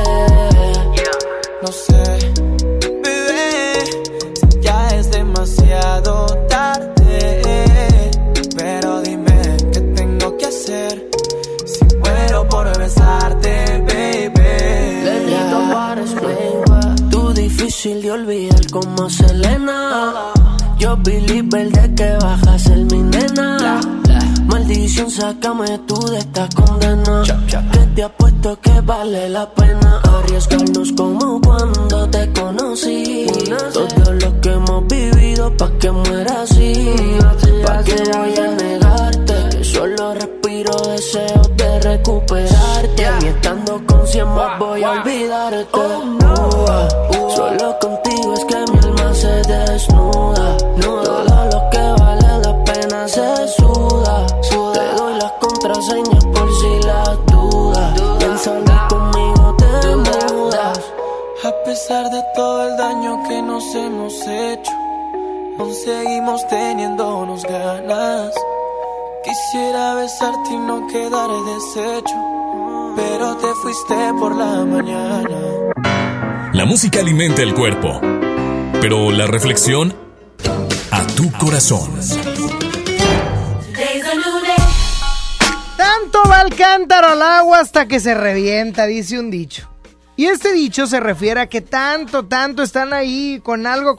No sé, bebé, si ya es demasiado tarde. Pero dime qué tengo que hacer si muero por besarte, baby. Lento para explain, tú difícil de olvidar como Selena. Yo believer de que bajas el mi nena. Maldición, sácame tú de esta condena. Que te apuesto que vale la pena arriesgarnos como cuando te conocí. Todo lo que hemos vivido pa' que muera así. Pa' que voy a negarte, que solo respiro deseos de recuperarte. Ni estando con 100 más voy a olvidarte. Solo contigo es que mi alma se desnuda. Todo lo que vale la pena se suda. Te doy las contraseñas por si las dudas. Ven, salir conmigo te mudas. A pesar de todo el daño que nos hemos hecho, aún seguimos teniéndonos ganas. Quisiera besarte y no quedar deshecho, pero te fuiste por la mañana. La música alimenta el cuerpo, pero la reflexión a tu corazón. Tanto va el cántaro al agua hasta que se revienta, dice un dicho. Y este dicho se refiere a que tanto están ahí con algo,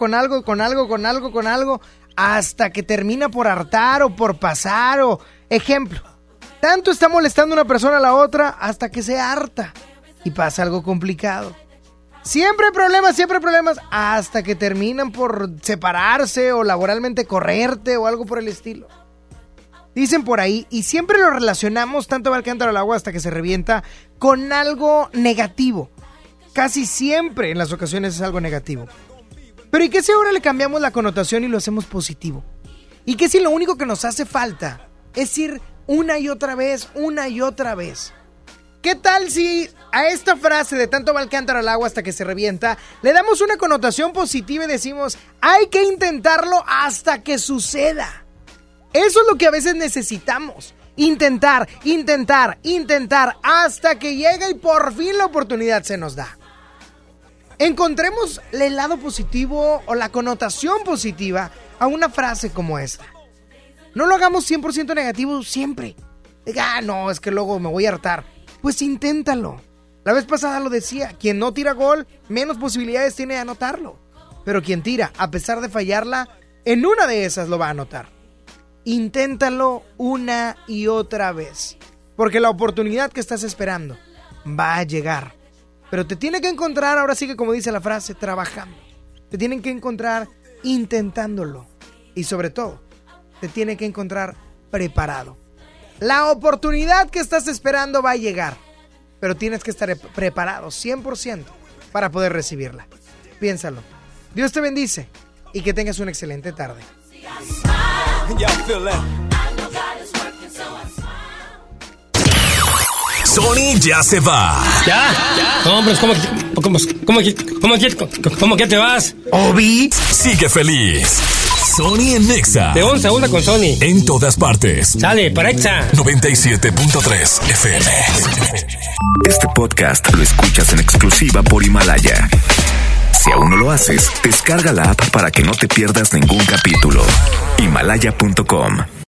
hasta que termina por hartar o por pasar. O ejemplo, tanto está molestando una persona a la otra hasta que se harta y pasa algo complicado. Siempre hay problemas, hasta que terminan por separarse o laboralmente correrte o algo por el estilo. Dicen por ahí, y siempre lo relacionamos, tanto va el cántaro al agua hasta que se revienta, con algo negativo. Casi siempre en las ocasiones es algo negativo. Pero ¿y qué si ahora le cambiamos la connotación y lo hacemos positivo? ¿Y qué si lo único que nos hace falta es ir una y otra vez? ¿Qué tal si a esta frase de tanto va el cántaro al agua hasta que se revienta le damos una connotación positiva y decimos, hay que intentarlo hasta que suceda? Eso es lo que a veces necesitamos. Intentar hasta que llegue y por fin la oportunidad se nos da. Encontremos el lado positivo o la connotación positiva a una frase como esta. No lo hagamos 100% negativo siempre. Diga, no, es que luego me voy a hartar. Pues inténtalo. La vez pasada lo decía, quien no tira gol, menos posibilidades tiene de anotarlo. Pero quien tira, a pesar de fallarla, en una de esas lo va a anotar. Inténtalo una y otra vez, porque la oportunidad que estás esperando va a llegar. Pero te tiene que encontrar, ahora sí que como dice la frase, trabajando. Te tienen que encontrar intentándolo. Y sobre todo, te tiene que encontrar preparado. La oportunidad que estás esperando va a llegar, pero tienes que estar preparado 100% para poder recibirla. Piénsalo. Dios te bendice y que tengas una excelente tarde. Sony ya se va. ¿Ya? No, hombre, ¿cómo que te vas? Obi sigue feliz. Sony en Nexa. De 11 a 1 con Sony. En todas partes. Sale, para Exa. 97.3 FM. Este podcast lo escuchas en exclusiva por Himalaya. Si aún no lo haces, descarga la app para que no te pierdas ningún capítulo. Himalaya.com